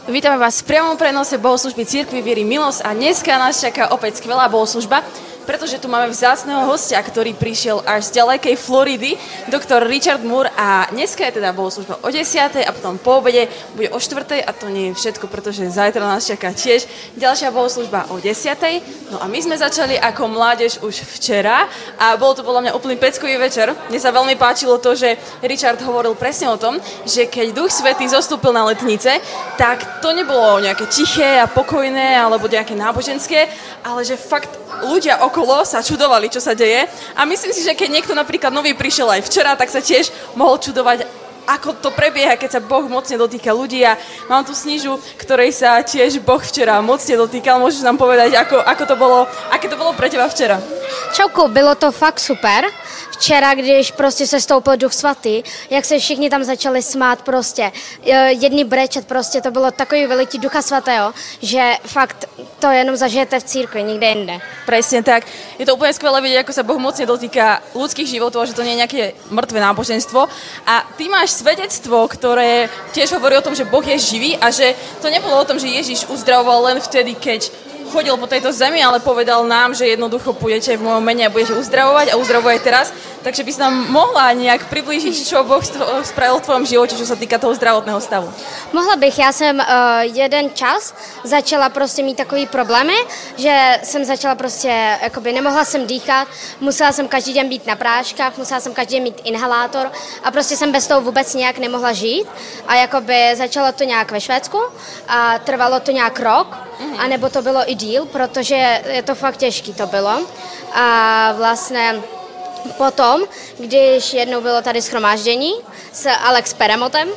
Vítame vás v priamom prenose bohoslužby Cirkvi Viery Milosť a dneska nás čaká opäť skvelá bohoslužba, pretože tu máme vzácneho hostia, ktorý prišiel až z ďalekej Floridy, doktor Richard Moore, a dneska je teda bohoslužba o 10:00 a potom po obede bude o 4:00 a to nie je všetko, pretože zajtra nás čaká tiež ďalšia bohoslužba o 10:00. No a my sme začali ako mládež už včera a bol to podľa mňa úplný peckový večer. Mne sa veľmi páčilo to, že Richard hovoril presne o tom, že keď Duch Svätý zostúpil na Letnice, tak to nebolo nejaké tiché a pokojné alebo nejaké náboženské, ale že fakt ľudia okolo sa čudovali, čo sa deje. A myslím si, že keď niekto napríklad nový prišiel aj včera, tak sa tiež mohol čudovať, ako to prebieha, keď sa Boh mocne dotýka ľudí. A mám tu Snižu, ktorej sa tiež Boh včera mocne dotýkal. Môžeš nám povedať, aké to bolo pre teba včera? Čauku, bylo to fakt super. Včera, když prostě se stoupil Duch Svatý, jak se všichni tam začali smát prostě, jedni brečet prostě, to bylo takový veliký Ducha Svatého, že fakt to jenom zažijete v církvi, nikde jinde. Presne tak. Je to úplne skvelé vidieť, ako sa Boh mocne dotýka ľudských životov a že to nie je nejaké mŕtve náboženstvo. A ty máš svedectvo, ktoré tiež hovorí o tom, že Boh je živý a že to nebolo o tom, že Ježiš uzdravoval len vtedy, keď chodil po tejto zemi, ale povedal nám, že jednoducho pôjdete v mojom mene a budete uzdravovať a uzdravuje teraz. Takže by si nám mohla nejak priblížiť, čo Boh spravil v tvojom živote, čo sa týka toho zdravotného stavu. Mohla bych, já jsem jeden čas začala prostě mít takový problémy, že jsem začala prostě, jakoby nemohla jsem dýchat, musela jsem každý den být na práškách, musela jsem každý den mít inhalátor a prostě jsem bez toho vůbec nějak nemohla žít a jakoby začalo to nějak ve Švédsku a trvalo to nějak rok, anebo to bylo i díl, protože je to fakt těžký to bylo a vlastně potom, když jednou bylo tady shromáždění s Alex Peremotem,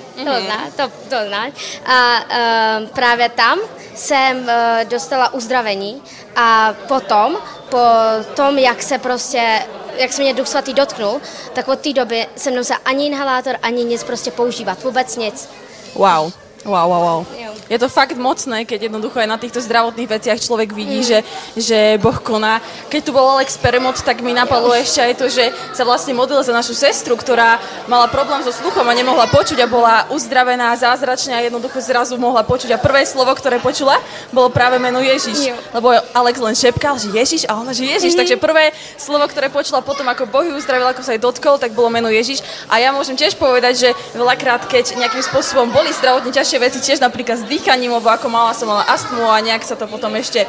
to znáš, a právě tam jsem dostala uzdravení a potom, po tom, jak se mě Duch Svatý dotknul, tak od té doby jsem nemusela ani inhalátor, ani nic prostě používat, vůbec nic. Wow. Je to fakt mocné, keď jednoducho aj na týchto zdravotných veciach človek vidí, že Boh koná. Keď tu bol Alex Peremot, tak mi napadlo ešte aj to, že sa vlastne modlil za našu sestru, ktorá mala problém so sluchom a nemohla počuť a bola uzdravená zázračne a jednoducho zrazu mohla počuť. A prvé slovo, ktoré počula, bolo práve meno Ježiš. Lebo Alex len šepkal, že Ježiš a ona, že Ježiš. Takže prvé slovo, ktoré počula potom, ako Boh ju uzdravil, ako sa jej dotkol, tak bolo meno Ježiš. A ja môžem tiež povedať, že veľakrát, keď nejakým spôsobom boli zdravotne ťažšie veci, tiež napríklad s dýchaním, lebo ako som mala astmu a nejak sa to potom ešte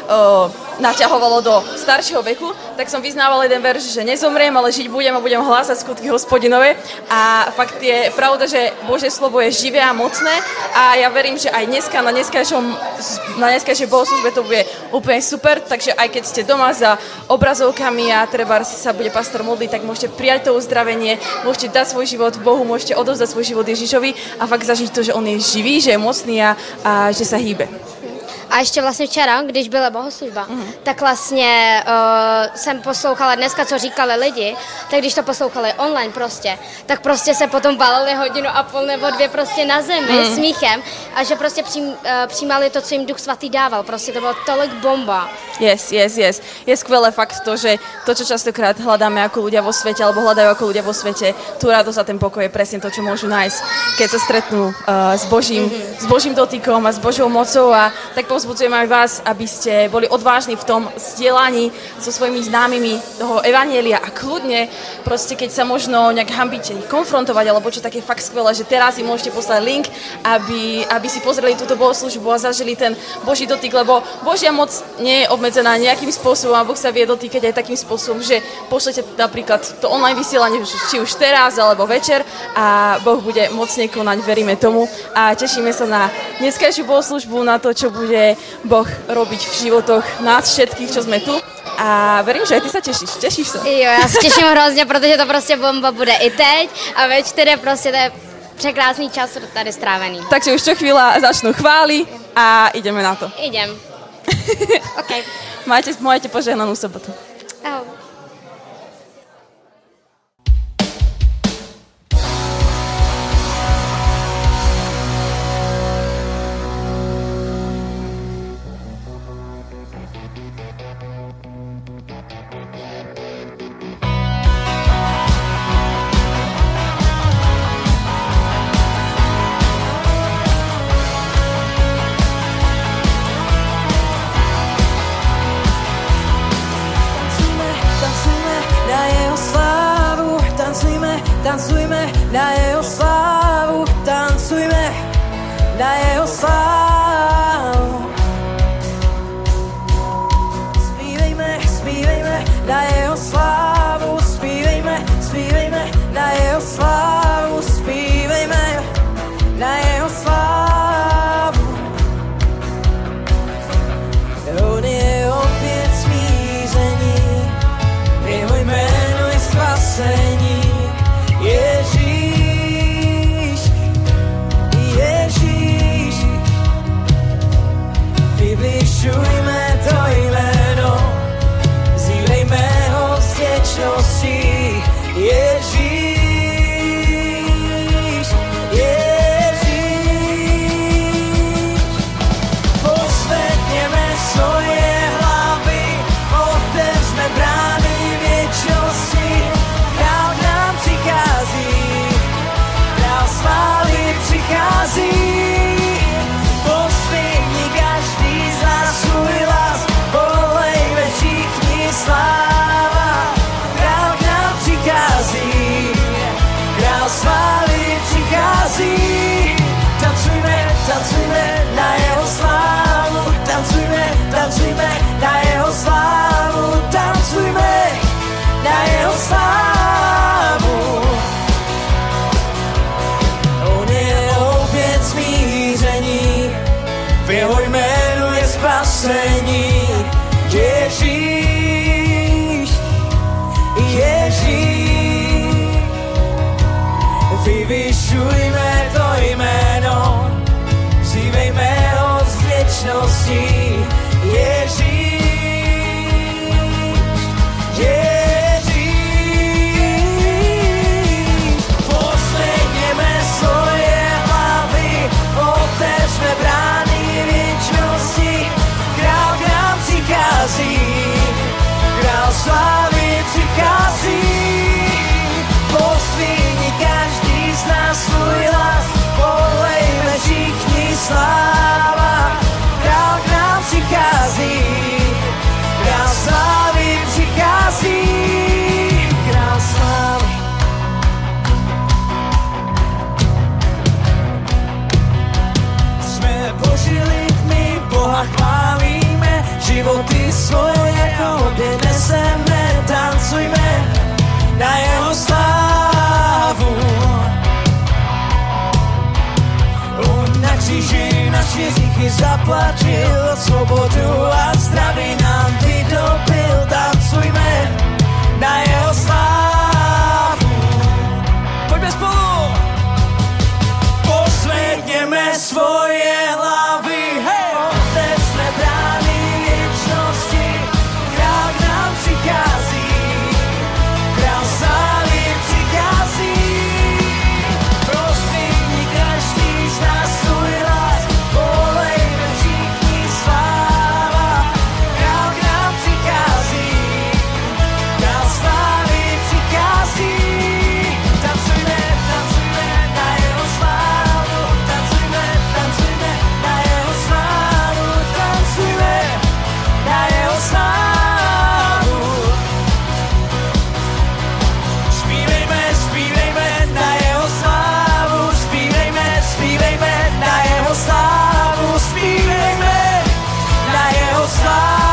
naťahovalo do staršieho veku, tak som vyznával jeden verš, že nezomriem, ale žiť budem a budem hlásať skutky Hospodinové. A fakt je pravda, že Božie slovo je živé a mocné a ja verím, že aj dneska na dneskajšej bohoslužbe to bude úplne super, takže aj keď ste doma za obrazovkami a treba sa bude pastor modliť, tak môžete prijať to uzdravenie, môžete dať svoj život Bohu, môžete odovzdať svoj život Ježišovi a fakt zažiť to, že on je živý, že je mocný a že sa hýbe. A ještě vlastně včera, když byla bohoslužba, tak vlastně jsem poslouchala dneska, co říkali lidi, tak když to poslouchali online prostě, tak prostě se potom valili 1,5 hodiny nebo 2 prostě na zemi smíchem a že prostě přijímali to, co jim Duch Svatý dával. Prostě to bylo tolik bomba. Yes. Je skvelé fakt to, že to, čo častokrát hľadáme ako ľudia vo svete, alebo hľadajú ako ľudia vo svete, tú radosť a ten pokoj je presne to, čo môžu nájsť, keď sa stretnú s Božím dotykom a s Božou mocou. A tak povzbudzujem aj vás, aby ste boli odvážni v tom zdieľaní so svojimi známymi toho evanjelia a kľudne, proste keď sa možno nejak hambíte konfrontovať, alebo čo také fakt skvelé, že teraz im môžete poslať link, aby si pozreli túto bohoslužbu a zažili ten Boží dotyk, lebo Božia moc nie je obmedzená nejakým spôsobom a Boh sa vie dotýkať aj takým spôsobom, že pošlete napríklad to online vysielanie, či už teraz alebo večer a Boh bude mocne konať, veríme tomu a tešíme sa na dneskajšiu bohoslužbu, na to, čo bude Boh robiť v životoch nás všetkých, čo sme tu. A verím, že aj ty sa tešíš. Tešíš sa? Jo, já se těším hrozně, protože to prostě bomba bude i teď a ve 4 prostě to je překrásný čas tady strávený. Takže už čo chvíľa začnú chvály a ideme na to. Idem. OK. Majte požehnanú sobotu. Ahoj. na jeho slávu. Zpívejme, zpívejme na jeho slávu, zpívejme, zpívejme na jeho slávu, zpívejme na jeho slávu. On je opět smíření, jeho jméno je spasení. Ježíš, Ježíš, vyvyšujme to jméno, vzývejme ho s vděčností. Ježíš, Ježíš, posvětněme svoje hlavy, otevřme brány věčnosti. Král k nám přichází, král slávy přichází. Posvětni každý z nás svůj hlas, volejme všichni sláva. Král k nám přichází, král slávy přichází. Tancujme, tancujme na jeho slávu, tancujme, tancujme na jeho slávu, tancujme na jeho slávu. On je opět smíření, v jeho jménu je spasení. Ježíš, Ježíš, vyvyšujme to jméno, vzývejme ho z věčností. Ježíš, Ježíš, posvětněme svoje hlavy, otevřme brány věčnosti. Král k nám přichází, král slávy přichází. Posvětni každý z nás svůj hlas, volejme všichni sláva. Král k nám přichází, král slávy přichází. Král slávy. Jsme Boží lidmi, Boha chválíme, životy svoje jako neseme, tancujme na jeho slávu. On na kříži naši hříchy zaplatil, svobodu a zdraví nám vydobil, tancujme na jeho slávu. Pojďme spolu! Posvětněme svoje hlavy, hej! Otevřme brány věčnosti, král k nám přichází, král slávy přichází. Prosvětni každý z nás svůj hlas, volejme všichni sláva. Král k nám přichází, král slávy přichází. Tancujme, tancujme na jeho slávu, tancujme, tancujme na jeho slávu, tancujme na jeho slávu. Zpívejme, zpívejme na jeho slávu, zpívejme, zpívejme na jeho slávu, zpívejme na jeho slávu.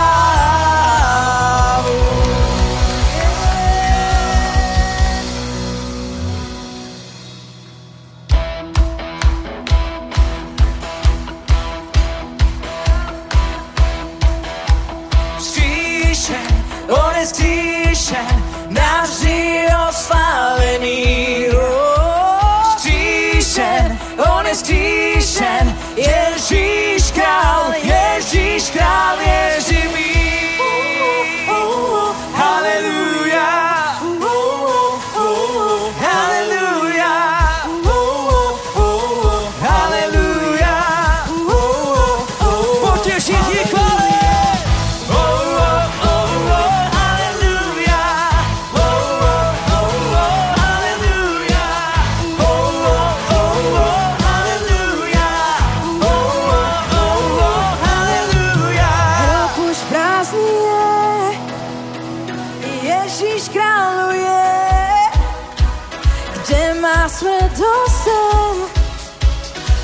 Vzkříšen, on je vzkříšen, navždy oslávený. Vzkříšen, on je vzkříšen, Ježíš král, Ježíš král, Ježíš. Haleluja, haleluja, haleluja. Pojďte všichni chválit. Haleluja,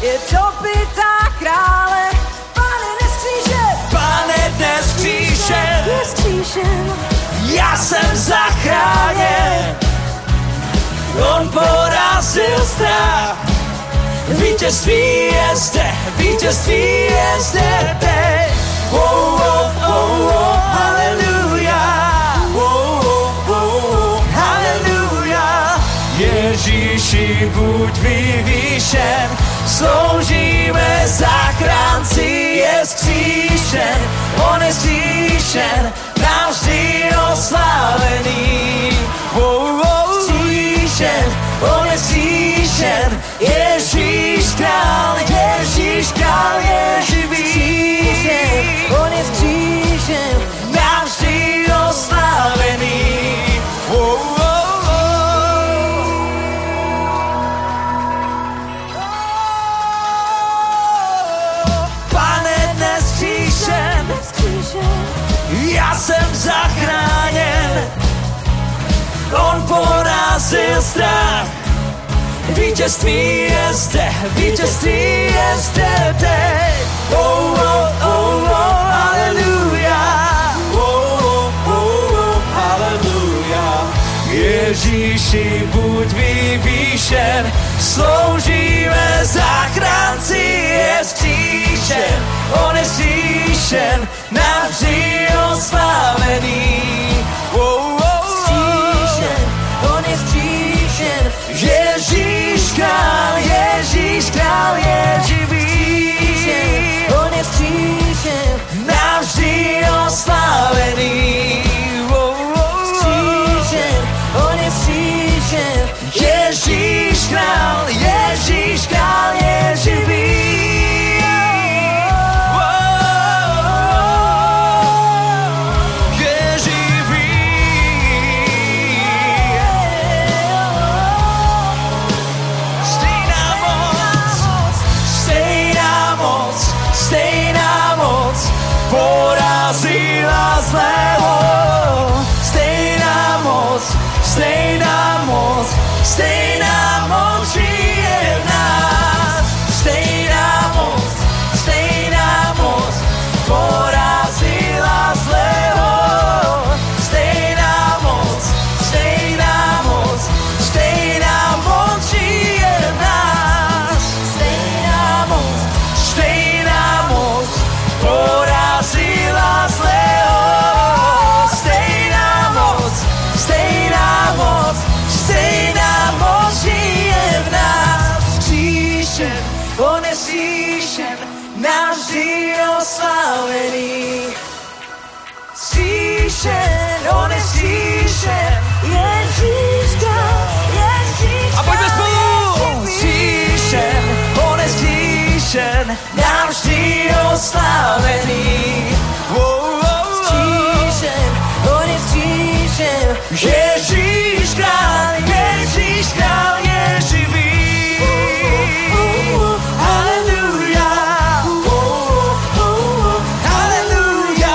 je dopytá krále. Pane, neskříšen, Pane, dnes kříšen, já jsem zachráněn. On porazil strach. Vítězství je zde, vítězství je zde teď. Oh, oh, oh, oh, haleluja. Oh, oh, oh, haleluja. Ježíši, buď vyvýšen, sloužíme zachránci, je vzkříšen, on je vzkříšen, navždy oslávený. Oh, oh, vzkříšen, on je vzkříšen, Ježíš král je živý. On je vzkříšen, navždy oslávený. Oh, oh, oh. Pane, dnes vzkříšen, já jsem zachráněn. On porazil strach. Vítězství je zde, vítězství je zde teď. Oh, oh, oh, oh, haleluja. Oh, oh, oh, oh, haleluja. Ježíši, buď vyvýšen, sloužíme zachránci, je vzkříšen, on je vzkříšen, navždy oslávený. Oh, oh, oh. Vzkříšen, on je vzkříšen, Ježíš král je živý. On je vzkříšen, navždy oslávený. Vzkříšen, on je vzkříšen, Ježíš král je živý. Porazila zlého, stejná moc, stejná moc, stejná moc žije v nás. Stejná moc, porazila zlého. Stejná moc, stejná moc, stejná moc žije v nás. Stejná moc, porazila zlého. Stejná moc, stejná moc žije v nás. Vzkříšen, on je vzkříšen, navždy oslávený. Vzkříšen, on je vzkříšen, Ježíška. A pojďme spolu! Vzkříšen, on je vzkříšen, navždy oslávený. Vzkříšen, on je vzkříšen, Ježíš král je živý. Haleluja, haleluja,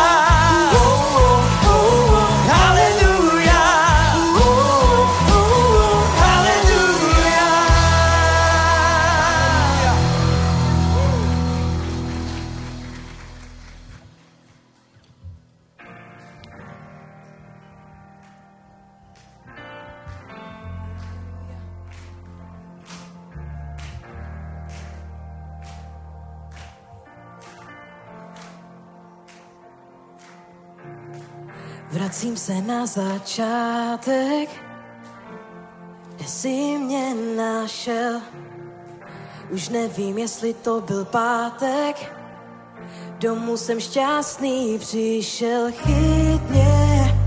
haleluja, haleluja. Vracím se na začátek, kde jsi mě našel. Už nevím, jestli to byl pátek, domů jsem šťastný přišel. Chyť mě,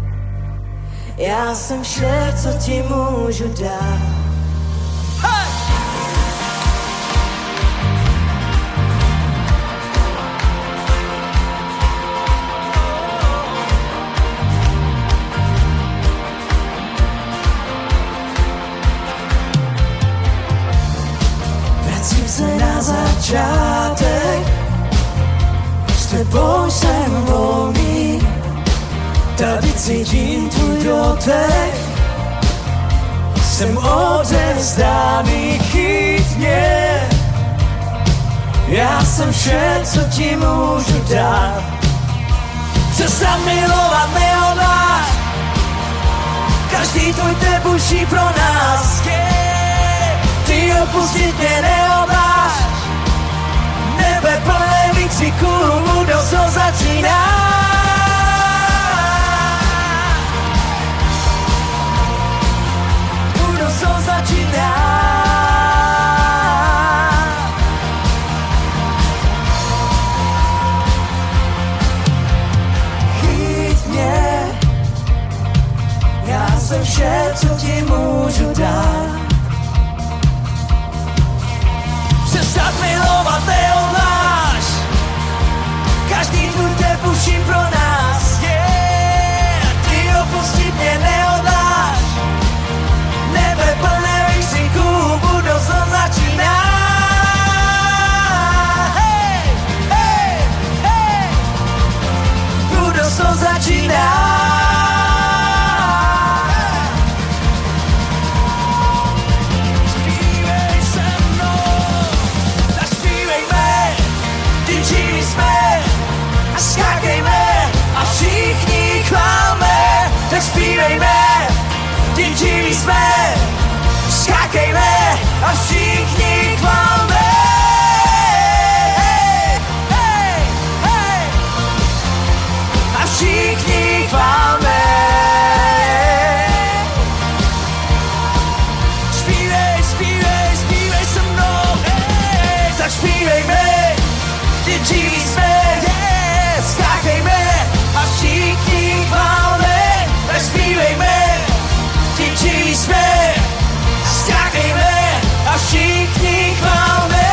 já jsem vše, co ti můžu dát. Se na začátek, s tebou jsem volný, tady cítím tvůj dotek, jsem odevzdaný. Chyť mě, jsem vše, co ti můžu dát. Se zamilovat nehodláš, každý tvůj tep uší pro nás. Ty opustit mě nehodláš, nebe plné výkřiků, budoucnost začíná. Budoucnost začíná. Chyť mě, já jsem vše, co ti můžu dát. Přestat milovat nehodláš, každý tvůj tep uší pro nás. Ty opustit mě nehodláš, nebe plné výkřiků, budoucnost začíná. Budoucnost začíná. Skákejme a všichni chválme, tak zpívejme, tím živí jsme. Skákejme a všichni chválme. A všichni chválme. Zpívej, zpívej, zpívej se mnou, tak zpívejme, tím živí jsme. Skákejme a všichni chválme, tak zpívejme, tím živí jsme. Skákejme a všichni chválme.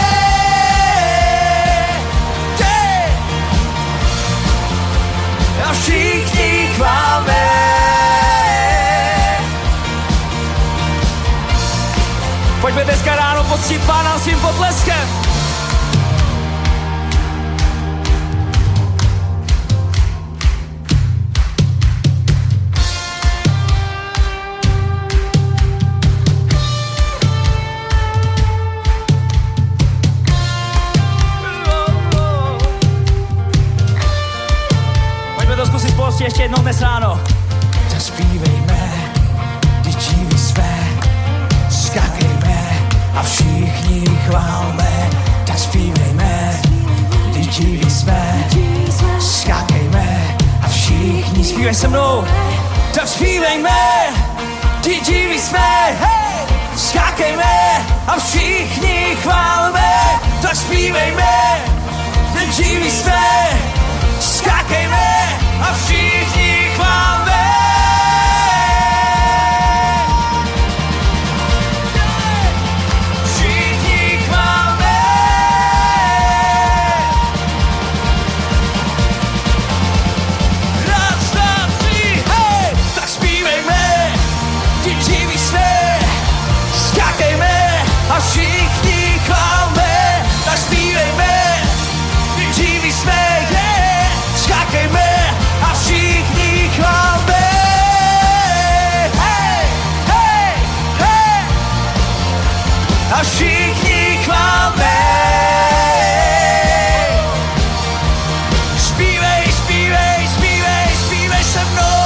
A všichni chválme. Pojďme dneska ráno poctít Pána svým potleskem. Ještě jednou dnes ráno. Tak zpívejme, když živí jsme. Skákejme a všichni chválme. Tak zpívejme, když živí jsme. Skákejme a všichni zpívej se mnou. Tak zpívejme, když živí jsme. Skákejme a všichni chválme. Tak zpívejme, když živí jsme. Skákejme a všichni chválme. Všichni chválme. Raz, dva, tři, hej! Tak zpívejme, tím živí jsme. Skákejme a všichni chválme. Tak zpívejme, tím živí jsme. Skákejme a všichni chválme. Hej, hej, hej. A všichni chválme. Zpívej, zpívej, zpívej, zpívej se mnou.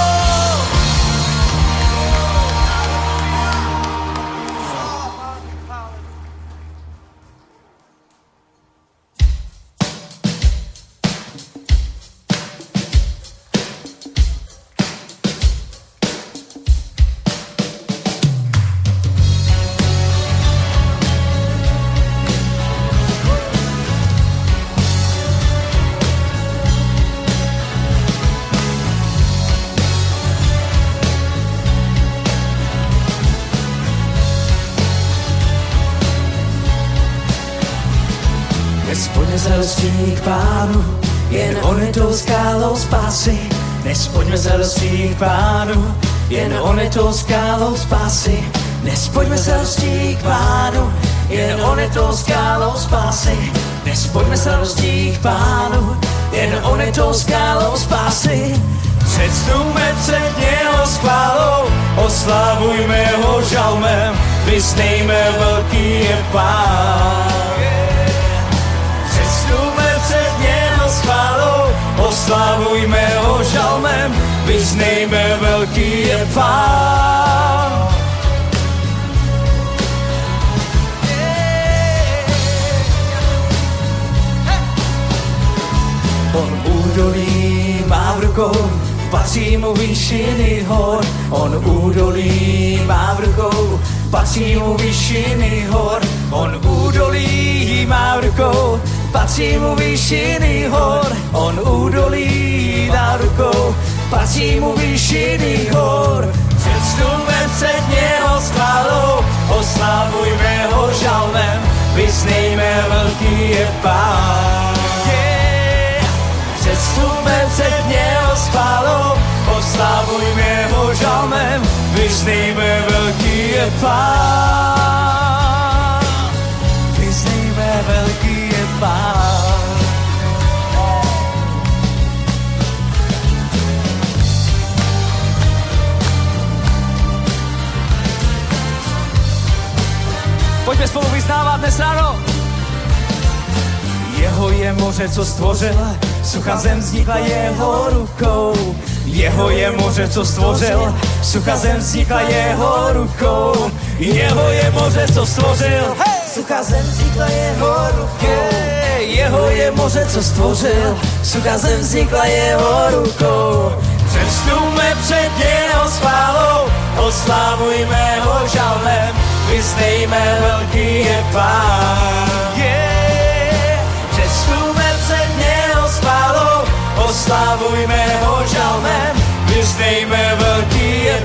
Nespojme s radostí k Pánu, jen on je tou skálou spásy. Nespojme s radostí k Pánu, jen on je tou skálou spásy. Nespojme s radostí k Pánu, jen on je tou skálou spásy. Nespojme s radostí k Pánu, jen on je tou skálou spásy. Předstupme před něho s chválou, oslavujme ho žalmem, vyznejme velký je Pán. Předstupme vyznejme, velký je Pán. On údolí má v rukou, patří mu výšiny hor. On údolí má v rukou, patří mu výšiny hor. On údolí má v rukou, patří mu výšiny hor. On údolí má v rukou, patří mu výšiny hor. Předstupme před něho s chválou, oslavujme ho žalmem, vyznejme, velký je Pán. Předstupme před něho s chválou, oslavujme ho žalmem, vyznejme, velký je Pán. Vyznejme, velký je Pán. Pojďme spolu vyznávat dnes ráno. Jeho je moře, co stvořil, sucha zem vznikla jeho rukou. Jeho je moře, co stvořil, sucha zem vznikla jeho rukou. Jeho je moře, co stvořil, sucha zem vznikla jeho rukou. Jeho je moře, co stvořil, sucha zem vznikla jeho rukou. Předstupme před něho s chválou, oslavujme ho žalmem, vyznejme, velký je Pán. Předstupme před něho s chválou, oslavujme ho žalmem, vyznejme, velký je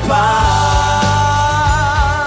Pán.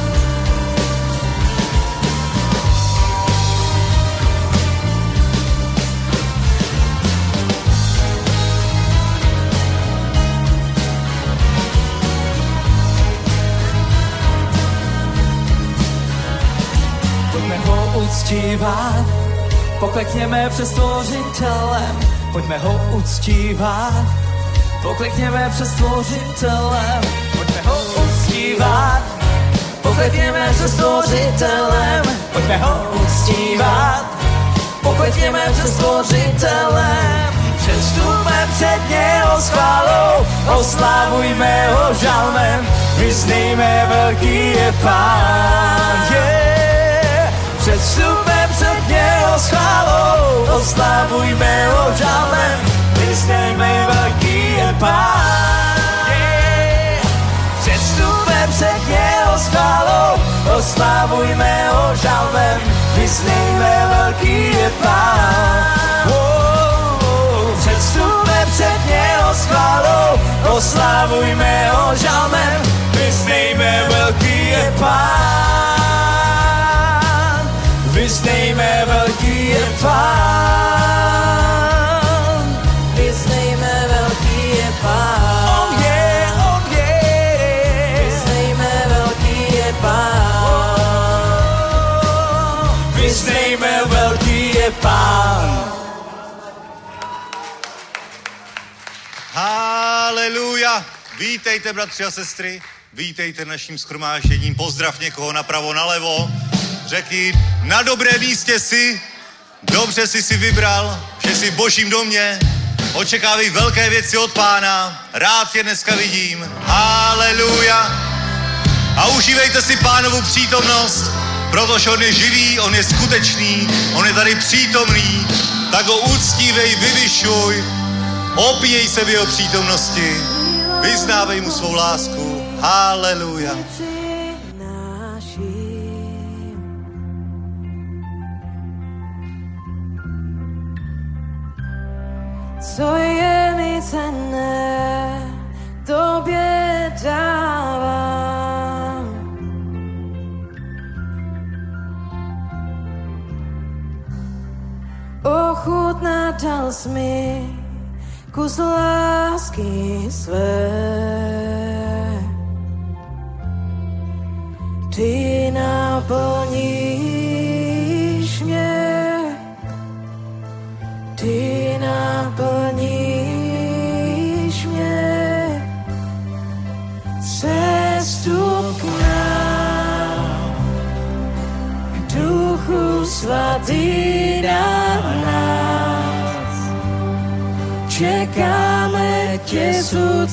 Pojďme ho uctívat, poklekněme před Stvořitelem. Pojďme ho uctívat, poklekněme před Stvořitelem. Pojďme ho uctívat, poklekněme před Stvořitelem. Pojďme ho uctívat, poklekněme před Stvořitelem. Předstupme před něho s chválou, oslavujme ho žalmem, vyznejme, velký je Pán. Předstupme před něho s chválou, oslavujme ho žalmem, vyznejme, velký je Pán. Předstupme před něho s chválou, oslavujme ho žalmem, vyznejme, velký je Pán. Předstupme před něho s chválou, oslavujme ho žalmem, vyznejme, velký je Pán. Vyznejme, velký je Pán. Vyznejme, velký je Pán. On je, on je. Vyznejme, velký je Pán. Vyznejme, velký je Pán. Haleluja. Vítejte, bratři a sestry. Vítejte naším shromážděním. Pozdrav někoho napravo, nalevo. Řekni, na dobré místě jsi, dobře jsi si vybral, že jsi v Božím domě, očekávej velké věci od Pána, rád tě dneska vidím, haleluja. A užívejte si Pánovu přítomnost, protože on je živý, on je skutečný, on je tady přítomný, tak ho uctívej, vyvyšuj, opíjej se v jeho přítomnosti, vyznávej mu svou lásku, haleluja. Co je mi cenné, tobě dávám. Ochutnal jsi mi kus lásky své. Ty naplníš mě, ty naplníš mě, sestup k nám, Duchu Svatý na nás, čekáme tě s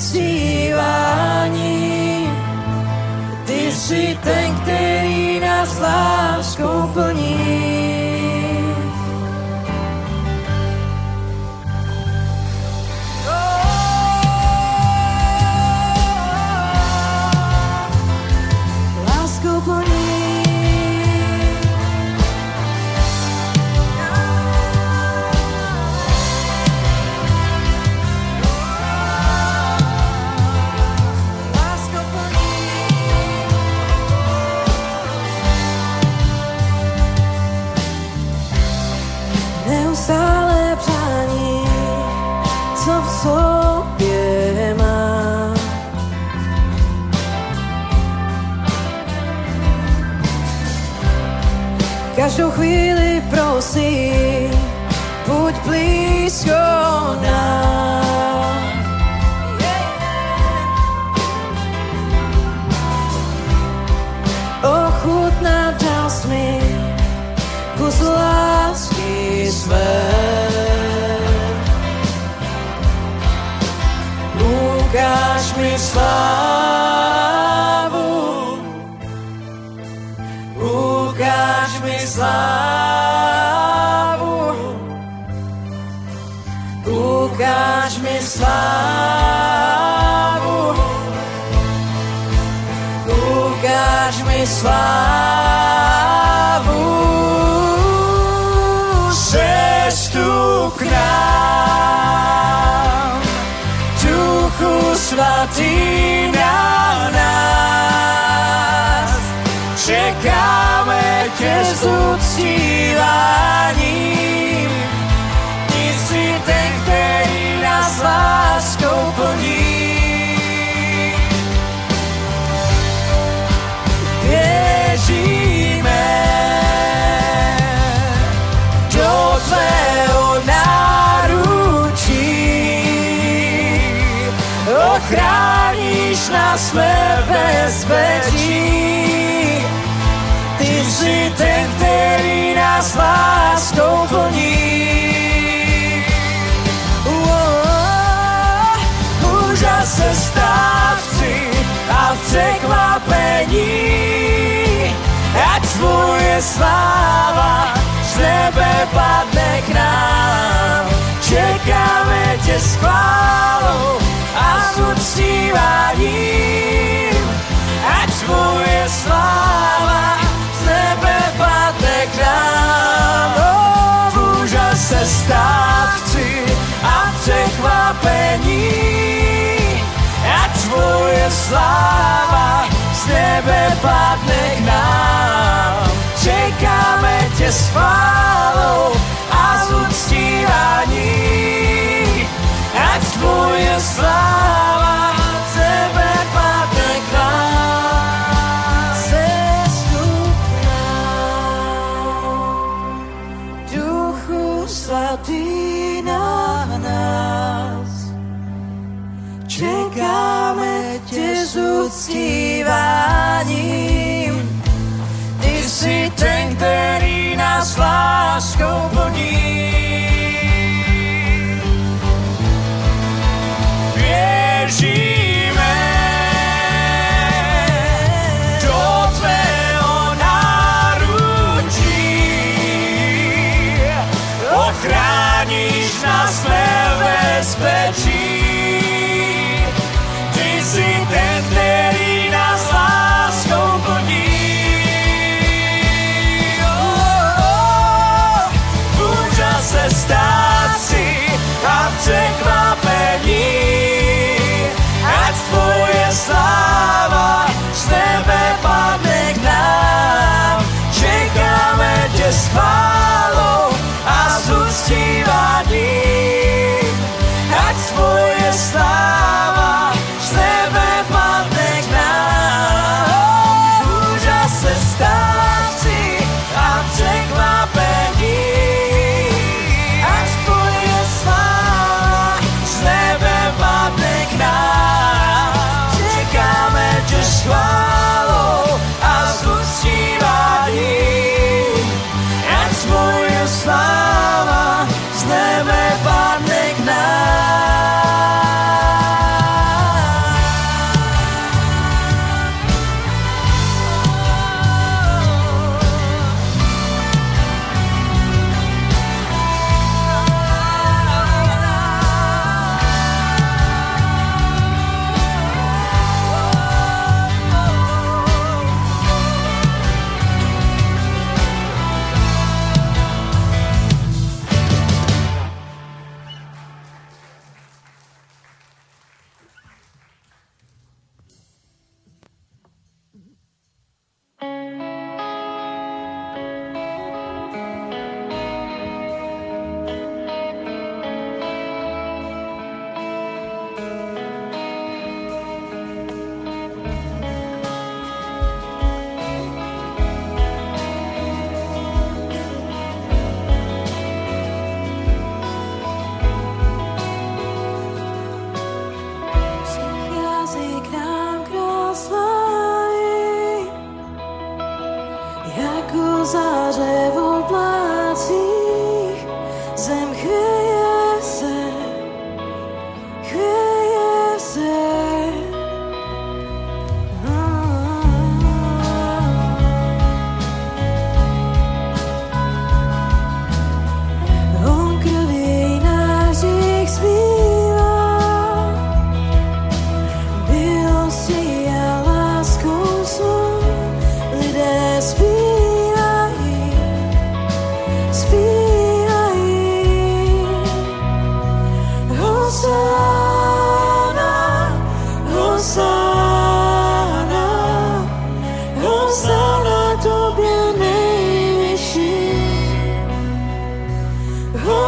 uctíváním. Ty jsi ten, který nás láskou plní. Láskou plní. Neustále přání, co v sobě mám. Každou chvíli prosím, buď blízko nám. Ochutnat dal mi kus lásky své. Ukáž mi slávu, ukáž mi slávu, ukáž mi slávu, ukáž mi slávu. Sestup k nám, Duchu Svatý na nás. Čekáme tě s uctíváním. Ty jsi ten, který nás láskou plní. Věříme do tvého náručí. Ochráníš nás, jsme v bezpečí. Ty jsi ten, který nás láskou plní. Úžas se stát chci a v překvapení, ať tvoje sláva z nebe padne k nám. Čekáme tě s chválou a s uctíváním, ať tvoje sláva z nebe padne k nám. V úžase stát chci a překvapení, ať tvoje sláva z nebe padne k nám. Čekáme tě s chválou a s uctíváním, ať tvoje sláva z nebe padne k nám. Sestup k nám, Duchu Svatý na nás. Čekáme tě s uctíváním. Ty jsi ten, který nás láskou plní. Věříme do tvého náručí. Ochráníš nás, jsme v bezpečí. Ty jsi ten, který nás láskou plní. Se stát si a překvapení, ať tvoje sláva z nebe padne k nám. Čekáme tě s chválou a s uctíváním, ať tvoje sláva z nebe padne k nám. Úžase stát si a překvapení, s chválou a s uctíváním, ať tvoje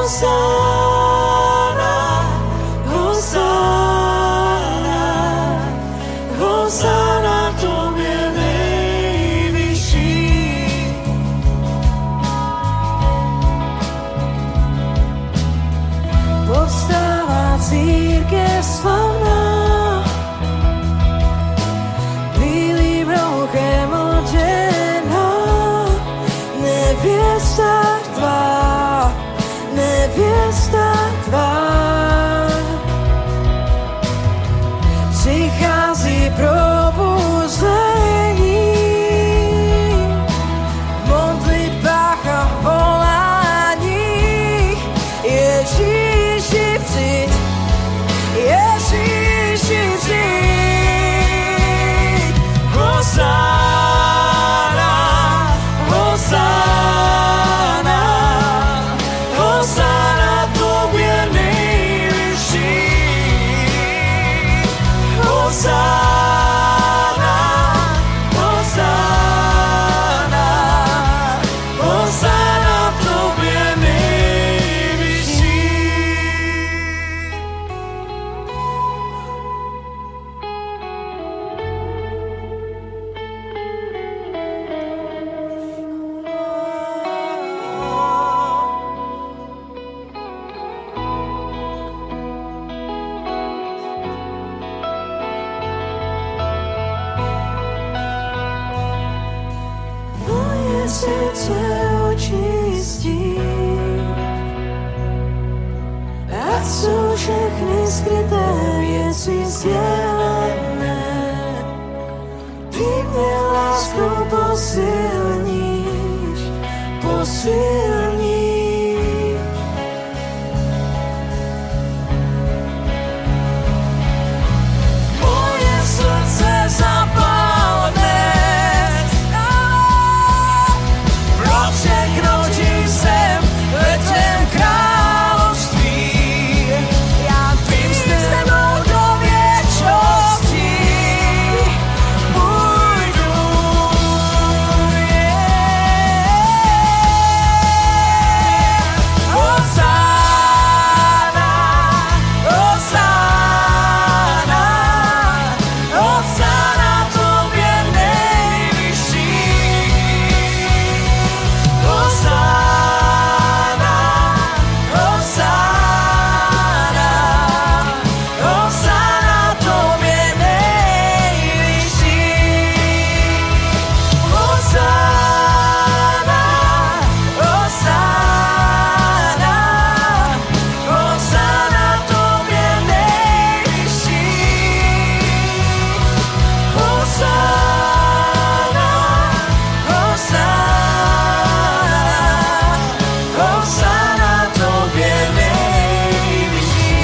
Hosana tobě nejvyšší. Povstává církev slavná, bílým rouchem oděná, nevěsta tvá, nevěsta tvá. Přichází probuzení v modlitbách a voláních. Ježíši přijď, Ježíši přijď. Hosana, Hosana, Hosana tobě nejvyšší. Hosana, Hosana, Hosana tobě nejvyšší. Moje srdce očistí, ať jsou všechny skryté věci sdělené. Ty mě láskou posilníš, posilníš. Moje srdce zapal dnes, pro všechno ti jsem ve tvém království. Já vím s tebou do věčnosti půjdu. Hosana, Hosana, Hosana tobě nejvyšší. Hosana, Hosana, Hosana tobě nejvyšší. Hosana, Hosana, Hosana tobě nejvyšší. Hosana, Hosana, Hosana tobě nejvyšší.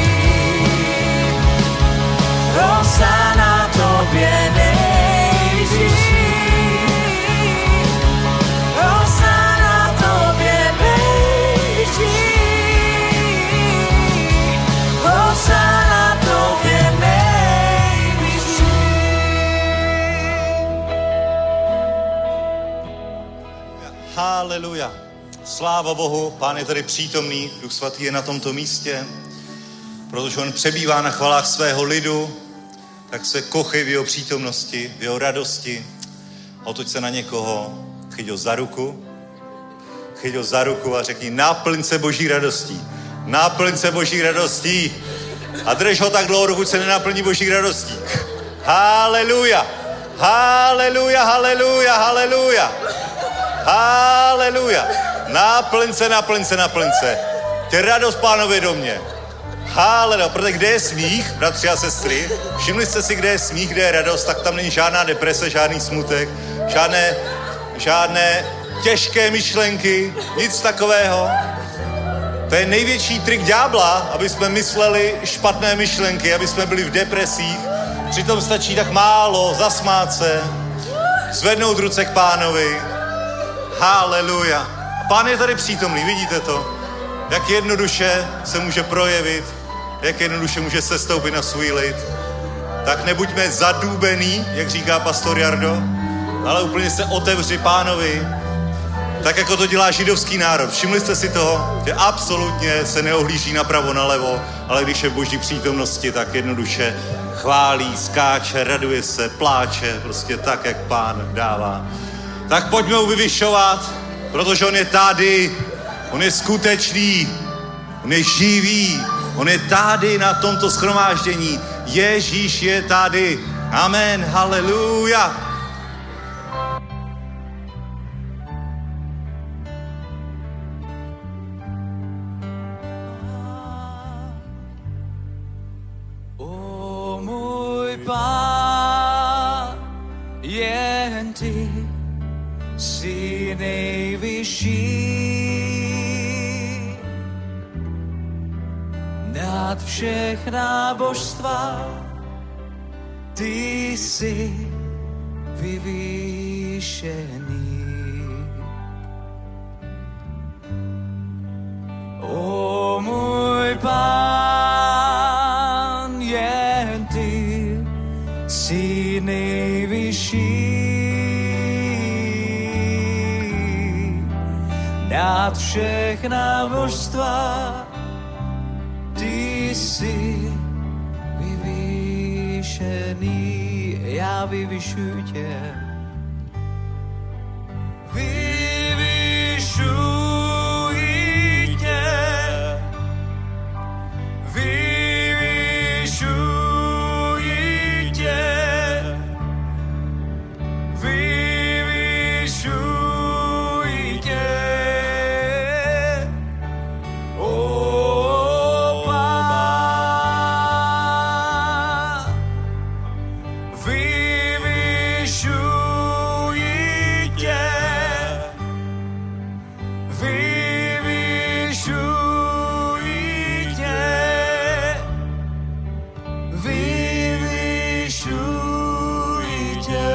Hosana tobě nejvyšší. Hosana tobě nejvyšší. Hosana tobě nejvyšší. Haleluja. Sláva Bohu, Pán je tady přítomný, Duch Svatý je na tomto místě, protože on přebývá na chvalách svého lidu, tak se kochej v jeho přítomnosti, v jeho radosti. Otoč se na někoho, chyť ho za ruku a řekni, náplň se Boží radostí, náplň se Boží radostí a drž ho tak dlouho, dokud se nenaplní Boží radostí. Haleluja, haleluja, haleluja, haleluja. Haleluja. Náplň se, naplň se, naplň se. Tě radost Pánově do mě. Haleluja. Protože kde je smích, bratři a sestry, všimli jste si, kde je smích, kde je radost, tak tam není žádná deprese, žádný smutek, žádné těžké myšlenky, nic takového. To je největší trik ďábla, aby jsme mysleli špatné myšlenky, aby jsme byli v depresích. Přitom stačí tak málo, zasmát se, zvednout ruce k Pánovi. Haleluja. A Pán je tady přítomný, vidíte to? Jak jednoduše se může projevit, jak jednoduše může sestoupit na svůj lid. Tak nebuďme zadůbený, jak říká pastor Jardo, ale úplně se otevři Pánovi. tak jako to dělá židovský národ. Všimli jste si toho, že absolutně se neohlíží napravo, nalevo, ale když je v boží přítomnosti, tak jednoduše chválí, skáče, raduje se, pláče, prostě tak, jak Pán dává. Tak pojďme ho vyvyšovat, protože on je tady, on je skutečný, on je živý, on je tady na tomto shromáždění. Ježíš je tady. Amen, haleluja. O můj Pán, jen ty jsi nejvyšší nad všechna božstva, ty jsi vyvýšený. O můj Pán, jen ty jsi nejvyšší nad všechna božstva, ty jsi vyvýšený, já vyvyšuji tě. Vyvyšuji tě, vyvyšuji tě, vyvyšuji tě. O Pán, vyvyšuji tě, vyvyšuji tě, vyvyšuji tě.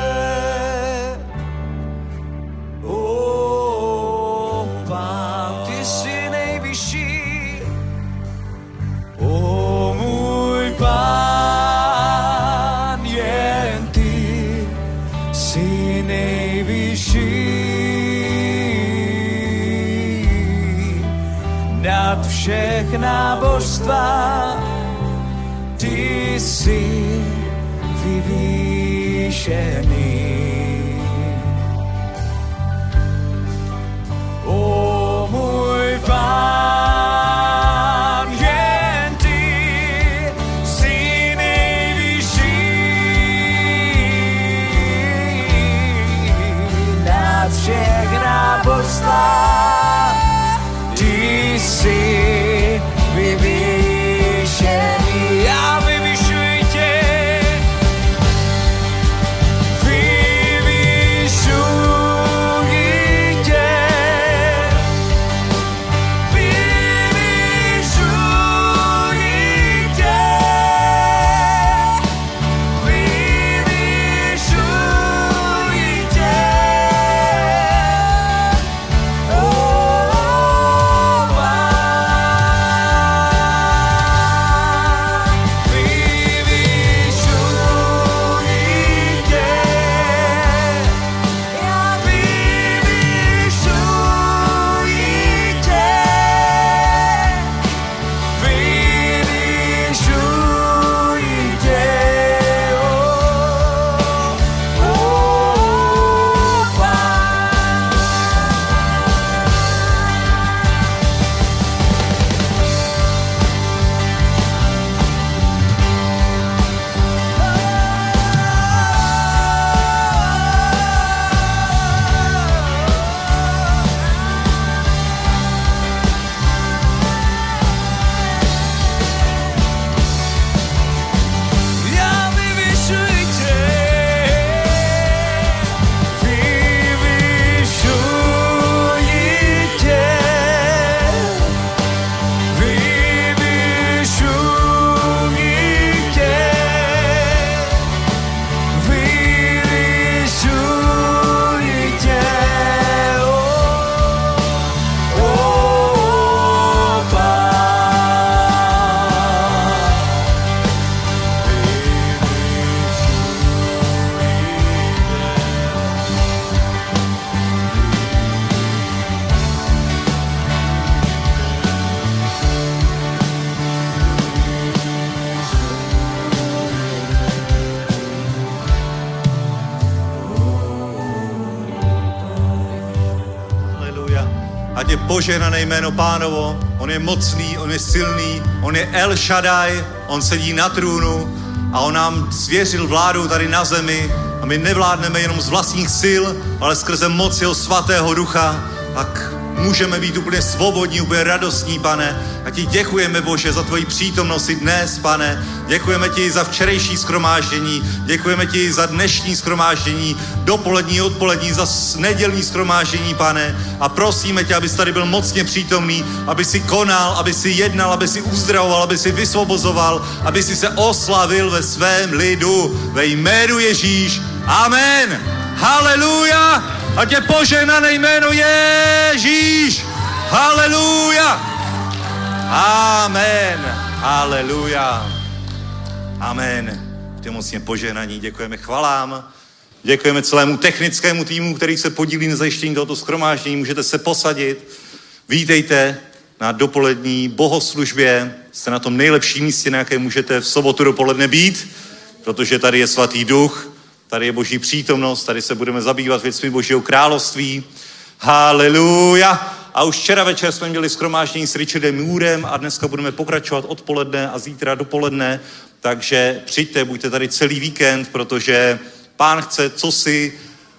O Pán, ty jsi nejvyšší. O můj Pán, jen ty jsi nejvyšší nad všechna božstva, ty jsi vyvýšený. O můj Pán, jen ty jsi nejvyšší nad všechna božstva, ty jsi vyvýšený. Já vyvyšuji tě, vyvyšuji ať je požehnané jméno Pánovo. On je mocný, on je silný, on je El Shaddai, on sedí na trůnu a on nám svěřil vládu tady na zemi a my nevládneme jenom z vlastních sil, ale skrze moc jeho svatého ducha. Tak můžeme být úplně svobodní, úplně radostní, Pane. A ti děkujeme, Bože, za tvoji přítomnost i dnes, Pane. Děkujeme ti za včerejší shromáždění, děkujeme ti za dnešní shromáždění, dopolední, odpolední, za nedělní shromáždění, Pane. A prosíme tě, abys tady byl mocně přítomný, aby si konal, aby si jednal, aby si uzdravoval, aby si vysvobozoval, aby si se oslavil ve svém lidu. Ve jménu Ježíš. Amen. Haleluja. Ať je požehnané jméno Ježíš. Haleluja. Amen. Haleluja. Amen. Buďte mocně požehnaní. Děkujeme chvalám. Děkujeme celému technickému týmu, který se podílí na zajištění tohoto shromáždění. Můžete se posadit. Vítejte na dopolední bohoslužbě. Jste na tom nejlepším místě, na jaké můžete v sobotu dopoledne být, protože tady je svatý duch. Tady je Boží přítomnost, tady se budeme zabývat věcmi Božího království. Haleluja. A už včera večer jsme měli shromáždění s Richardem Moorem a dneska budeme pokračovat odpoledne a zítra dopoledne. Takže přijďte, buďte tady celý víkend, protože Pán chce cosi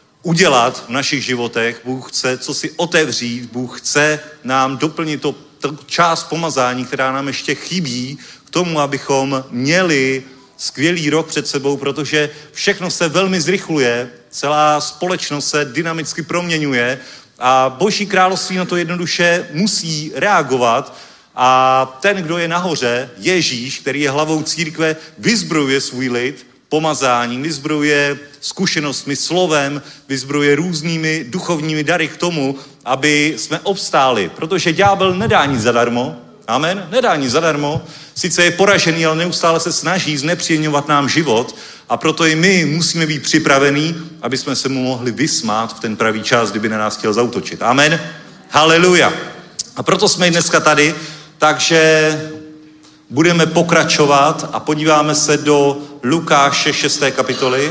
udělat v našich životech. Bůh chce cosi otevřít, Bůh chce nám doplnit tu část pomazání, která nám ještě chybí k tomu, abychom měli skvělý rok před sebou, protože všechno se velmi zrychluje, celá společnost se dynamicky proměňuje a Boží království na to jednoduše musí reagovat a ten, kdo je nahoře, Ježíš, který je hlavou církve, vyzbrojuje svůj lid pomazáním, vyzbrojuje zkušenostmi, slovem, vyzbrojuje různými duchovními dary k tomu, aby jsme obstáli, protože ďábel nedá nic zadarmo. Amen. Nedá nic zadarmo. Sice je poražený, ale neustále se snaží znepříjemňovat nám život a proto i my musíme být připravení, aby jsme se mu mohli vysmát v ten pravý čas, kdyby na nás chtěl zaútočit. Amen. Haleluja. A proto jsme i dneska tady, takže budeme pokračovat a podíváme se do Lukáše 6. kapitoly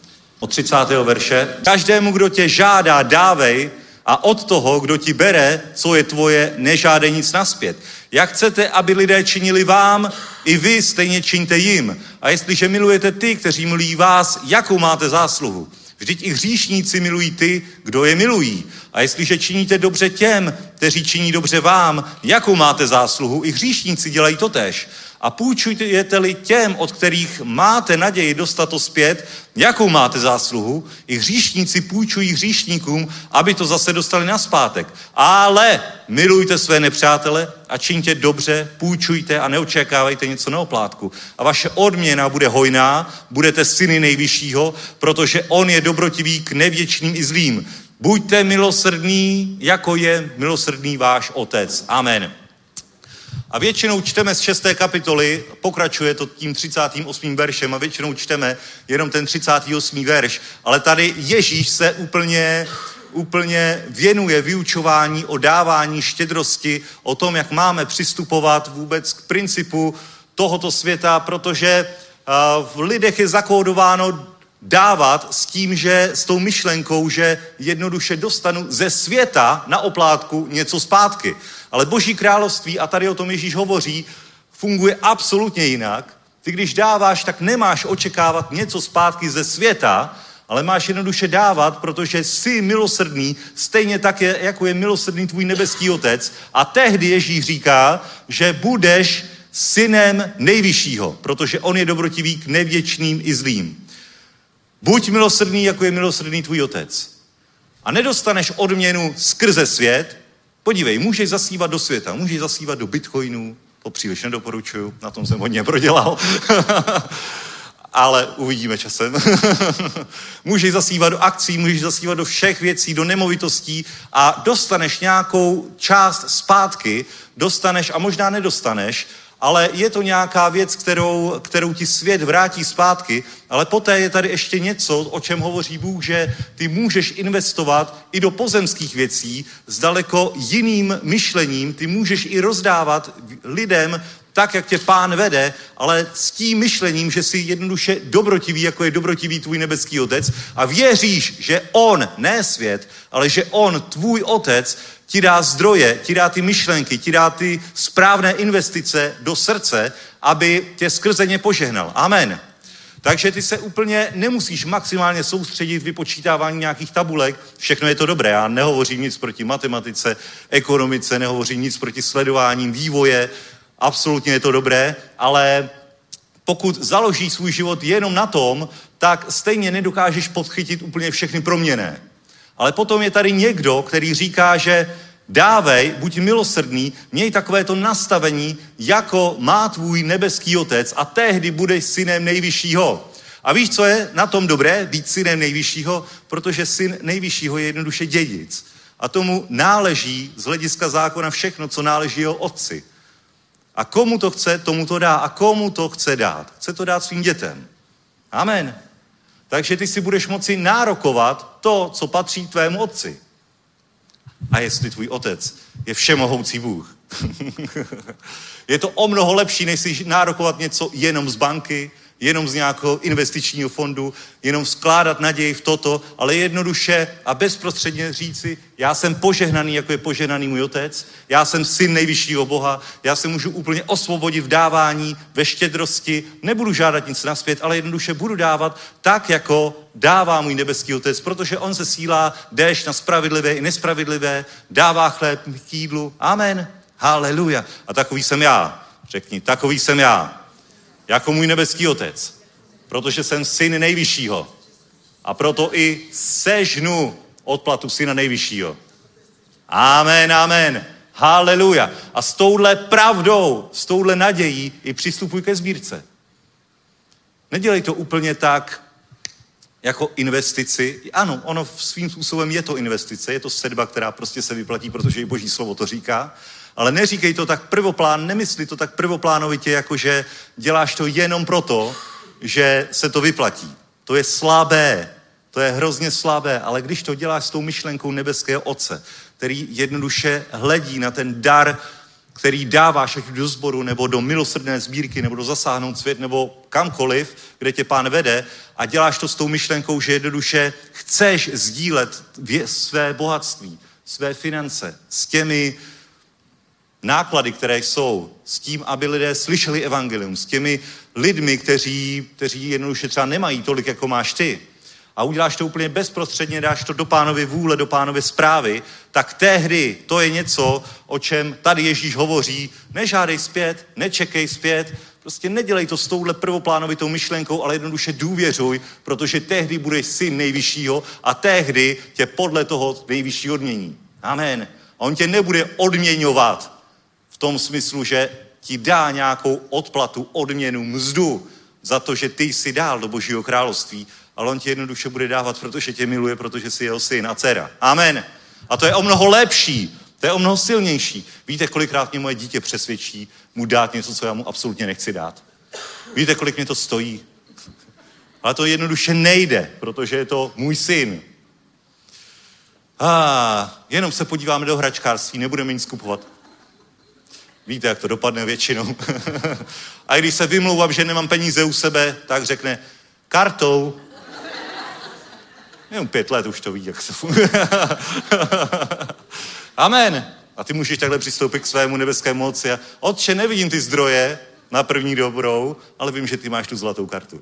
od 30. verše. Každému, kdo tě žádá, dávej, a od toho, kdo ti bere, co je tvoje, nežádej nic nazpět. Jak chcete, aby lidé činili vám, i vy stejně čiňte jim. A jestliže milujete ty, kteří milují vás, jakou máte zásluhu? Vždyť i hříšníci milují ty, kdo je milují. A jestliže činíte dobře těm, kteří činí dobře vám, jakou máte zásluhu? I hříšníci dělají totéž. A půjčujete-li těm, od kterých máte naději dostat to zpět, jakou máte zásluhu? I hříšníci půjčují hříšníkům, aby to zase dostali nazpátek. Ale milujte své nepřátele a čiňte dobře, půjčujte a neočekávejte něco na oplátku. A vaše odměna bude hojná, budete syny nejvyššího, protože on je dobrotivý k nevěčným i zlým. Buďte milosrdní, jako je milosrdný váš otec. Amen. A většinou čteme z 6. kapitoly, pokračuje to tím 38. veršem a většinou čteme jenom ten 38. verš, ale tady Ježíš se úplně věnuje vyučování o dávání štědrosti, o tom, jak máme přistupovat vůbec k principu tohoto světa, protože v lidech je zakódováno dávat s tím, že s tou myšlenkou, že jednoduše dostanu ze světa na oplátku něco zpátky. Ale Boží království, a tady o tom Ježíš hovoří, funguje absolutně jinak. Ty, když dáváš, tak nemáš očekávat něco zpátky ze světa, ale máš jednoduše dávat, protože jsi milosrdný, stejně tak, jako je milosrdný tvůj nebeský otec. A tehdy Ježíš říká, že budeš synem nejvyššího, protože on je dobrotivý k nevěčným i zlým. Buď milosrdný, jako je milosrdný tvůj otec. A nedostaneš odměnu skrze svět. Podívej, můžeš zasívat do světa, můžeš zasívat do bitcoinů, to příliš nedoporučuju, na tom jsem hodně prodělal, ale uvidíme časem. Můžeš zasívat do akcí, můžeš zasívat do všech věcí, do nemovitostí a dostaneš nějakou část zpátky, dostaneš a možná nedostaneš, ale je to nějaká věc, kterou ti svět vrátí zpátky, ale poté je tady ještě něco, o čem hovoří Bůh, že ty můžeš investovat i do pozemských věcí s daleko jiným myšlením, ty můžeš i rozdávat lidem tak, jak tě Pán vede, ale s tím myšlením, že jsi jednoduše dobrotivý, jako je dobrotivý tvůj nebeský otec a věříš, že on, ne svět, ale že on, tvůj otec, ti dá zdroje, ti dá ty myšlenky, ti dá ty správné investice do srdce, aby tě skrze ně požehnal. Amen. Takže ty se úplně nemusíš maximálně soustředit v vypočítávání nějakých tabulek. Všechno je to dobré. Já nehovořím nic proti matematice, ekonomice, nehovořím nic proti sledování vývoje. Absolutně je to dobré, ale pokud založíš svůj život jenom na tom, tak stejně nedokážeš podchytit úplně všechny proměny. Ale potom je tady někdo, který říká, že dávej, buď milosrdný, měj takovéto nastavení, jako má tvůj nebeský otec a tehdy budeš synem nejvyššího. A víš, co je na tom dobré, být synem nejvyššího? Protože syn nejvyššího je jednoduše dědic. A tomu náleží z hlediska zákona všechno, co náleží jeho otci. A komu to chce, tomu to dá. A komu to chce dát? Chce to dát svým dětem. Amen. Takže ty si budeš moci nárokovat to, co patří tvému otci. A jestli tvůj otec je všemohoucí Bůh. Je to o mnoho lepší, než si nárokovat něco jenom z banky, jenom z nějakého investičního fondu, jenom skládat naději v toto, ale jednoduše a bezprostředně říci, já jsem požehnaný, jako je požehnaný můj otec, já jsem syn nejvyššího Boha, já se můžu úplně osvobodit v dávání, ve štědrosti, nebudu žádat nic nazpět, ale jednoduše budu dávat tak, jako dává můj nebeský otec, protože on se sílá déšť na spravedlivé i nespravedlivé, dává chléb k jídlu. Amen. Haleluja. A takový jsem já. Řekni, takový jsem já. Jako můj nebeský otec. Protože jsem syn nejvyššího. A proto i sežnu odplatu syna nejvyššího. Amen, amen. Haleluja. A s touhle pravdou, s touhle nadějí i přistupuj ke sbírce. Nedělej to úplně tak, jako investici. Ano, ono svým způsobem je to investice, je to sedba, která prostě se vyplatí, protože i Boží slovo to říká. Ale neříkej to tak nemysli to tak prvoplánovitě, jako že děláš to jenom proto, že se to vyplatí. To je slabé, to je hrozně slabé, ale když to děláš s tou myšlenkou nebeského Otce, který jednoduše hledí na ten dar, který dáváš ať do sboru, nebo do milosrdné sbírky, nebo do zasáhnout svět, nebo kamkoliv, kde tě Pán vede a děláš to s tou myšlenkou, že jednoduše chceš sdílet své bohatství, své finance s těmi náklady, které jsou, s tím, aby lidé slyšeli evangelium, s těmi lidmi, kteří jednoduše třeba nemají tolik, jako máš ty, a uděláš to úplně bezprostředně, dáš to do Pánovy vůle, do Pánovy správy, tak tehdy to je něco, o čem tady Ježíš hovoří. Nežádej zpět, nečekej zpět, prostě nedělej to s touhle prvoplánovitou myšlenkou, ale jednoduše důvěřuj, protože tehdy budeš syn nejvyššího a tehdy tě podle toho nejvyšší odmění. Amen. A on tě nebude odměňovat v tom smyslu, že ti dá nějakou odplatu, odměnu, mzdu za to, že ty jsi dál do Božího království, ale on ti jednoduše bude dávat, protože tě miluje, protože jsi jeho syn a dcera. Amen. A to je o mnoho lepší, to je o mnoho silnější. Víte, kolikrát mě moje dítě přesvědčí mu dát něco, co já mu absolutně nechci dát. Víte, kolik mě to stojí? Ale to jednoduše nejde, protože je to můj syn. Jenom se podíváme do hračkářství, nebudeme nic kupovat. Víte, jak to dopadne většinou. A když se vymlouvám, že nemám peníze u sebe, tak řekne kartou. Jenom 5 let už to ví, jak se funguje. Amen. A ty můžeš takhle přistoupit k svému nebeskému Otci a Otče, nevidím ty zdroje na první dobrou, ale vím, že ty máš tu zlatou kartu.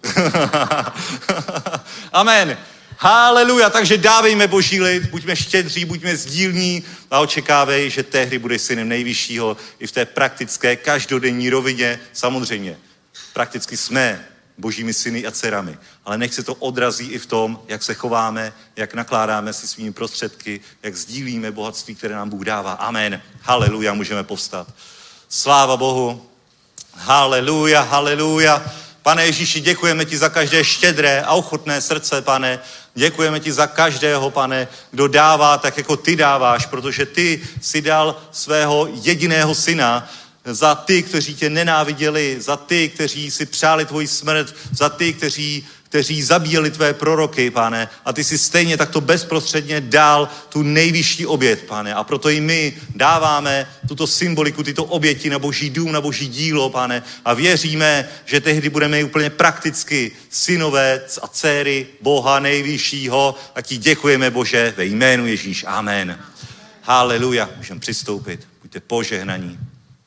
Amen. Haleluja, takže dávejme Boží lid, buďme štědří, buďme sdílní a očekávej, že tehdy budeš synem nejvyššího i v té praktické, každodenní rovině. Samozřejmě, prakticky jsme Božími syny a dcerami, ale nech se to odrazí i v tom, jak se chováme, jak nakládáme si svými prostředky, jak sdílíme bohatství, které nám Bůh dává. Amen. Haleluja, můžeme povstat. Sláva Bohu. Haleluja, haleluja. Pane Ježíši, děkujeme ti za každé štědré a ochotné srdce, pane. Děkujeme ti za každého, pane, kdo dává tak, jako ty dáváš, protože ty si dal svého jediného syna za ty, kteří tě nenáviděli, za ty, kteří si přáli tvoji smrt, za ty, kteří kteří zabíjeli tvé proroky, Pane, a ty si stejně takto bezprostředně dal tu nejvyšší oběť, Pane. A proto i my dáváme tuto symboliku, tyto oběti na Boží dům, na Boží dílo, Pane, a věříme, že tehdy budeme úplně prakticky synové a dcery Boha nejvyššího, a ti děkujeme, Bože, ve jménu Ježíš. Amen. Haleluja. Můžeme přistoupit. Buďte požehnaní.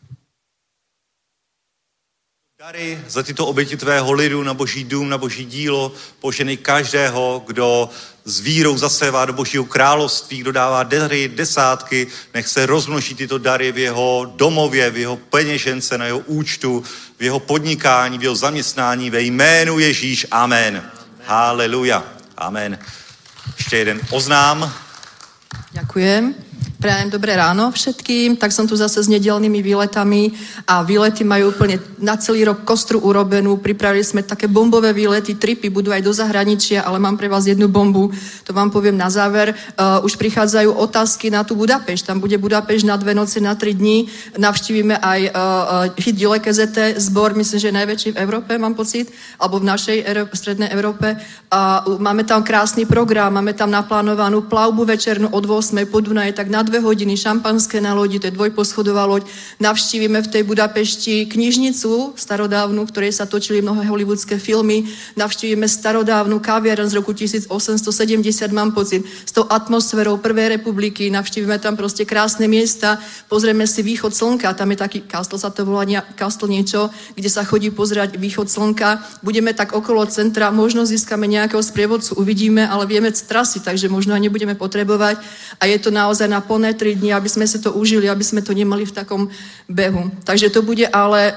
Dary za tyto oběti tvého lidu na Boží dům, na Boží dílo, poženej každého, kdo s vírou zasévá do Božího království, kdo dává dary, desátky, nech se rozmnoží tyto dary v jeho domově, v jeho peněžence, na jeho účtu, v jeho podnikání, v jeho zaměstnání, ve jménu Ježíš. Amen. Haleluja. Amen. Ještě jeden oznám. Ďakujem. Prajem dobré ráno všetkým. Tak som tu zase s nedelnými výletami a výlety majú úplne na celý rok kostru urobenú. Pripravili sme také bombové výlety, tripy budú aj do zahraničia, ale mám pre vás jednu bombu, to vám poviem na záver. Už prichádzajú otázky na tú Budapešť. Tam bude Budapešť na 2 noci, na 3 dní. Navštívime aj Hit Dile KZT zbor, myslím, že najväčší v Európe, mám pocit, alebo v našej strednej Európe. A máme tam krásny program, máme tam naplánovanú plavbu večernú od 8 po Dunaji, tak na 2 hodiny, šampanské na lodi, to je dvojposchodová loď. Navštívime v tej Budapešti knižnicu starodávnu, v ktorej sa točili mnohé hollywoodské filmy. Navštívime starodávnu kaviareň z roku 1870, mám pocit, s tou atmosférou Prvej republiky. Navštívime tam proste krásne miesta. Pozrieme si východ slnka, tam je taký kastel, sa to volá kastel niečo, kde sa chodí pozerať východ slnka. Budeme tak okolo centra, možno získame nejakého sprievodcu, uvidíme, ale vieme trasy, takže možno aj nebudeme potrebovať. A je to naozaj na plné 3 dní, aby sme si to užili, aby sme to nemali v takom behu. Takže to bude ale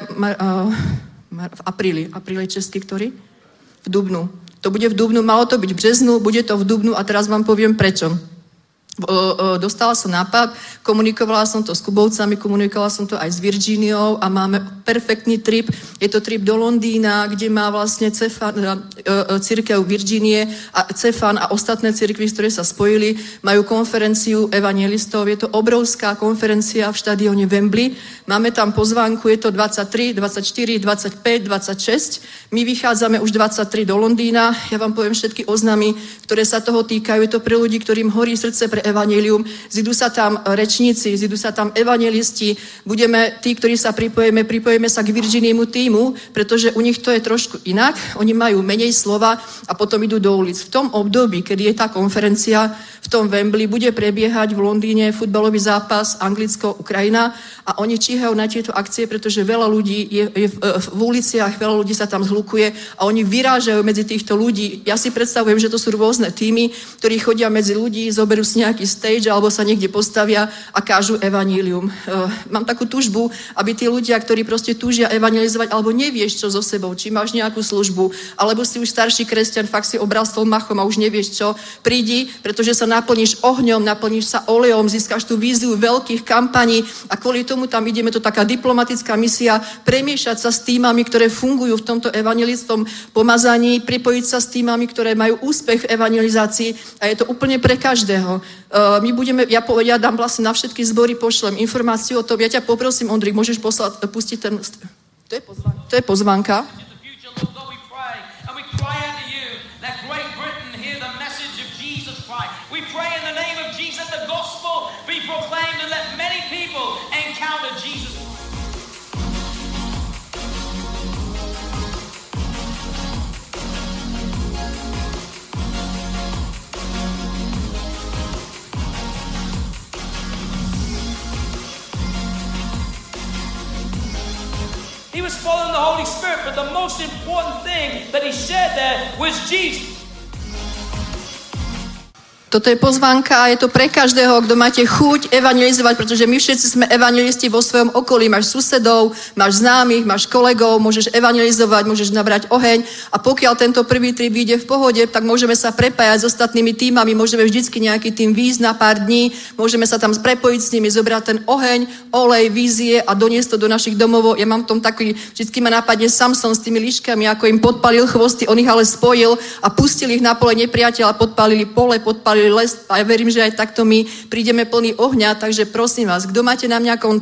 v apríli český, ktorý? V dubnu. To bude v dubnu, malo to byť v březnu, bude to v dubnu a teraz vám poviem prečo. Dostala som nápad, komunikovala som to s Kubovcami, komunikovala som to aj s Virginiou a máme perfektný trip. Je to trip do Londýna, kde má vlastne církev Virginie a Cefan a ostatné církvy, ktoré sa spojili, majú konferenciu evangelistov. Je to obrovská konferencia v štadióne Wembley. Máme tam pozvánku, je to 23, 24, 25, 26. My vychádzame už 23 do Londýna. Ja vám poviem všetky oznamy, ktoré sa toho týkajú. Je to pre ľudí, ktorým horí srdce pre evanjelium. Zidú sa tam rečníci, zidú sa tam evangelisti. Budeme tí, ktorí sa pripojíme sa k Virginiemu týmu, pretože u nich to je trošku inak. Oni majú menej slova a potom idú do ulic. V tom období, kedy je tá konferencia v tom Wembley, bude prebiehať v Londýne futbalový zápas Anglicko-Ukrajina a oni číhajú na tieto akcie, pretože veľa ľudí je v uliciach, veľa ľudí sa tam zhlukuje a oni vyrážajú medzi týchto ľudí. Ja si predstavujem, že to sú rôzne týmy, ktorí chodia medzi ľudí, zoberú si nejaký stage alebo sa niekde postavia a kážu evanílium. Mám takú tužbu, aby tí ľudia, ktorí proste túžia evangelizovať alebo nevieš čo so sebou, či máš nejakú službu, alebo si už starší kresťan, fakt si obrastol machom a už nevieš čo, prídi, pretože sa naplníš ohňom, naplníš sa olejom, získaš tú víziu veľkých kampaní a kvôli tomu tam ideme, to taká diplomatická misia, premiešať sa s týmami, ktoré fungujú v tomto evangelistom pomazaní, pripojiť sa s týmami, ktoré majú úspech v evangelizácii a je to úplne pre každého. Ja dám vlastne na všetky zbory, pošlem informáciu o tom. Ja ťa poprosím, Ondrik, môžeš pustiť ten... To je pozvánka. He was following the Holy Spirit, but the most important thing that he shared there was Jesus. Toto je pozvánka a je to pre každého, kto máte chuť evangelizovať, pretože my všetci sme evangelisti vo svojom okolí. Máš susedov, máš známych, máš kolegov, môžeš evangelizovať, môžeš nabrať oheň a pokiaľ tento prvý trip vyjde v pohode, tak môžeme sa prepájať s ostatnými týmami, môžeme vždycky nejaký tým výjsť na pár dní, môžeme sa tam prepojiť s nimi, zobrať ten oheň, olej, vízie a doniesť to do našich domovov. Ja mám v tom taký, vždycky ma napadne Samson s tými líškami, ako im podpalil chvosty, on ich ale spojil a pustil ich na pole nepriateľa, podpalili pole, podpalili les a ja verím, že aj takto my prídeme plný ohňa, takže prosím vás, kto máte na mňa kontakt,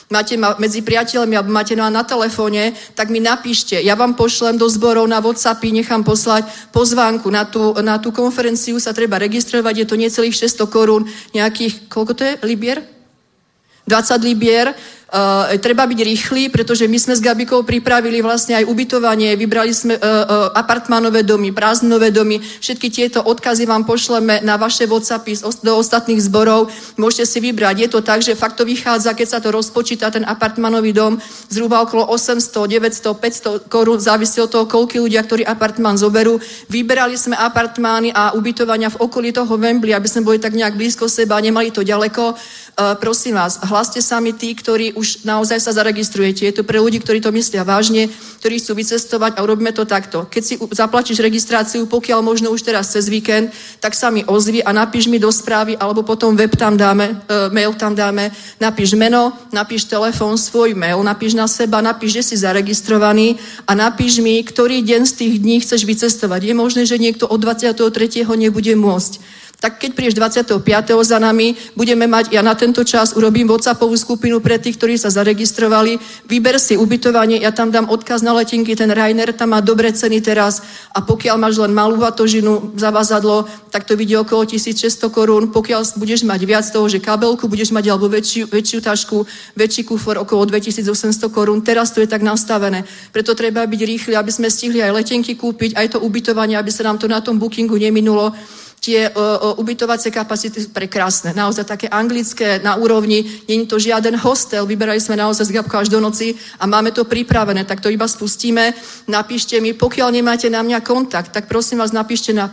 máte ma medzi priateľmi alebo máte na telefóne, tak mi napíšte. Ja vám pošlem do zborov na WhatsAppy, nechám poslať pozvánku. Na tú konferenciu sa treba registrovať, je to necelých 600 korún, nejakých, koľko to je, libier? 20 libier. Treba byť rýchly, pretože my sme s Gabikou pripravili vlastne aj ubytovanie, vybrali sme apartmánové domy, prázdninové domy, všetky tieto odkazy vám pošleme na vaše WhatsAppy do ostatných zborov, môžete si vybrať. Je to tak, že fakt to vychádza, keď sa to rozpočíta, ten apartmánový dom, zhruba okolo 800, 900, 500 korún, závisí od toho, koľko ľudia, ktorí apartmán zoberú. Vyberali sme apartmány a ubytovania v okolí toho Wembley, aby sme boli tak nejak blízko seba, nemali to ďaleko. Prosím vás, hláste sami tí, ktorí už naozaj sa zaregistrujete. Je to pre ľudí, ktorí to myslia vážne, ktorí chcú vycestovať a urobíme to takto. Keď si zaplatíš registráciu, pokiaľ možno už teraz cez víkend, tak sa mi ozvi a napíš mi do správy, alebo potom web tam dáme, mail tam dáme, napíš meno, napíš telefón, svoj mail, napíš na seba, napíš, že si zaregistrovaný a napíš mi, ktorý deň z tých dní chceš vycestovať. Je možné, že niekto od 23. nebude môcť. Tak keď prídeš 25. za nami, budeme mať, ja na tento čas urobím WhatsAppovú skupinu pre tých, ktorí sa zaregistrovali, vyber si ubytovanie, ja tam dám odkaz na letenky, ten Ryanair tam má dobré ceny teraz a pokiaľ máš len malú batožinu, zavazadlo, tak to vidie okolo 1600 korún, pokiaľ budeš mať viac toho, že kabelku budeš mať alebo väčšiu tašku, väčší kufor okolo 2800 korún, teraz to je tak nastavené, preto treba byť rýchli, aby sme stihli aj letenky kúpiť, aj to ubytovanie, aby sa nám to na tom bookingu neminulo. Tie ubytovacie kapacity sú prekrásne, naozaj také anglické na úrovni, nie je to žiaden hostel, vyberali sme naozaj z Gabkou až do noci a máme to pripravené, tak to iba spustíme, napíšte mi, pokiaľ nemáte na mňa kontakt, tak prosím vás napíšte na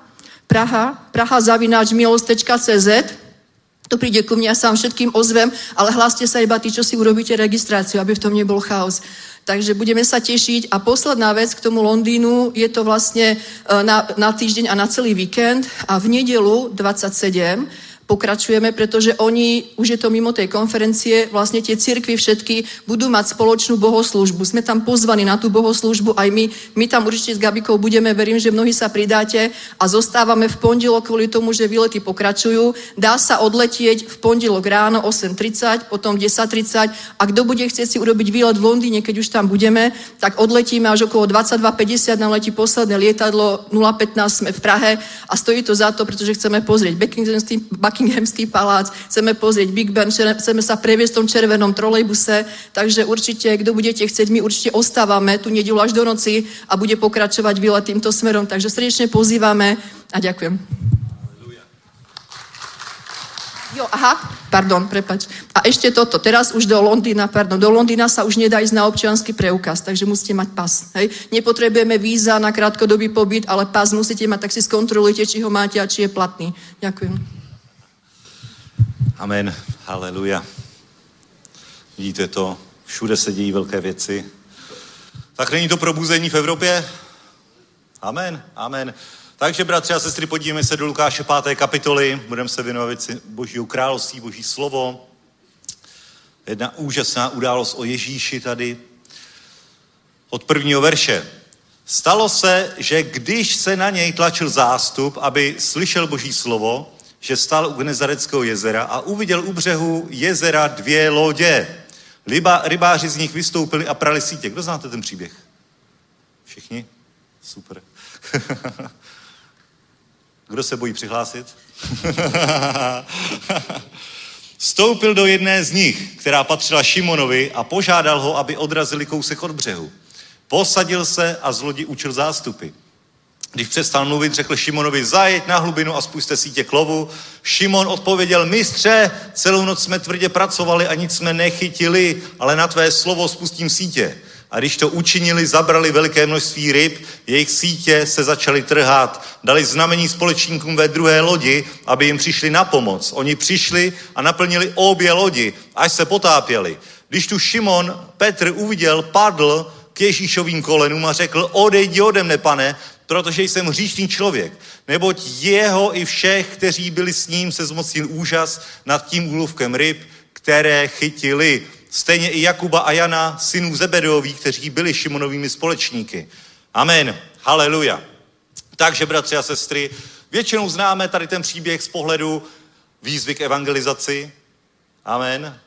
praha@milos.cz. To príde ku mne, ja sa vám všetkým ozvem, ale hláste sa iba tí, čo si urobíte registráciu, aby v tom nebol chaos. Takže budeme sa tešiť. A posledná vec k tomu Londýnu, je to vlastne na týždeň a na celý víkend. A v nedelu 27 pokračujeme, pretože oni, už je to mimo tej konferencie, vlastne tie cirkvi všetky budú mať spoločnú bohoslúžbu. Sme tam pozvaní na tú bohoslúžbu aj my. My tam určite s Gabikou budeme, verím, že mnohí sa pridáte a zostávame v pondelok kvôli tomu, že výlety pokračujú. Dá sa odletieť v pondelok ráno 8:30, potom 10:30 a kto bude chcieť si urobiť výlet v Londýne, keď už tam budeme, tak odletíme až okolo 22:50, nám letí posledné lietadlo, 0:15 sme v Prahe a stojí to za to, pretože chceme pozrieť Buckinghamský palác, chceme pozrieť Big Ben, chceme sa previesť v tom červenom trolejbuse, takže určite, kto budete chcieť, my určite ostávame tu nedeľu až do noci a bude pokračovať výlet týmto smerom, takže srdečne pozývame a ďakujem. Prepač. A ešte toto, teraz už do Londýna sa už nedá ísť na občiansky preukaz, takže musíte mať pas. Hej? Nepotrebujeme víza na krátkodobý pobyt, ale pas musíte mať, tak si skontrolujte, či ho máte a či je platný. Ďakujem. Amen, haleluja. Vidíte to, všude se dějí velké věci. Tak není to probuzení v Evropě? Amen, amen. Takže, bratři a sestry, podívejme se do Lukáše 5. kapitoly, budeme se věnovat věci Božího království, Boží slovo. Jedna úžasná událost o Ježíši tady. Od 1. verše. Stalo se, že když se na něj tlačil zástup, aby slyšel Boží slovo, že stál u Genezareckého jezera a uviděl u břehu jezera 2 lodě. Rybáři z nich vystoupili a prali sítě. Kdo znáte ten příběh? Všichni? Super. Kdo se bojí přihlásit? Vstoupil do jedné z nich, která patřila Šimonovi a požádal ho, aby odrazili kousek od břehu. Posadil se a z lodi učil zástupy. Když přestal mluvit, řekl Šimonovi, zajeď na hlubinu a spuste sítě k lovu. Šimon odpověděl, mistře, celou noc jsme tvrdě pracovali a nic jsme nechytili, ale na tvé slovo spustím sítě. A když to učinili, zabrali veliké množství ryb, jejich sítě se začaly trhat. Dali znamení společníkům ve druhé lodi, aby jim přišli na pomoc. Oni přišli a naplnili obě lodi, až se potápěli. Když tu Šimon Petr uviděl, padl k Ježíšovým kolenům a řekl, odejdi ode mne, pane, protože jsem hříšný člověk. Neboť jeho i všech, kteří byli s ním, se zmocnil úžas nad tím úlovkem ryb, které chytili. Stejně i Jakuba a Jana, synů Zebedeových, kteří byli Šimonovými společníky. Amen. Haleluja. Takže, bratři a sestry, většinou známe tady ten příběh z pohledu výzvy k evangelizaci. Amen.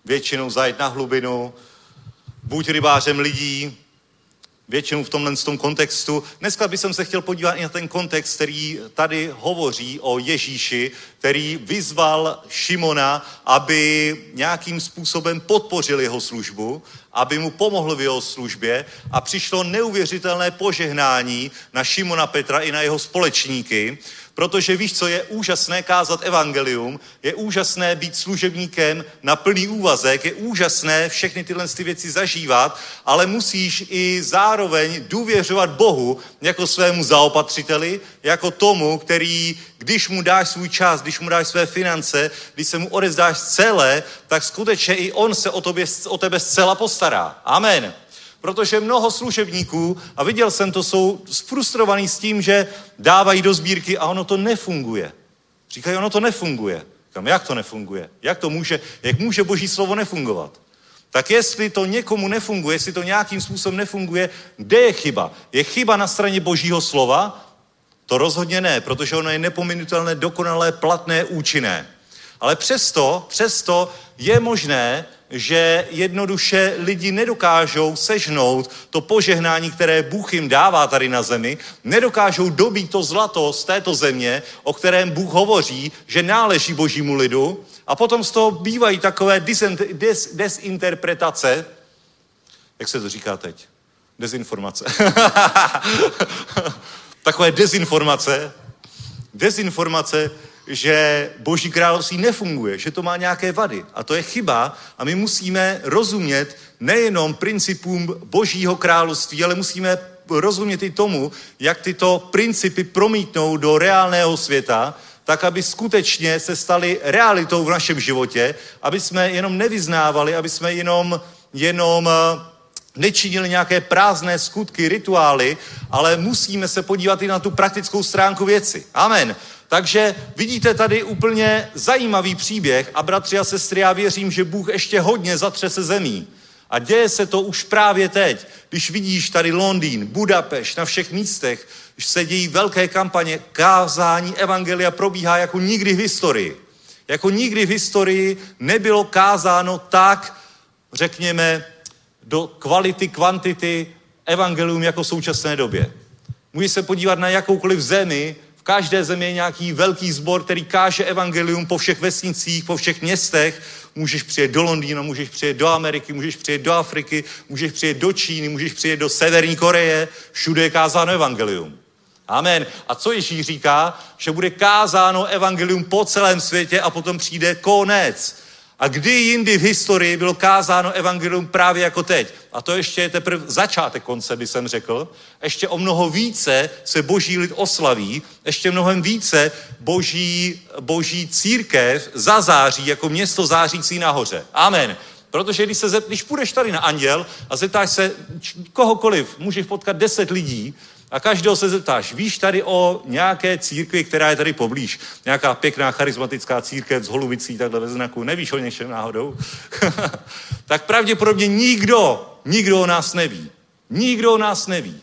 většinou zajít na hlubinu, buď rybářem lidí, většinou v tomhle tom kontextu. Dneska bych se chtěl podívat i na ten kontext, který tady hovoří o Ježíši, který vyzval Šimona, aby nějakým způsobem podpořil jeho službu, aby mu pomohl v jeho službě a přišlo neuvěřitelné požehnání na Šimona Petra i na jeho společníky, protože víš, co je úžasné kázat evangelium, je úžasné být služebníkem na plný úvazek, je úžasné všechny tyhle věci zažívat, ale musíš i zároveň důvěřovat Bohu jako svému zaopatřiteli, jako tomu, který, když mu dáš svůj čas, když mu dáš své finance, když se mu odevzdáš celé, tak skutečně i on se o tebe zcela postará. Amen. Protože mnoho služebníků, a viděl jsem to, jsou frustrovaní s tím, že dávají do sbírky a ono to nefunguje. Říkají, ono to nefunguje. Říkám, jak to nefunguje? Jak může Boží slovo nefungovat? Tak jestli to někomu nefunguje, jestli to nějakým způsobem nefunguje, kde je chyba? Je chyba na straně Božího slova? To rozhodně ne, protože ono je nepominutelné, dokonalé, platné, účinné. Ale přesto je možné, že jednoduše lidi nedokážou sežnout to požehnání, které Bůh jim dává tady na zemi, nedokážou dobít to zlato z této země, o kterém Bůh hovoří, že náleží Božímu lidu, a potom z toho bývají takové desinterpretace. Jak se to říká teď? Dezinformace. Takové dezinformace, že Boží království nefunguje, že to má nějaké vady. A to je chyba a my musíme rozumět nejenom principům Božího království, ale musíme rozumět i tomu, jak tyto principy promítnou do reálného světa, tak aby skutečně se staly realitou v našem životě, aby jsme jenom nevyznávali, aby jsme jenom nečinili nějaké prázdné skutky, rituály, ale musíme se podívat i na tu praktickou stránku věci. Amen. Takže vidíte tady úplně zajímavý příběh a bratři a sestry, já věřím, že Bůh ještě hodně zatřese zemí. A děje se to už právě teď, když vidíš tady Londýn, Budapešť, na všech místech, když se dějí velké kampaně, kázání evangelia probíhá jako nikdy v historii. Jako nikdy v historii nebylo kázáno tak, řekněme, do kvality, kvantity evangelium jako v současné době. Můžeš se podívat na jakoukoliv zemi, v každé zemi je nějaký velký sbor, který káže evangelium po všech vesnicích, po všech městech. Můžeš přijet do Londýna, můžeš přijet do Ameriky, můžeš přijet do Afriky, můžeš přijet do Číny, můžeš přijet do Severní Koreje, všude je kázáno evangelium. Amen. A co Ježíš říká? Že bude kázáno evangelium po celém světě a potom přijde konec. A kdy jindy v historii bylo kázáno evangelium právě jako teď? A to ještě je teprve začátek konce, by jsem řekl. Ještě o mnoho více se Boží lid oslaví, ještě mnohem více Boží církev zazáří jako město zářící nahoře. Amen. Protože když půjdeš tady na Anděl a zeptáš se kohokoliv, můžeš potkat 10 lidí, a každého se zeptáš, víš tady o nějaké církvi, která je tady poblíž? Nějaká pěkná charismatická církev s holubicí takhle ve znaku, nevíš o něčem náhodou? Tak pravděpodobně nikdo o nás neví. Nikdo o nás neví.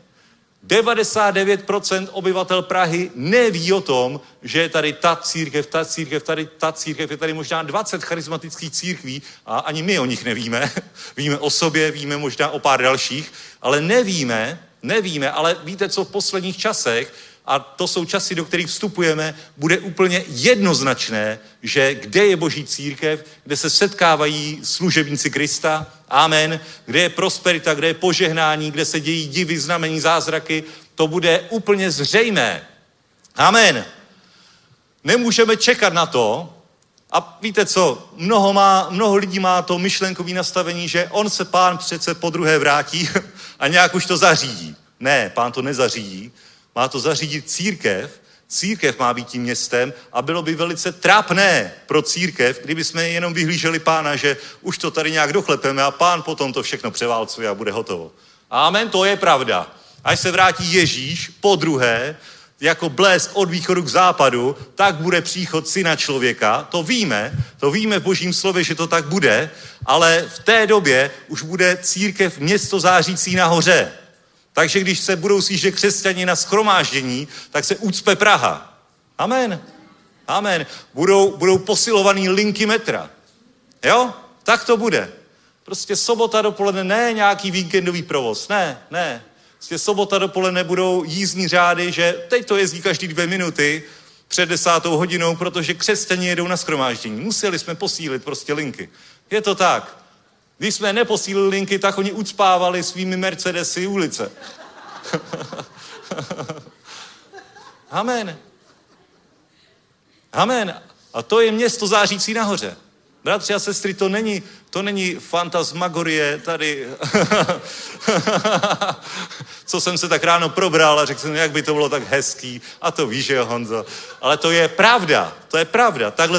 99% obyvatel Prahy neví o tom, že je tady ta církev, je tady možná 20 charismatických církví a ani my o nich nevíme. Víme o sobě, víme možná o pár dalších, ale nevíme, ale víte, co v posledních časech, a to jsou časy, do kterých vstupujeme, bude úplně jednoznačné, že kde je Boží církev, kde se setkávají služebníci Krista, amen, kde je prosperita, kde je požehnání, kde se dějí divy, znamení, zázraky, to bude úplně zřejmé. Amen. Nemůžeme čekat na to, a víte co, mnoho lidí má to myšlenkové nastavení, že on se Pán přece podruhé vrátí a nějak už to zařídí. Ne, Pán to nezařídí. Má to zařídit církev. Církev má být tím městem a bylo by velice trápné pro církev, kdyby jsme jenom vyhlíželi Pána, že už to tady nějak doklepeme a Pán potom to všechno převálcuje a bude hotovo. Amen, to je pravda. Až se vrátí Ježíš podruhé, jako blesk od východu k západu, tak bude příchod Syna člověka. To víme v Božím slově, že to tak bude, ale v té době už bude církev město zářící nahoře. Takže když se budou sjíždět křesťani na shromáždění, tak se ucpe Praha. Amen. Amen. Budou posilovaný linky metra. Jo? Tak to bude. Prostě sobota dopoledne, ne nějaký víkendový provoz, ne. Prostě sobota dopoledne budou jízdní řády, že teď to jezdí každý 2 minuty před 10. hodinou, protože křesťané jedou na shromáždění. Museli jsme posílit prostě linky. Je to tak. Když jsme neposílili linky, tak oni ucpávali svými Mercedesy ulice. Amen. Amen. A to je město zářící nahoře. Bratři a sestry, to není fantasmagorie tady, co jsem se tak ráno probral a řekl jsem, jak by to bylo tak hezký. A to víš, že jo, Honzo. Ale to je pravda. Takhle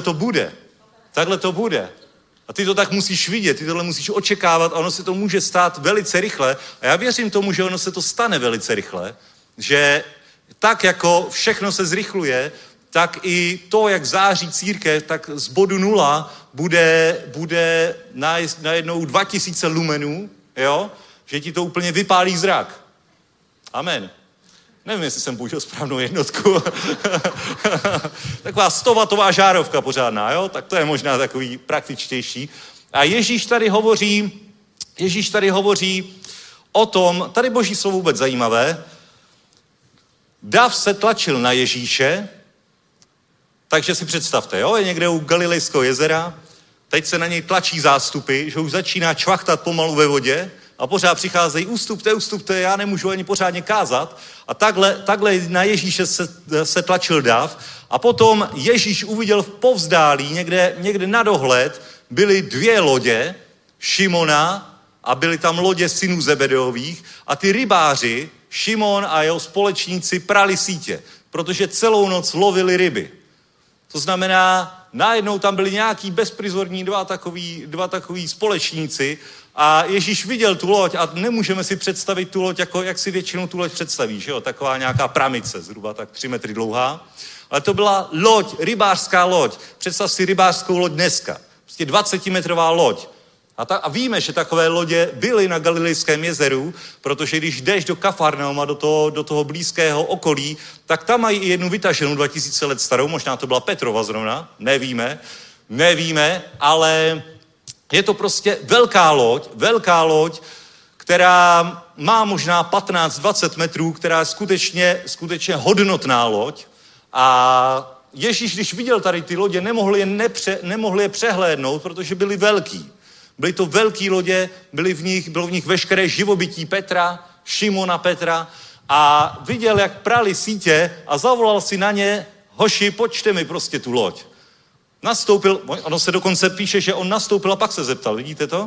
to bude. A ty to tak musíš vidět, ty tohle musíš očekávat a ono se to může stát velice rychle. A já věřím tomu, že ono se to stane velice rychle, že tak jako všechno se zrychluje, tak i to, jak září církev, tak z bodu 0 bude najednou 2000 lumenů, jo? Že ti to úplně vypálí zrak. Amen. Nevím, jestli jsem použil správnou jednotku. Taková 100watová žárovka pořádná, jo? Tak to je možná takový praktičtější. A Ježíš tady hovoří o tom, tady Boží slovo vůbec zajímavé, dav se tlačil na Ježíše, takže si představte, jo, je někde u Galilejského jezera, teď se na něj tlačí zástupy, že už začíná čvachtat pomalu ve vodě a pořád přicházejí, ustupte, já nemůžu ani pořádně kázat. A takhle na Ježíše se tlačil dav a potom Ježíš uviděl v povzdálí, někde na dohled, byly 2 lodě, Šimona a byly tam lodě synů Zebedeových a ty rybáři, Šimon a jeho společníci prali sítě, protože celou noc lovili ryby. To znamená, najednou tam byli nějaký bezprizorní dva takový společníci a Ježíš viděl tu loď a nemůžeme si představit tu loď, jako jak si většinou tu loď představíš, jo? Taková nějaká pramice, zhruba tak 3 metry dlouhá. Ale to byla loď, rybářská loď. Představ si rybářskou loď dneska. Prostě 20metrová loď. A víme, že takové lodě byly na Galilejském jezeru, protože když jdeš do Kafarnauma, do toho blízkého okolí, tak tam mají i jednu vytaženou 2000 let starou, možná to byla Petrova zrovna, nevíme, ale je to prostě velká loď, která má možná 15-20 metrů, která je skutečně hodnotná loď. A Ježíš, když viděl tady ty lodě, nemohl je přehlédnout, protože byly velký. Byly to velké lodě, bylo v nich veškeré živobytí Petra, Šimona Petra a viděl, jak prali sítě a zavolal si na ně, hoši, počte mi prostě tu loď. Nastoupil, ono se dokonce píše, že on nastoupil a pak se zeptal, vidíte to?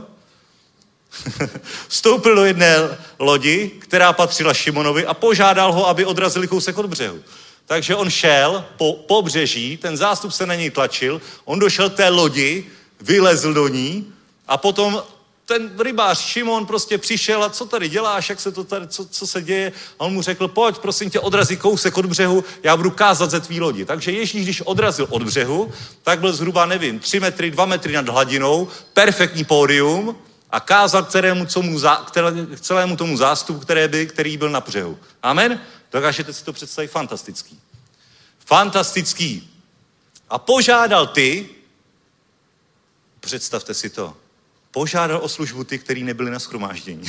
Vstoupil do jedné lodi, která patřila Šimonovi a požádal ho, aby odrazili kousek od břehu. Takže on šel po pobřeží, ten zástup se na něj tlačil, on došel k té lodi, vylezl do ní a potom ten rybář Šimon prostě přišel a co tady děláš, jak se to tady, co se děje? A on mu řekl, pojď, prosím tě, odrazí kousek od břehu, já budu kázat ze tvý lodi. Takže Ježíš, když odrazil od břehu, tak byl zhruba, 3 metry, 2 metry nad hladinou, perfektní pódium a kázal k celému tomu zástupu, který byl na břehu. Amen? Dokážete si to představit? Fantastický. A požádal představte si to, požádal o službu ty, kteří nebyli na shromáždění.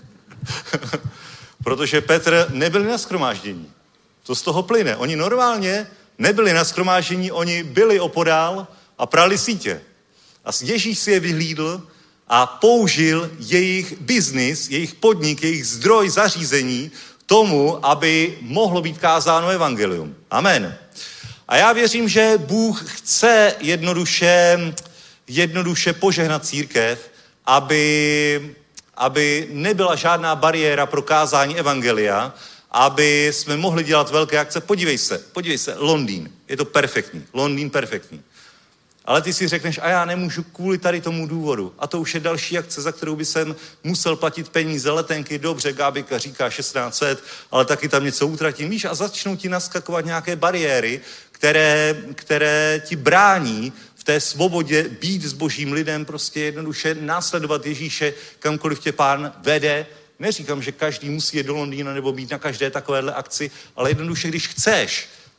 Protože Petr nebyli na shromáždění. To z toho plyne. Oni normálně nebyli na shromáždění, oni byli opodál a prali sítě. A Ježíš si je vyhlídl a použil jejich biznis, jejich podnik, jejich zdroj zařízení tomu, aby mohlo být kázáno evangelium. Amen. A já věřím, že Bůh chce jednoduše požehnat církev, aby nebyla žádná bariéra pro kázání evangelia, aby jsme mohli dělat velké akce. Podívej se, Londýn, je to perfektní, Londýn perfektní. Ale ty si řekneš, a já nemůžu kvůli tady tomu důvodu. A to už je další akce, za kterou by jsem musel platit peníze, letenky, dobře, Gábika říká 1600, ale taky tam něco utratím, víš, a začnou ti naskakovat nějaké bariéry, které ti brání v té svobodě být s božím lidem, prostě jednoduše následovat Ježíše, kamkoliv tě Pán vede. Neříkám, že každý musí jít do Londýna nebo být na každé takovéhle akci, ale jednoduše, když chceš,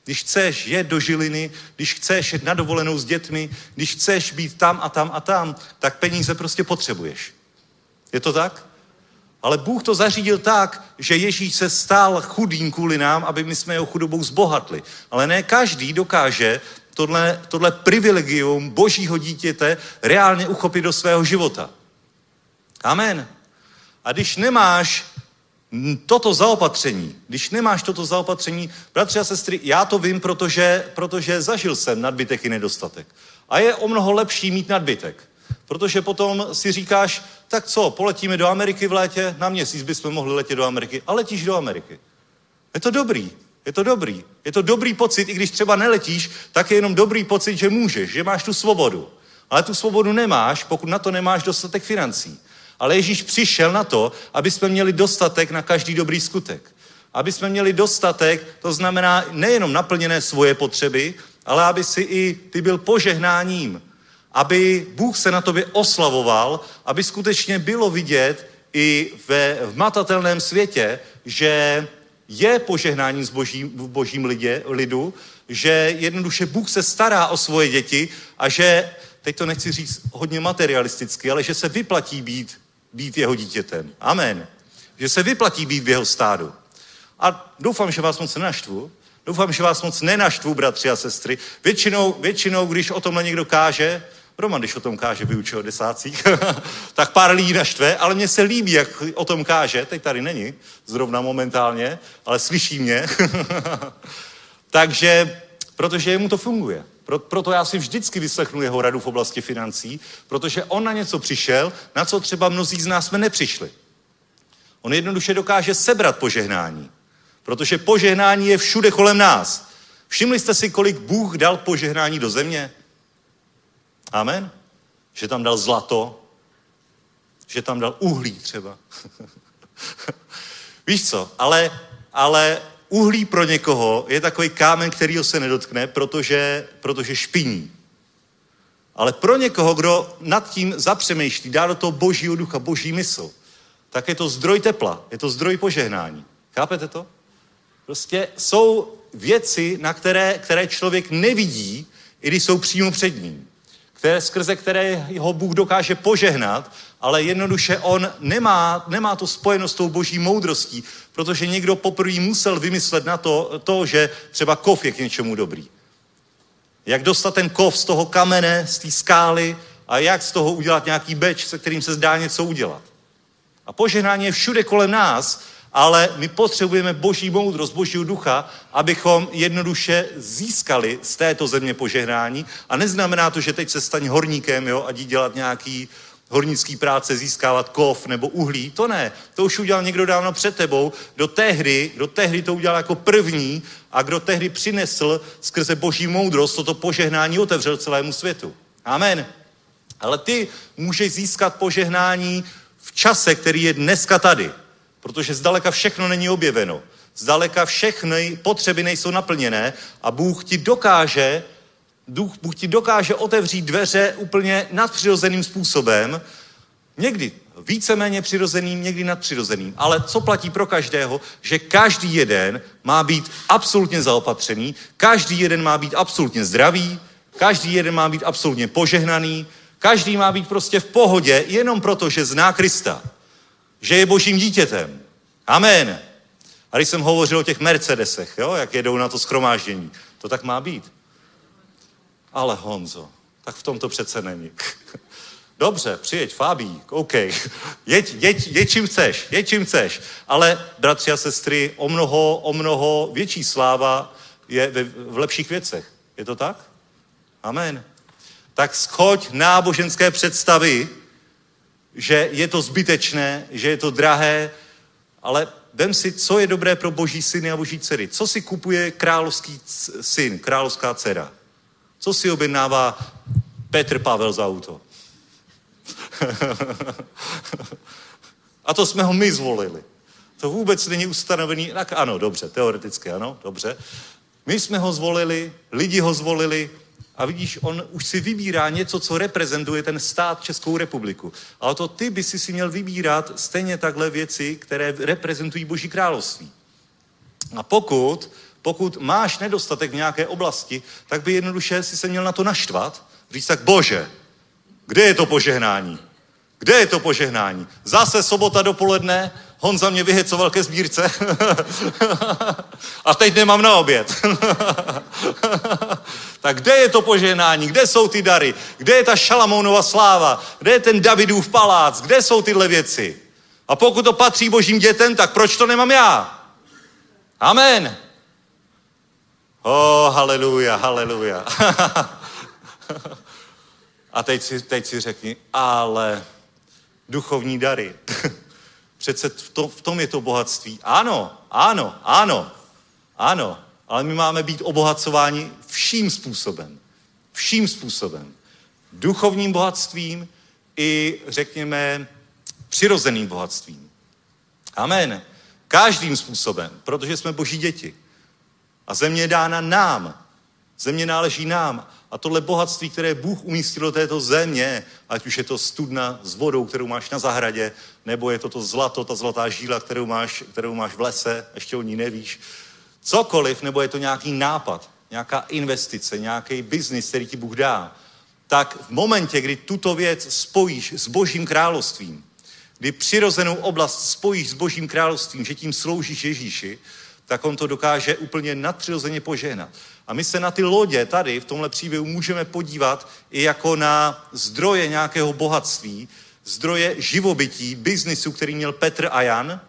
když chceš jet do Žiliny, když chceš jet na dovolenou s dětmi, když chceš být tam a tam a tam, tak peníze prostě potřebuješ. Je to tak? Ale Bůh to zařídil tak, že Ježíš se stal chudým kvůli nám, aby my jsme jeho chudobou zbohatli. Ale ne každý dokáže tohle privilegium Božího dítěte reálně uchopit do svého života. Amen. A když nemáš toto zaopatření, bratři a sestry, já to vím, protože zažil jsem nadbytek i nedostatek. A je o mnoho lepší mít nadbytek. Protože potom si říkáš, tak co, poletíme do Ameriky v létě, na měsíc bychom mohli letět do Ameriky. A letíš do Ameriky. Je to dobrý pocit, i když třeba neletíš, tak je jenom dobrý pocit, že můžeš, že máš tu svobodu. Ale tu svobodu nemáš, pokud na to nemáš dostatek financí. Ale Ježíš přišel na to, aby jsme měli dostatek na každý dobrý skutek. Aby jsme měli dostatek, to znamená nejenom naplněné svoje potřeby, ale aby si i ty byl požehnáním. Aby Bůh se na tobě oslavoval, aby skutečně bylo vidět i v matatelném světě, že je požehnáním v božím lidu, že jednoduše Bůh se stará o svoje děti a že, teď to nechci říct hodně materialisticky, ale že se vyplatí být jeho dítětem. Amen. Že se vyplatí být v jeho stádu. A doufám, že vás moc nenaštvu, bratři a sestry. Většinou, když o tomhle někdo káže, Roman, když o tom káže, vyučil o desácích, tak pár lidí naštve, ale mně se líbí, jak o tom káže, teď tady není, zrovna momentálně, ale slyší mě. Takže, protože jemu to funguje. Proto já si vždycky vyslechnu jeho radu v oblasti financí, protože on na něco přišel, na co třeba mnozí z nás jsme nepřišli. On jednoduše dokáže sebrat požehnání, protože požehnání je všude kolem nás. Všimli jste si, kolik Bůh dal požehnání do země? Amen? Že tam dal zlato, že tam dal uhlí třeba. Víš co, ale uhlí pro někoho je takový kámen, kterýho se nedotkne, protože špiní. Ale pro někoho, kdo nad tím zapřemýšlí, dá do toho Božího ducha, Boží mysl, tak je to zdroj tepla, je to zdroj požehnání. Chápete to? Prostě jsou věci, na které člověk nevidí, i když jsou přímo před ním. Skrze které ho Bůh dokáže požehnat, ale jednoduše on nemá to spojeno s tou boží moudrostí, protože někdo poprvé musel vymyslet na to, že třeba kov je k něčemu dobrý. Jak dostat ten kov z toho kamene, z té skály a jak z toho udělat nějaký beč, se kterým se zdá něco udělat. A požehnání je všude kolem nás, ale my potřebujeme boží moudrost, božího ducha, abychom jednoduše získali z této země požehnání. A neznamená to, že teď se staň horníkem, a jdi dělat nějaký hornický práce, získávat kov nebo uhlí. To ne. To už udělal někdo dávno před tebou. Kdo tehdy to udělal jako první a kdo tehdy přinesl skrze boží moudrost toto požehnání, otevřel celému světu. Amen. Ale ty můžeš získat požehnání v čase, který je dneska tady. Protože zdaleka všechno není objeveno. Zdaleka všechny potřeby nejsou naplněné a Bůh ti dokáže otevřít dveře úplně nadpřirozeným způsobem, někdy víceméně přirozeným, někdy nadpřirozeným. Ale co platí pro každého, že každý jeden má být absolutně zaopatřený, každý jeden má být absolutně zdravý, každý jeden má být absolutně požehnaný, každý má být prostě v pohodě jenom proto, že zná Krista. Že je božím dítětem. Amen. A když jsem hovořil o těch Mercedesech, jak jedou na to shromáždění, to tak má být. Ale Honzo, tak v tom to přece není. Dobře, přijeď, Fábík, OK. Jeď čím chceš. Ale, bratři a sestry, o mnoho větší sláva je v lepších věcech. Je to tak? Amen. Tak schoď náboženské představy, že je to zbytečné, že je to drahé, ale vem si, co je dobré pro boží syny a boží dcery. Co si kupuje královský syn, královská dcera? Co si objednává Petr Pavel za auto? A to jsme ho my zvolili. To vůbec není ustanovený, tak ano, dobře, teoreticky ano, dobře. My jsme ho zvolili, lidi ho zvolili, a vidíš, on už si vybírá něco, co reprezentuje ten stát Českou republiku. Ale to ty by si měl vybírat stejně takhle věci, které reprezentují Boží království. A pokud Pokud máš nedostatek v nějaké oblasti, tak by jednoduše si se měl na to naštvat. Říct tak, Bože, kde je to požehnání? Kde je to požehnání? Zase sobota dopoledne, Honza mě vyhecoval ke sbírce a teď nemám na oběd. Tak kde je to požehnání? Kde jsou ty dary? Kde je ta Šalamounova sláva? Kde je ten Davidův palác? Kde jsou tyhle věci? A pokud to patří božím dětem, tak proč to nemám já? Amen. Haleluja, haleluja. A teď si řekni, ale duchovní dary. Přece v tom je to bohatství. Ano, ale my máme být obohacováni vším způsobem. Vším způsobem. Duchovním bohatstvím i, řekněme, přirozeným bohatstvím. Amen. Každým způsobem, protože jsme boží děti. A země je dána nám. Země náleží nám. A tohle bohatství, které Bůh umístil do této země, ať už je to studna s vodou, kterou máš na zahradě, nebo je to zlato, ta zlatá žíla, kterou máš v lese, ještě o ní nevíš. Cokoliv, nebo je to nějaký nápad, nějaká investice, nějaký biznis, který ti Bůh dá, tak v momentě, kdy tuto věc spojíš s Božím královstvím, kdy přirozenou oblast spojíš s Božím královstvím, že tím sloužíš Ježíši, tak on to dokáže úplně nadpřirozeně požehnat. A my se na ty lodě tady v tomhle příběhu můžeme podívat i jako na zdroje nějakého bohatství, zdroje živobytí, biznisu, který měl Petr a Jan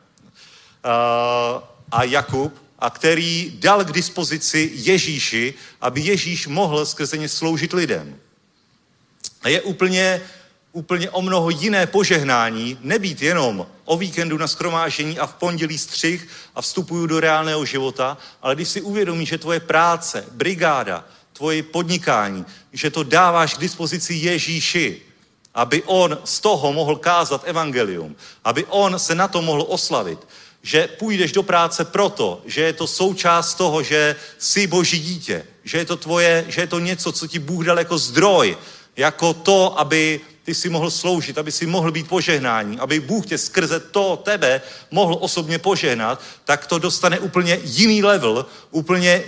a Jakub, a který dal k dispozici Ježíši, aby Ježíš mohl skrze ně sloužit lidem. A je úplně o mnoho jiné požehnání, nebýt jenom o víkendu na shromáždění a v pondělí střih a vstupuju do reálného života, ale když si uvědomíš, že tvoje práce, brigáda, tvoje podnikání, že to dáváš k dispozici Ježíši, aby on z toho mohl kázat evangelium, aby on se na to mohl oslavit, že půjdeš do práce proto, že je to součást toho, že jsi boží dítě, že je to něco, co ti Bůh dal jako zdroj, jako to, aby ty si mohl sloužit, aby si mohl být požehnání, aby Bůh tě skrze tebe mohl osobně požehnat, tak to dostane úplně jiný level, úplně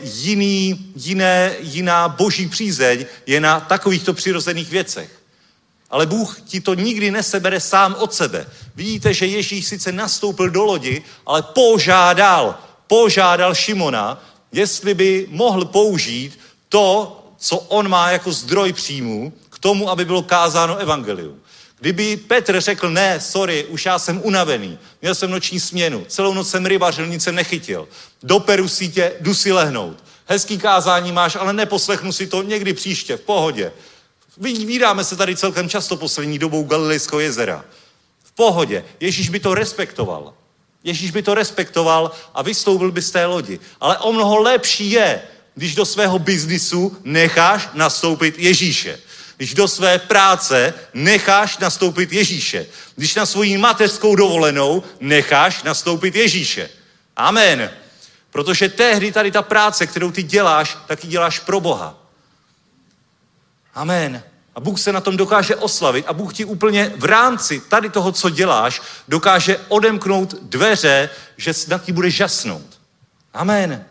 jiná boží přízeň je na takovýchto přirozených věcech. Ale Bůh ti to nikdy nesebere sám od sebe. Vidíte, že Ježíš sice nastoupil do lodi, ale požádal Šimona, jestli by mohl použít to, co on má jako zdroj příjmu, k tomu, aby bylo kázáno evangelium. Kdyby Petr řekl, ne, sorry, už já jsem unavený, měl jsem noční směnu, celou noc jsem rybařil, nic jsem nechytil, doperu sítě, jdu si lehnout. Hezký kázání máš, ale neposlechnu si to někdy příště, v pohodě. Vídáme se tady celkem často poslední dobou Galilejského jezera. V pohodě. Ježíš by to respektoval. Ježíš by to respektoval a vystoupil by z té lodi. Ale o mnoho lepší je, když do svého biznisu necháš nastoupit Ježíše. Když do své práce necháš nastoupit Ježíše. Když na svoji mateřskou dovolenou necháš nastoupit Ježíše. Amen. Protože tehdy tady ta práce, kterou ty děláš, tak ji děláš pro Boha. Amen. A Bůh se na tom dokáže oslavit a Bůh ti úplně v rámci tady toho, co děláš, dokáže odemknout dveře, že na ti bude žasnout. Amen.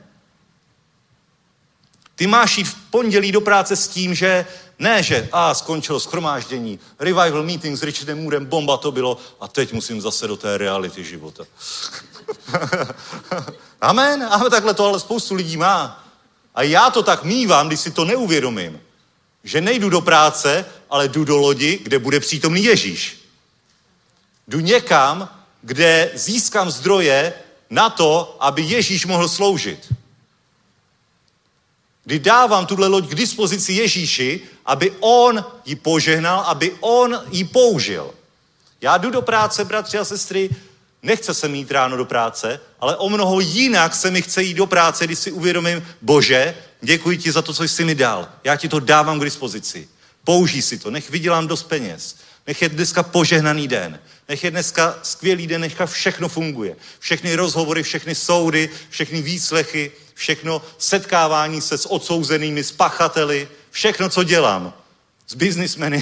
Ty máš jít v pondělí do práce s tím, že ne, že skončilo shromáždění, revival meeting s Richardem Moorem, bomba to bylo a teď musím zase do té reality života. Amen. A takhle to ale spoustu lidí má. A já to tak mívám, když si to neuvědomím. Že nejdu do práce, ale jdu do lodi, kde bude přítomný Ježíš. Jdu někam, kde získám zdroje na to, aby Ježíš mohl sloužit. Kdy dávám tuhle loď k dispozici Ježíši, aby on ji požehnal, aby on ji použil. Já jdu do práce, bratři a sestry, nechce se mi jít ráno do práce, ale o mnoho jinak se mi chce jít do práce, když si uvědomím, Bože, děkuji ti za to, co jsi mi dal. Já ti to dávám k dispozici. Použij si to, nech vydělám dost peněz. Nech je dneska požehnaný den. Nech je dneska skvělý den, nech všechno funguje. Všechny rozhovory, všechny soudy, všechny výslechy, všechno setkávání se s odsouzenými, s pachateli, všechno, co dělám. S biznismeny.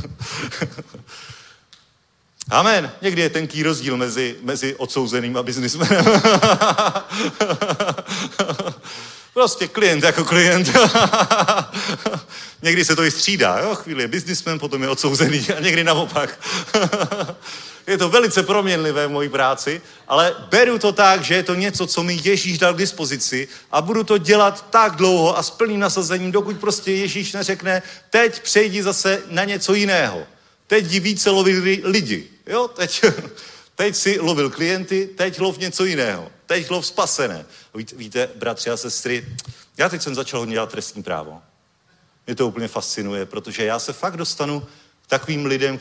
Amen. Někdy je tenký rozdíl mezi odsouzeným a biznismenem. Prostě klient jako klient. Někdy se to i střídá, jo? Chvíli je businessman, potom je odsouzený a někdy naopak. Je to velice proměnlivé v mojí práci, ale beru to tak, že je to něco, co mi Ježíš dal k dispozici a budu to dělat tak dlouho a s plným nasazením, dokud prostě Ježíš neřekne, teď přejdi zase na něco jiného. Teď jdi více lovit lidi, jo? Teď si lovil klienty, teď lov něco jiného. Teď lov spasené. Víte, bratři a sestry, já teď jsem začal hodně dělat trestní právo. Mě to úplně fascinuje, protože já se fakt dostanu k takovým lidem,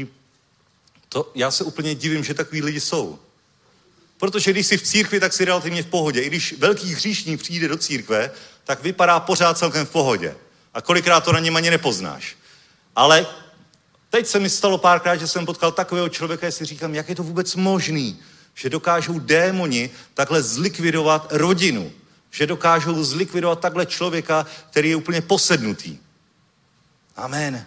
já se úplně divím, že takový lidi jsou. Protože když jsi v církvi, tak jsi relativně v pohodě. I když velký hříšník přijde do církve, tak vypadá pořád celkem v pohodě. A kolikrát to na něm ani nepoznáš. Ale teď se mi stalo párkrát, že jsem potkal takového člověka, a si říkám, jak je to vůbec možný, že dokážou démoni takhle zlikvidovat rodinu. Že dokážou zlikvidovat takhle člověka, který je úplně posednutý. Amen.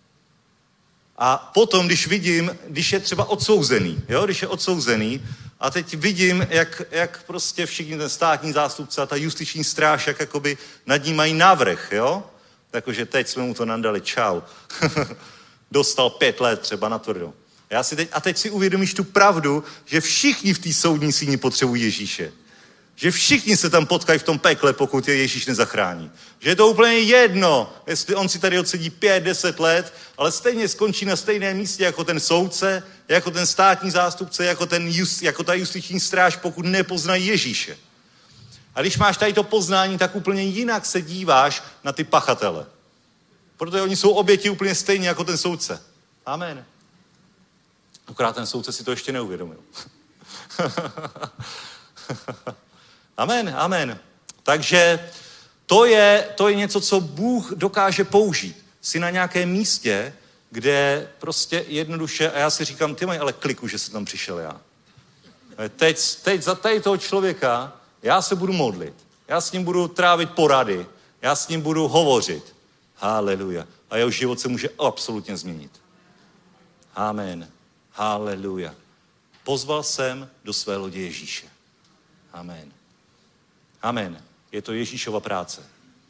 A potom, když je třeba odsouzený, jo, když je odsouzený, a teď vidím, jak prostě všichni ten státní zástupce a ta justiční stráž, jak jakoby nad ním mají navrch, jo. Takže teď jsme mu to nandali, čau. Dostal 5 let třeba natvrdo. A teď si uvědomíš tu pravdu, že všichni v té soudní síni potřebují Ježíše. Že všichni se tam potkají v tom pekle, pokud je Ježíš nezachrání. Že je to úplně jedno, jestli on si tady odsedí 5-10 let, ale stejně skončí na stejném místě jako ten soudce, jako ten státní zástupce, jako ta justiční stráž, pokud nepoznají Ježíše. A když máš tady to poznání, tak úplně jinak se díváš na ty pachatele. Protože oni jsou oběti úplně stejně jako ten soudce. Amen. Akorát ten soudce si to ještě neuvědomil. Amen, amen. Takže to je něco, co Bůh dokáže použít. Jsi na nějakém místě, kde prostě jednoduše, a já si říkám, ty mají ale kliku, že jsem tam přišel já. Teď za tady toho člověka já se budu modlit. Já s ním budu trávit porady. Já s ním budu hovořit. Haleluja. A jeho život se může absolutně změnit. Amen. Haleluja. Pozval jsem do své lodě Ježíše. Amen. Amen. Je to Ježíšova práce.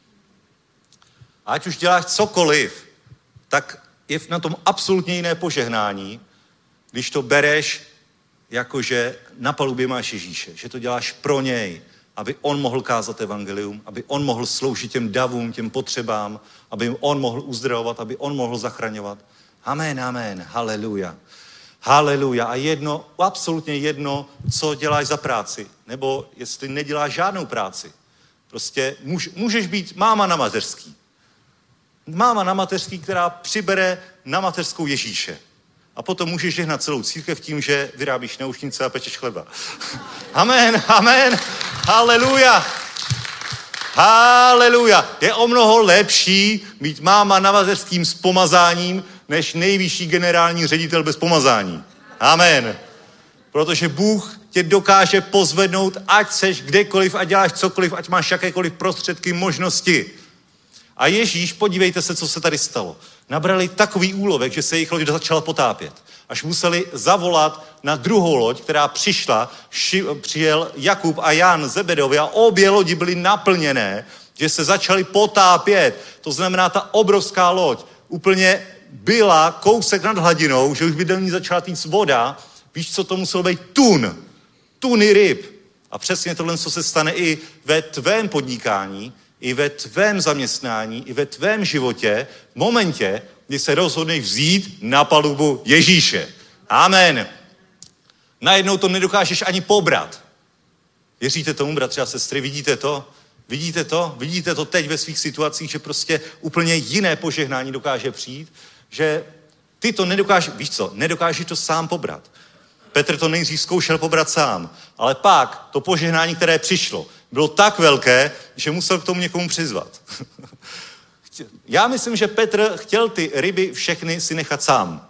A ať už děláš cokoliv, tak je na tom absolutně jiné požehnání, když to bereš jakože na palubě máš Ježíše, že to děláš pro něj, aby on mohl kázat evangelium, aby on mohl sloužit těm davům, těm potřebám, aby on mohl uzdravovat, aby on mohl zachraňovat. Amen, amen, haleluja. Haleluja. A absolutně jedno, co děláš za práci, nebo jestli neděláš žádnou práci. Prostě můžeš být máma na mateřský. Máma na mateřský, která přibere na mateřskou Ježíše. A potom můžeš žehnat celou církev tím, že vyrábíš náušnice a pečeš chleba. Amen, amen, haleluja. Haleluja. Je o mnoho lepší být máma na mateřským s pomazáním, než nejvyšší generální ředitel bez pomazání. Amen. Protože Bůh tě dokáže pozvednout, ať seš kdekoliv a děláš cokoliv, ať máš jakékoliv prostředky, možnosti. A Ježíš, podívejte se, co se tady stalo. Nabrali takový úlovek, že se jejich loď začala potápět. Až museli zavolat na druhou loď, která přišla, přijel Jakub a Jan Zebedovi a obě lodi byly naplněné, že se začaly potápět. To znamená, ta obrovská loď úplně byla kousek nad hladinou, že už by do ní začala týct voda. Víš, co to muselo být? Tuny ryb. A přesně tohle, co se stane i ve tvém podnikání, i ve tvém zaměstnání, i ve tvém životě, v momentě, kdy se rozhodneš vzít na palubu Ježíše. Amen. Najednou to nedokážeš ani pobrat. Věříte tomu, bratři a sestry? Vidíte to? Vidíte to? Vidíte to teď ve svých situacích, že prostě úplně jiné požehnání dokáže přijít? Že ty to nedokážeš, víš co, nedokážeš to sám pobrat. Petr to nejdřív zkoušel pobrat sám, ale pak to požehnání, které přišlo, bylo tak velké, že musel k tomu někomu přizvat. Já myslím, že Petr chtěl ty ryby všechny si nechat sám.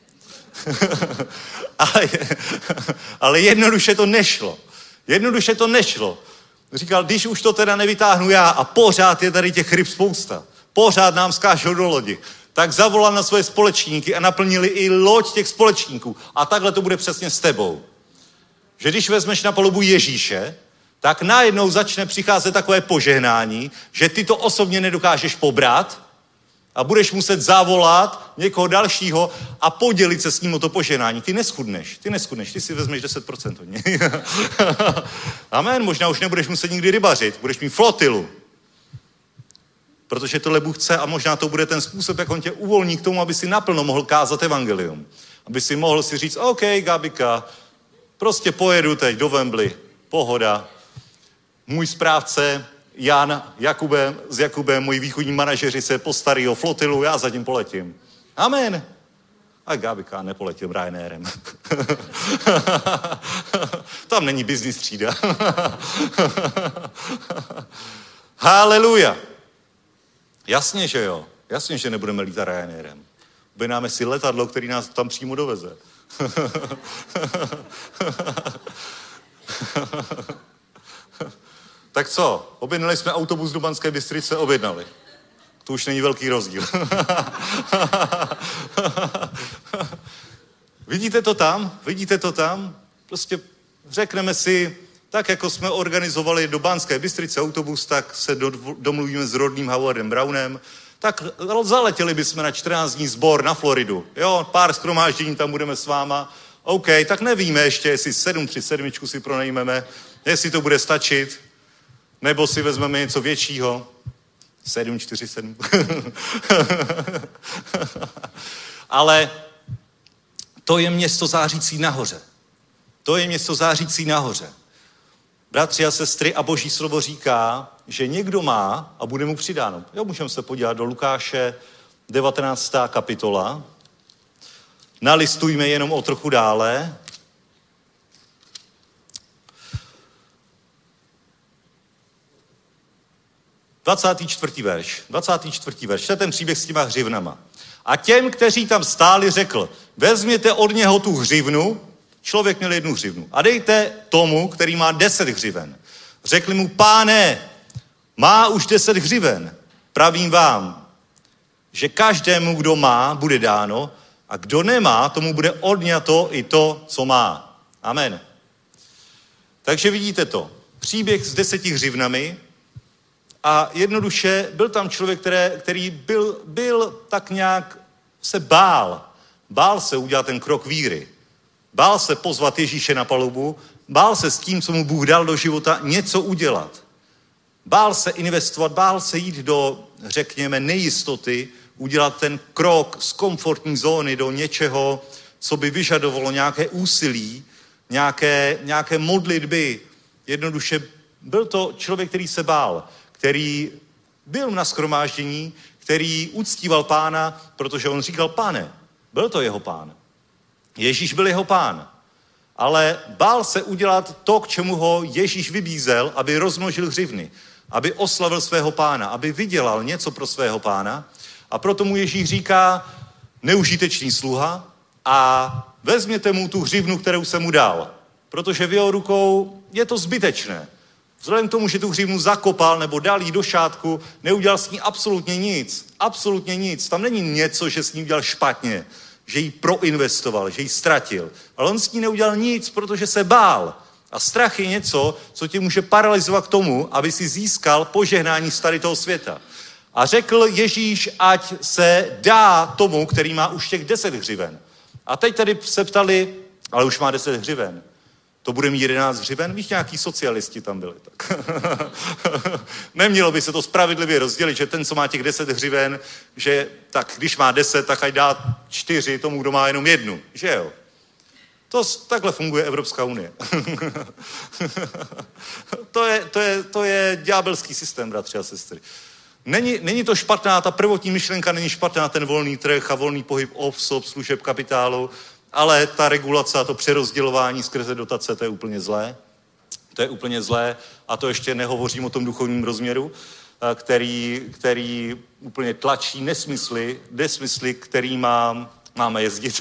ale jednoduše to nešlo. Jednoduše to nešlo. Říkal, když už to teda nevytáhnu já a pořád je tady těch ryb spousta, pořád nám skážou do lodi, tak zavolal na svoje společníky a naplnili i loď těch společníků. A takhle to bude přesně s tebou. Že když vezmeš na palubu Ježíše, tak najednou začne přicházet takové požehnání, že ty to osobně nedokážeš pobrat a budeš muset zavolat někoho dalšího a podělit se s ním o to požehnání. Ty neschudneš, ty si vezmeš 10% od něj. Amen, možná už nebudeš muset nikdy rybařit, budeš mít flotilu. Protože tohle Bůh chce a možná to bude ten způsob, jak on tě uvolní k tomu, aby si naplno mohl kázat evangelium. Aby si mohl si říct, OK, Gabika, prostě pojedu teď do Wembley, pohoda. Můj správce Jan s Jakubem, moji východní manažeři se postarají o flotilu, já zatím poletím. Amen. A Gabika nepoletil Ryanairem. Tam není business třída. Haleluja. Jasně, že jo. Jasně, že nebudeme lítat Ryanairem. Objednáme si letadlo, který nás tam přímo doveze. Tak co? Objednali jsme autobus do Banské Bystrice? Objednali. To už není velký rozdíl. Vidíte to tam? Vidíte to tam? Prostě řekneme si, tak jako jsme organizovali do Banské Bystrice autobus, tak se domluvíme s Rodným Howardem Brownem, tak zaletěli bychom na 14 dní sbor na Floridu. Jo, pár shromáždění tam budeme s váma. OK, tak nevíme ještě, jestli 737 si pronajmeme, jestli to bude stačit, nebo si vezmeme něco většího. 747. Ale to je město zářící nahoře. To je město zářící nahoře. Bratři a sestry, a Boží slovo říká, že někdo má a bude mu přidáno. Jo, můžeme se podívat do Lukáše 19. kapitola. Nalistujme jenom o trochu dále. Čtvrtý verš. To je ten příběh s těma hřivnama. A těm, kteří tam stáli, řekl, vezměte od něho tu hřivnu, člověk měl 1 hřivnu, a dejte tomu, který má 10 hřiven. Řekli mu, páne, má už 10 hřiven. Pravím vám, že každému, kdo má, bude dáno, a kdo nemá, tomu bude odňato i to, co má. Amen. Takže vidíte to. Příběh s 10 hřivnami a jednoduše byl tam člověk, který byl tak nějak, se bál. Bál se udělat ten krok víry. Bál se pozvat Ježíše na palubu, bál se s tím, co mu Bůh dal do života, něco udělat. Bál se investovat, bál se jít do, řekněme, nejistoty, udělat ten krok z komfortní zóny do něčeho, co by vyžadovalo nějaké úsilí, nějaké modlitby. Jednoduše byl to člověk, který se bál, který byl na shromáždění, který uctíval Pána, protože on říkal, Pane, byl to jeho pán. Ježíš byl jeho pán, ale bál se udělat to, k čemu ho Ježíš vybízel, aby rozmnožil hřivny, aby oslavil svého pána, aby vydělal něco pro svého pána. A proto mu Ježíš říká, neužitečný sluha, a vezměte mu tu hřivnu, kterou jsem mu dal, protože v jeho rukou je to zbytečné. Vzhledem k tomu, že tu hřivnu zakopal nebo dal jí do šátku, neudělal s ní absolutně nic. Absolutně nic. Tam není něco, že s ní udělal špatně, že ji proinvestoval, že ji ztratil. Ale on s ní neudělal nic, protože se bál. A strach je něco, co tě může paralyzovat k tomu, aby si získal požehnání z tady toho světa. A řekl Ježíš, ať se dá tomu, který má už těch 10 hřiven. A teď tady se ptali, ale už má 10 hřiven. To bude mít 11 hřiven? Víš, nějaký socialisti tam byli. Tak. Nemělo by se to spravedlivě rozdělit, že ten, co má těch 10 hřiven, že tak když má 10, tak ať dá 4 tomu, kdo má jenom 1. Že jo? Takhle funguje Evropská unie. To je ďábelský systém, bratři a sestry. Není to špatná, ta prvotní myšlenka není špatná, ten volný trh a volný pohyb osob, služeb, kapitálu, ale ta regulace a to přerozdělování skrze dotace, to je úplně zlé. To je úplně zlé a to ještě nehovořím o tom duchovním rozměru, který úplně tlačí nesmysly, který máme jezdit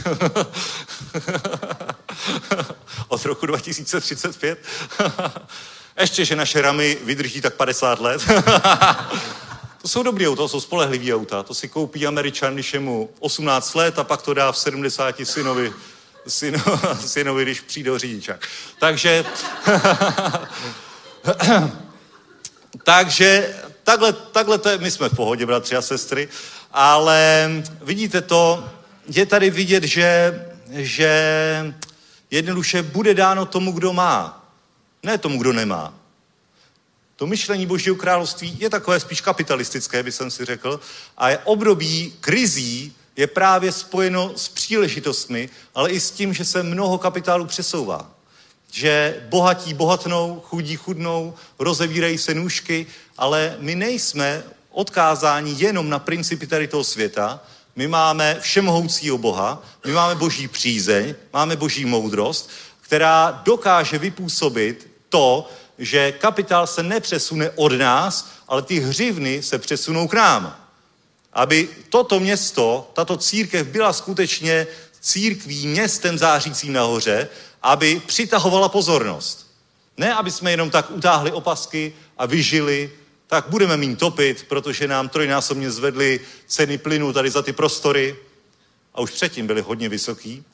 od roku 2035. Ještě, že naše ramy vydrží tak 50 let. To jsou dobrý auta, to jsou spolehlivý auta. To si koupí Američan, když je mu 18 let a pak to dá v 70 synovi, když přijde o řidičák. Takže Takže takhle my jsme v pohodě, bratři a sestry, ale vidíte to, je tady vidět, že jednoduše bude dáno tomu, kdo má, ne tomu, kdo nemá. To myšlení Božího království je takové spíš kapitalistické, by jsem si řekl, a období krizí je právě spojeno s příležitostmi, ale i s tím, že se mnoho kapitálu přesouvá. Že bohatí bohatnou, chudí chudnou, rozevírají se nůžky, ale my nejsme odkázáni jenom na principy tady toho světa. My máme všemohoucího Boha, my máme Boží přízeň, máme Boží moudrost, která dokáže vypůsobit to, že kapitál se nepřesune od nás, ale ty hřivny se přesunou k nám. Aby toto město, tato církev byla skutečně církví, městem zářícím nahoře, aby přitahovala pozornost. Ne, aby jsme jenom tak utáhli opasky a vyžili, tak budeme míň topit, protože nám trojnásobně zvedly ceny plynu tady za ty prostory a už předtím byly hodně vysoký.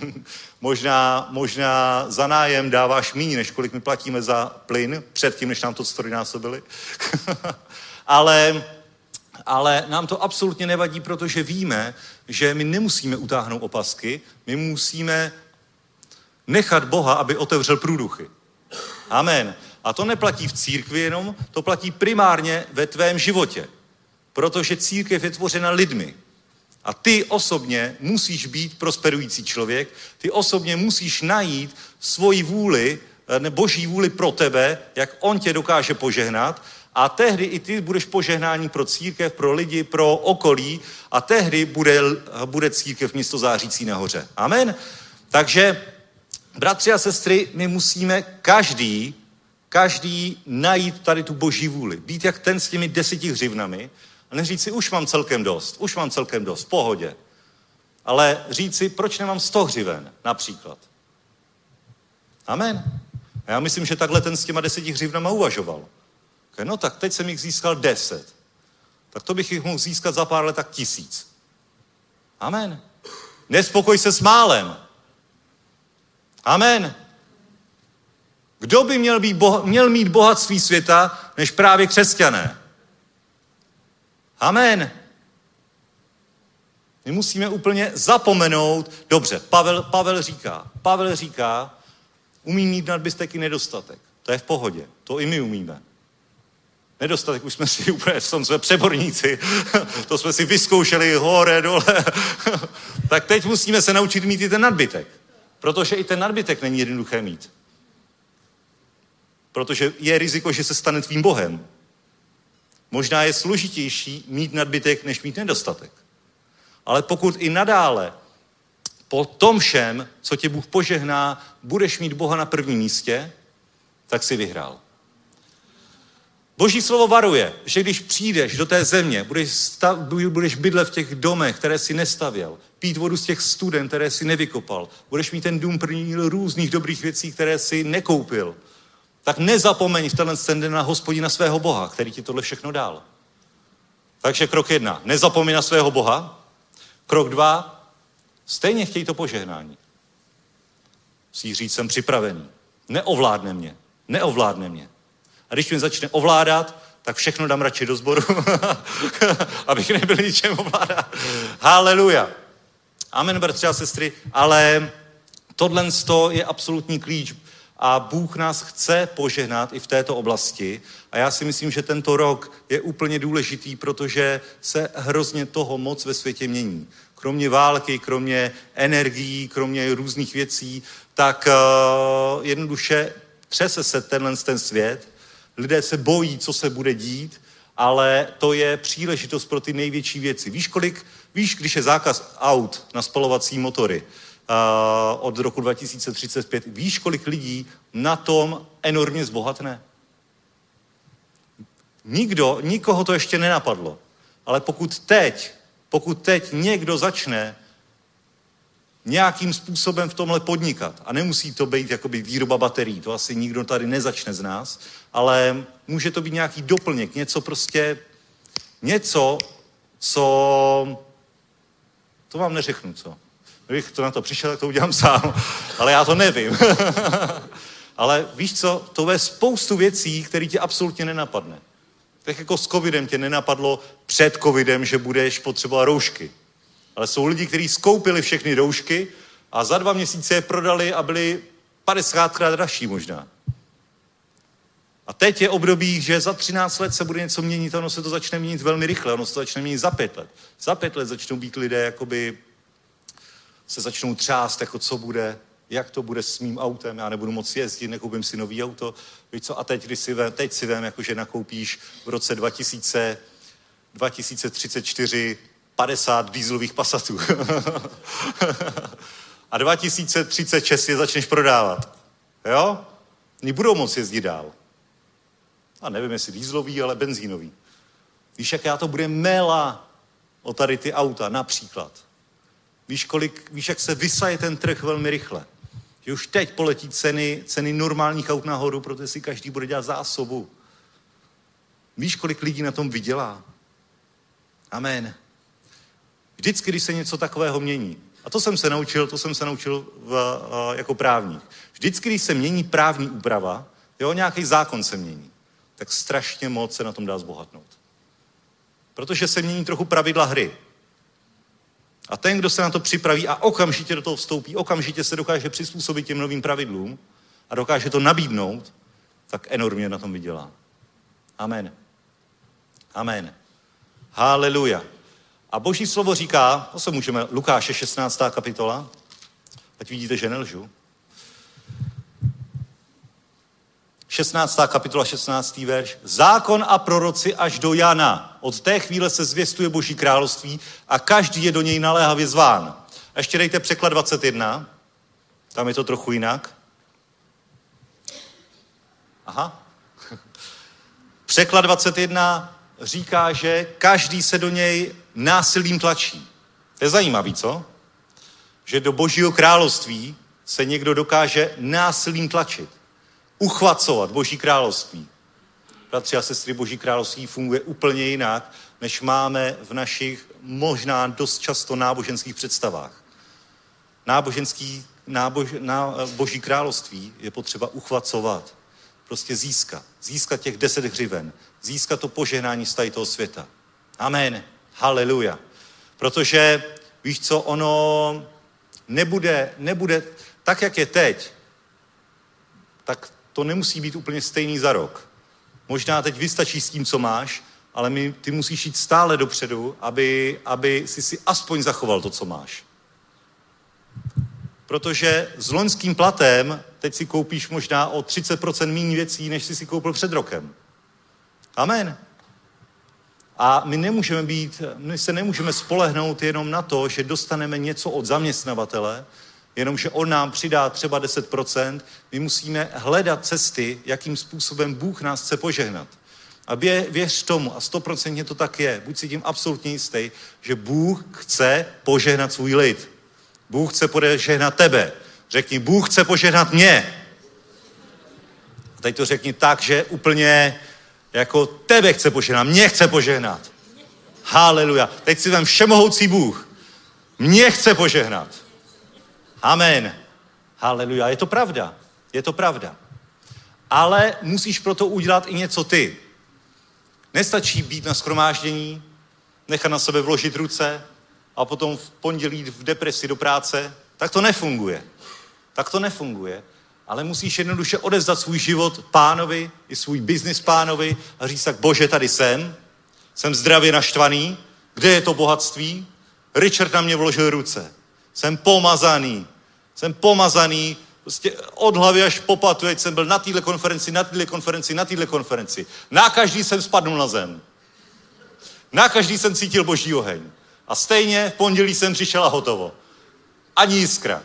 možná za nájem dáváš míň, než kolik my platíme za plyn, předtím, než nám to trojnásobili. Ale nám to absolutně nevadí, protože víme, že my nemusíme utáhnout opasky, my musíme nechat Boha, aby otevřel průduchy. Amen. A to neplatí v církvi jenom, to platí primárně ve tvém životě. Protože církev je tvořena lidmi. A ty osobně musíš být prosperující člověk, ty osobně musíš najít svoji vůli, Boží vůli pro tebe, jak on tě dokáže požehnat, a tehdy i ty budeš požehnání pro církev, pro lidi, pro okolí, a tehdy bude církev město zářící nahoře. Amen. Takže, bratři a sestry, my musíme každý najít tady tu Boží vůli. Být jak ten s těmi 10 hřivnami a neříct si, už mám celkem dost, v pohodě. Ale říct si, proč nemám 100 hřiven, například. Amen. A já myslím, že takhle ten s těma 10 hřivnama uvažoval. No tak teď jsem jich získal 10. Tak to bych jich mohl získat za pár let tak 1000. Amen. Nespokoj se s málem. Amen. Kdo by měl mít bohatství světa, než právě křesťané? Amen. My musíme úplně zapomenout. Dobře, Pavel říká, umí mít nadbytek i nedostatek. To je v pohodě. To i my umíme. Nedostatek už jsme si úplně, jsme přeborníci. To jsme si vyzkoušeli hore, dole. Tak teď musíme se naučit mít i ten nadbytek. Protože i ten nadbytek není jednoduché mít. Protože je riziko, že se stane tvým Bohem. Možná je složitější mít nadbytek, než mít nedostatek. Ale pokud i nadále po tom všem, co tě Bůh požehná, budeš mít Boha na prvním místě, tak si vyhrál. Boží slovo varuje, že když přijdeš do té země, budeš bydlet v těch domech, které si nestavěl, pít vodu z těch studen, které si nevykopal, budeš mít ten dům plný různých dobrých věcí, které si nekoupil, tak nezapomeň v ten den na Hospodina svého Boha, který ti tohle všechno dal. Takže krok 1, nezapomeň na svého Boha. Krok 2, stejně chtěj to požehnání. Musíš říct, jsem připravený. Neovládne mě. A když mě začne ovládat, tak všechno dám radši do sboru, abych nebyl ničem ovládat. Haleluja. Amen, bratři a sestry, ale tohle je absolutní klíč a Bůh nás chce požehnat i v této oblasti a já si myslím, že tento rok je úplně důležitý, protože se hrozně toho moc ve světě mění. Kromě války, kromě energií, kromě různých věcí, tak jednoduše třese se ten svět. Lidé se bojí, co se bude dít, ale to je příležitost pro ty největší věci. Víš, když je zákaz aut na spalovací motory od roku 2035, víš, kolik lidí na tom enormně zbohatne? Nikoho to ještě nenapadlo. Ale pokud teď někdo začne nějakým způsobem v tomhle podnikat, a nemusí to být jakoby výroba baterií, to asi nikdo tady nezačne z nás, ale může to být nějaký doplněk, něco, co, to vám neřeknu, co. Kdybych to na to přišel, tak to udělám sám, ale já to nevím. Ale víš co, to je spoustu věcí, které tě absolutně nenapadne. Tak jako s covidem tě nenapadlo před covidem, že budeš potřebovat roušky. Ale jsou lidi, kteří skoupili všechny roušky a za 2 měsíce je prodali a byli 50krát dražší možná. A teď je období, že za 13 let se bude něco měnit a ono se to začne měnit velmi rychle, ono se to začne měnit za 5 let. Za 5 let začnou být lidé, jakoby se začnou třást, jako co bude, jak to bude s mým autem, já nebudu moc jezdit, nekoupím si nový auto, víš co, a teď si vem, jakože nakoupíš v roce 2034 50 dieselových Passatů. A 2036 je začneš prodávat. Jo? Oni budou moc jezdit dál. A nevím, jestli dieselový, ale benzínový. Víš, jaká to bude mela o tady ty auta, například. Víš, jak se vysaje ten trh velmi rychle. Že už teď poletí ceny normálních aut nahoru, protože si každý bude dělat zásobu. Víš, kolik lidí na tom vydělá? Amen. Vždycky, když se něco takového mění. A to jsem se naučil jako právník. Vždycky, když se mění právní úprava, jo, nějaký zákon se mění, tak strašně moc se na tom dá zbohatnout. Protože se mění trochu pravidla hry. A ten, kdo se na to připraví a okamžitě do toho vstoupí, okamžitě se dokáže přizpůsobit těm novým pravidlům a dokáže to nabídnout, tak enormně na tom vydělá. Amen. Amen. Haleluja. A Boží slovo říká, to se můžeme, Lukáše 16. kapitola, ať vidíte, že nelžu. 16. kapitola, 16. verš. Zákon a proroci až do Jana. Od té chvíle se zvěstuje Boží království a každý je do něj naléhavě zván. A ještě dejte překlad 21. Tam je to trochu jinak. Aha. Překlad 21 říká, že každý se do něj násilím tlačí. To je zajímavý, co? Že do Božího království se někdo dokáže násilím tlačit. Uchvacovat Boží království. Bratři a sestry, Boží království funguje úplně jinak, než máme v našich možná dost často náboženských představách. Boží království je potřeba uchvacovat. Prostě získat těch 10 hřiven. Získat to požehnání z tady toho světa. Amen. Haleluja. Protože, víš co, ono nebude tak, jak je teď, tak to nemusí být úplně stejný za rok. Možná teď vystačí s tím, co máš, ale ty musíš jít stále dopředu, aby si aspoň zachoval to, co máš. Protože s loňským platem teď si koupíš možná o 30% méně věcí, než jsi si koupil před rokem. Amen. A my se nemůžeme spolehnout jenom na to, že dostaneme něco od zaměstnavatele, jenomže on nám přidá třeba 10%, my musíme hledat cesty, jakým způsobem Bůh nás chce požehnat. A věř tomu, a 100% to tak je, buď si tím absolutně jistý, že Bůh chce požehnat svůj lid. Bůh chce požehnat tebe. Řekni, Bůh chce požehnat mě. A teď to řekni tak, že úplně jako tebe chce požehnat, mě chce požehnat. Haleluja. Teď si vem všemohoucí Bůh. Mě chce požehnat. Amen. Haleluja. Je to pravda. Je to pravda. Ale musíš proto udělat i něco ty. Nestačí být na shromáždění, nechat na sebe vložit ruce a potom v pondělí jít v depresi do práce. Tak to nefunguje. Tak to nefunguje. Ale musíš jednoduše odevzdat svůj život Pánovi i svůj biznis Pánovi a říct tak, Bože, tady jsem zdravě naštvaný, kde je to bohatství? Richard na mě vložil ruce. Jsem pomazaný, prostě od hlavy až po patu, ať jsem byl na téhle konferenci. Na každý jsem spadnul na zem. Na každý jsem cítil Boží oheň. A stejně v pondělí jsem přišel a hotovo. Ani jiskra.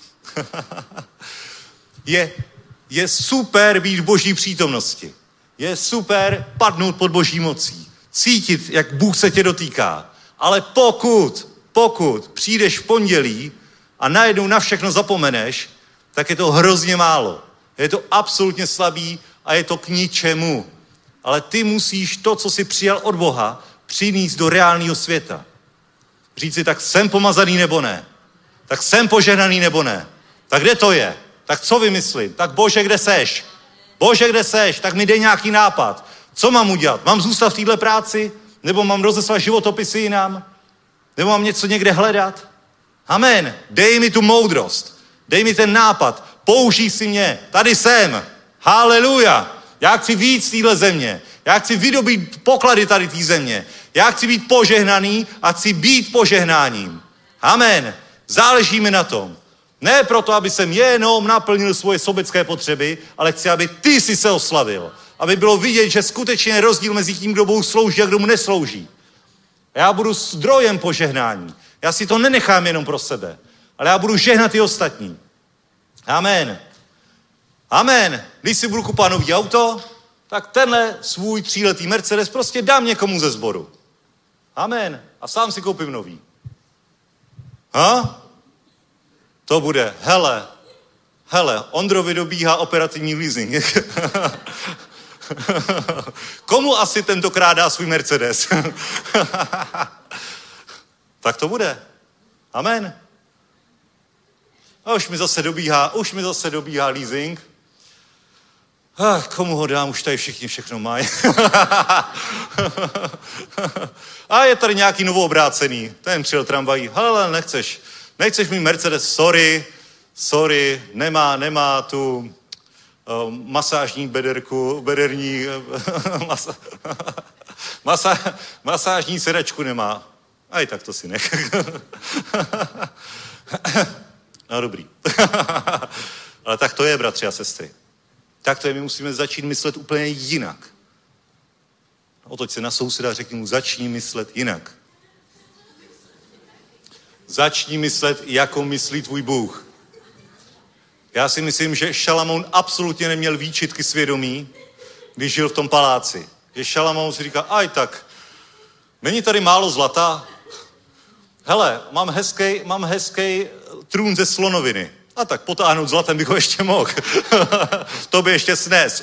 Je super být v Boží přítomnosti. Je super padnout pod Boží mocí. Cítit, jak Bůh se tě dotýká. Ale pokud přijdeš v pondělí a najednou na všechno zapomeneš, tak je to hrozně málo. Je to absolutně slabý a je to k ničemu. Ale ty musíš to, co jsi přijal od Boha, přinést do reálného světa. Říct si, tak jsem pomazaný nebo ne? Tak jsem požehnaný nebo ne? Tak kde to je? Tak co vymyslím? Tak Bože, kde seš? Bože, kde seš? Tak mi dej nějaký nápad. Co mám udělat? Mám zůstat v téhle práci? Nebo mám rozeslat životopisy jinam? Nebo mám něco někde hledat? Amen. Dej mi tu moudrost. Dej mi ten nápad. Použij si mě. Tady jsem. Haleluja. Já chci víc z téhle země. Já chci vydobít poklady tady té země. Já chci být požehnaný a chci být požehnáním. Amen. Záleží mi na tom. Ne proto, aby jsem jenom naplnil svoje sobecké potřeby, ale chci, aby ty si se oslavil. Aby bylo vidět, že skutečně je rozdíl mezi tím, kdo Bohu slouží a kdo mu neslouží. Já budu zdrojem požehnání. Já si to nenechám jenom pro sebe, ale já budu žehnat i ostatní. Amen. Amen. Když si budu kupovat nový auto, tak tenhle svůj 3letý Mercedes prostě dám někomu ze sboru. Amen. A sám si koupím nový. To bude, hele, Ondrovi dobíhá operativní leasing. Komu asi tentokrát dá svůj Mercedes? Tak to bude. Amen. A už mi zase dobíhá leasing. Komu ho dám, už tady všichni všechno mají. A je tady nějaký novoobrácený. Ten přijel tramvají. Hele, nechceš mít Mercedes, sorry, nemá tu masážní bederní masážní sedačku nemá. Aj tak to si nech. No dobrý. Ale tak to je, bratři a sestry. Tak to je, my musíme začít myslet úplně jinak. Otoč se na souseda a řekni mu, začni myslet jinak. Začni myslet, jako myslí tvůj Bůh. Já si myslím, že Šalamoun absolutně neměl výčitky svědomí, když žil v tom paláci. Že Šalamoun si říká, aj tak, není tady málo zlata? Hele, mám hezký trůn ze slonoviny. A tak potáhnout zlatem bych ho ještě mohl. To by ještě snes.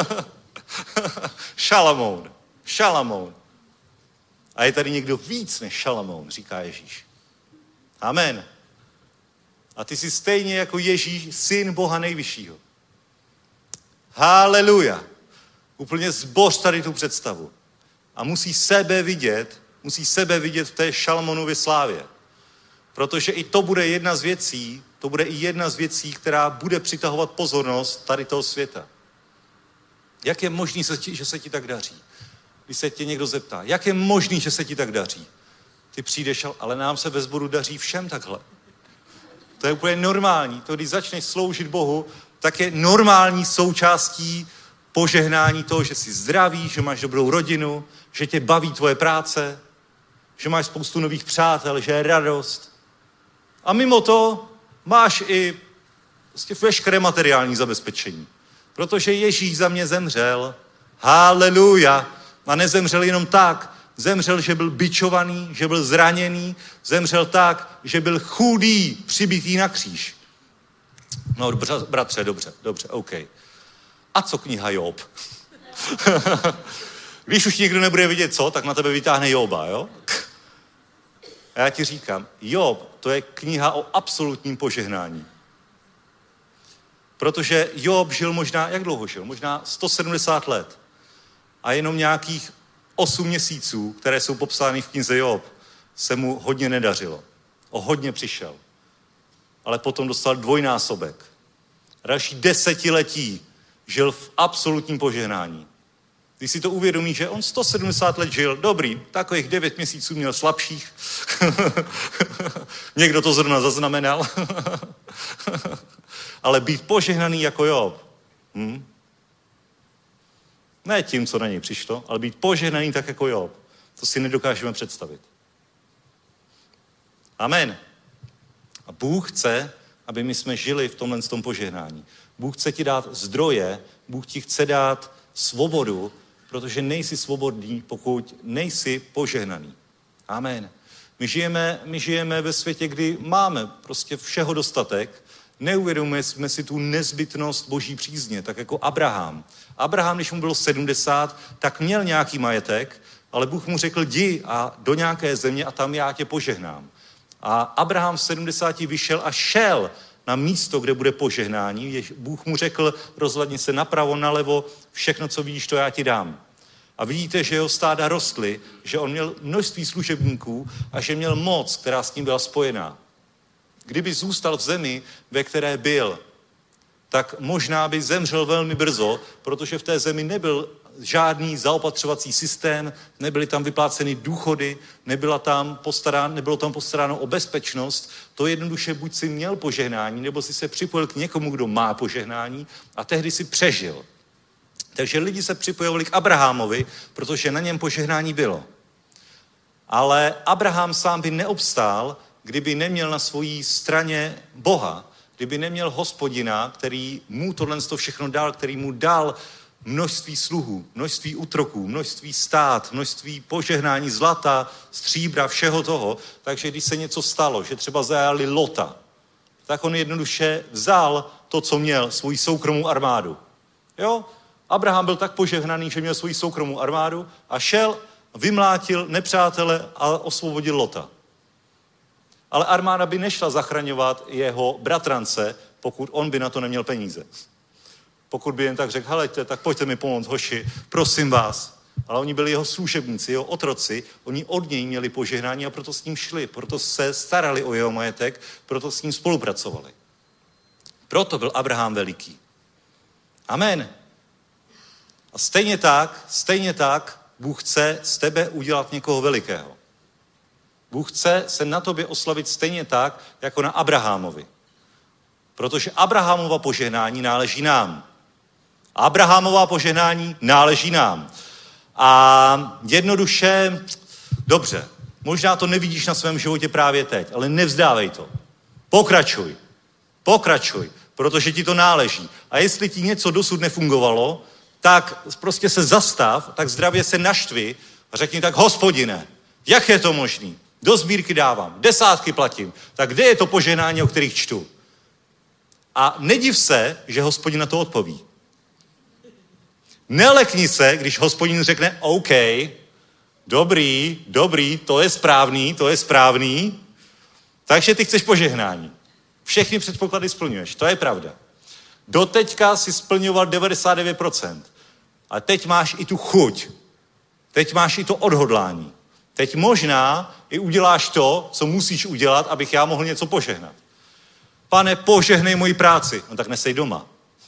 Šalamoun. A je tady někdo víc než Šalamoun, říká Ježíš. Amen. A ty jsi stejně jako Ježíš, syn Boha nejvyššího. Haleluja. Úplně zboř tady tu představu. A musí sebe vidět v té Šalamonově slávě. Protože i to bude jedna z věcí, která bude přitahovat pozornost tady toho světa. Jak je možný, že se ti tak daří? Když se tě někdo zeptá, jak je možný, že se ti tak daří? Ty přijdeš, ale nám se ve sboru daří všem takhle. To je úplně normální. To, když začneš sloužit Bohu, tak je normální součástí požehnání toho, že jsi zdravý, že máš dobrou rodinu, že tě baví tvoje práce, že máš spoustu nových přátel, že je radost. A mimo to máš i prostě veškeré materiální zabezpečení. Protože Ježíš za mě zemřel. Haleluja. A nezemřel jenom tak. Zemřel, že byl bičovaný, že byl zraněný. Zemřel tak, že byl chudý, přibitý na kříž. No, bratře, dobře, OK. A co kniha Job? Když už nikdo nebude vidět co, tak na tebe vytáhne Joba, jo? A já ti říkám, Job, to je kniha o absolutním požehnání. Protože Job žil možná, jak dlouho žil? Možná 170 let. A jenom nějakých 8 měsíců, které jsou popsány v knize Job, se mu hodně nedařilo. O hodně přišel. Ale potom dostal dvojnásobek. A další 10 letí žil v absolutním požehnání. Když si to uvědomí, že on 170 let žil, dobrý, takových 9 měsíců měl slabších. Někdo to zrovna zaznamenal. Ale být požehnaný jako Job. Ne tím, co na něj přišlo, ale být požehnaný tak jako Job. To si nedokážeme představit. Amen. A Bůh chce, aby my jsme žili v tomhle tom požehnání. Bůh chce ti dát zdroje, Bůh ti chce dát svobodu, protože nejsi svobodný, pokud nejsi požehnaný. Amen. My žijeme ve světě, kdy máme prostě všeho dostatek, neuvědomujeme si tu nezbytnost Boží přízně, tak jako Abraham. Abraham, když mu bylo 70, tak měl nějaký majetek, ale Bůh mu řekl, jdi a do nějaké země a tam já tě požehnám. A Abraham v 70 vyšel a šel na místo, kde bude požehnání. Bůh mu řekl, rozhlédni se napravo, nalevo, všechno, co vidíš, to já ti dám. A vidíte, že jeho stáda rostly, že on měl množství služebníků a že měl moc, která s ním byla spojená. Kdyby zůstal v zemi, ve které byl, tak možná by zemřel velmi brzo, protože v té zemi nebyl žádný zaopatřovací systém, nebyly tam vypláceny důchody, nebylo tam postaráno o bezpečnost. To jednoduše buď si měl požehnání, nebo si se připojil k někomu, kdo má požehnání a tehdy si přežil. Takže lidi se připojovali k Abrahamovi, protože na něm požehnání bylo. Ale Abraham sám by neobstál, kdyby neměl na svojí straně Boha, kdyby neměl Hospodina, který mu tohle všechno dal, který mu dal množství sluhů, množství útroků, množství stát, množství požehnání zlata, stříbra, všeho toho. Takže když se něco stalo, že třeba zajali Lota, tak on jednoduše vzal to, co měl, svoji soukromou armádu. Jo? Abraham byl tak požehnaný, že měl svoji soukromou armádu a šel, vymlátil nepřátele a osvobodil Lota. Ale armáda by nešla zachraňovat jeho bratrance, pokud on by na to neměl peníze. Pokud by jen tak řekl, helejte, tak pojďte mi pomoct, hoši, prosím vás. Ale oni byli jeho služebníci, jeho otroci, oni od něj měli požehnání a proto s ním šli, proto se starali o jeho majetek, proto s ním spolupracovali. Proto byl Abraham veliký. Amen. A stejně tak Bůh chce z tebe udělat někoho velikého. Bůh chce se na tobě oslavit stejně tak, jako na Abrahamovi. Protože Abrahamova požehnání náleží nám. Abrahamova požehnání náleží nám. A jednoduše, dobře, možná to nevidíš na svém životě právě teď, ale nevzdávej to. Pokračuj, protože ti to náleží. A jestli ti něco dosud nefungovalo, tak prostě se zastav, tak zdravě se naštvi a řekni tak, Hospodine, jak je to možný? Do sbírky dávám, 10 platím. Tak kde je to požehnání, o kterých čtu? A nediv se, že Hospodin na to odpoví. Nelekni se, když Hospodin řekne OK, dobrý, to je správný, takže ty chceš požehnání. Všechny předpoklady splňuješ, to je pravda. Doteďka si splňoval 99%. A teď máš i tu chuť. Teď máš i to odhodlání. Teď možná i uděláš to, co musíš udělat, abych já mohl něco požehnat. Pane, požehnej moji práci. No tak nesej doma.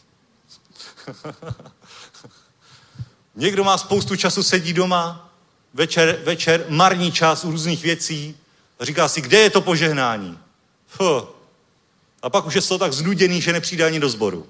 Někdo má spoustu času, sedí doma, večer marní čas u různých věcí a říká si, kde je to požehnání? A pak už je to tak znuděný, že nepřijde ani do sboru.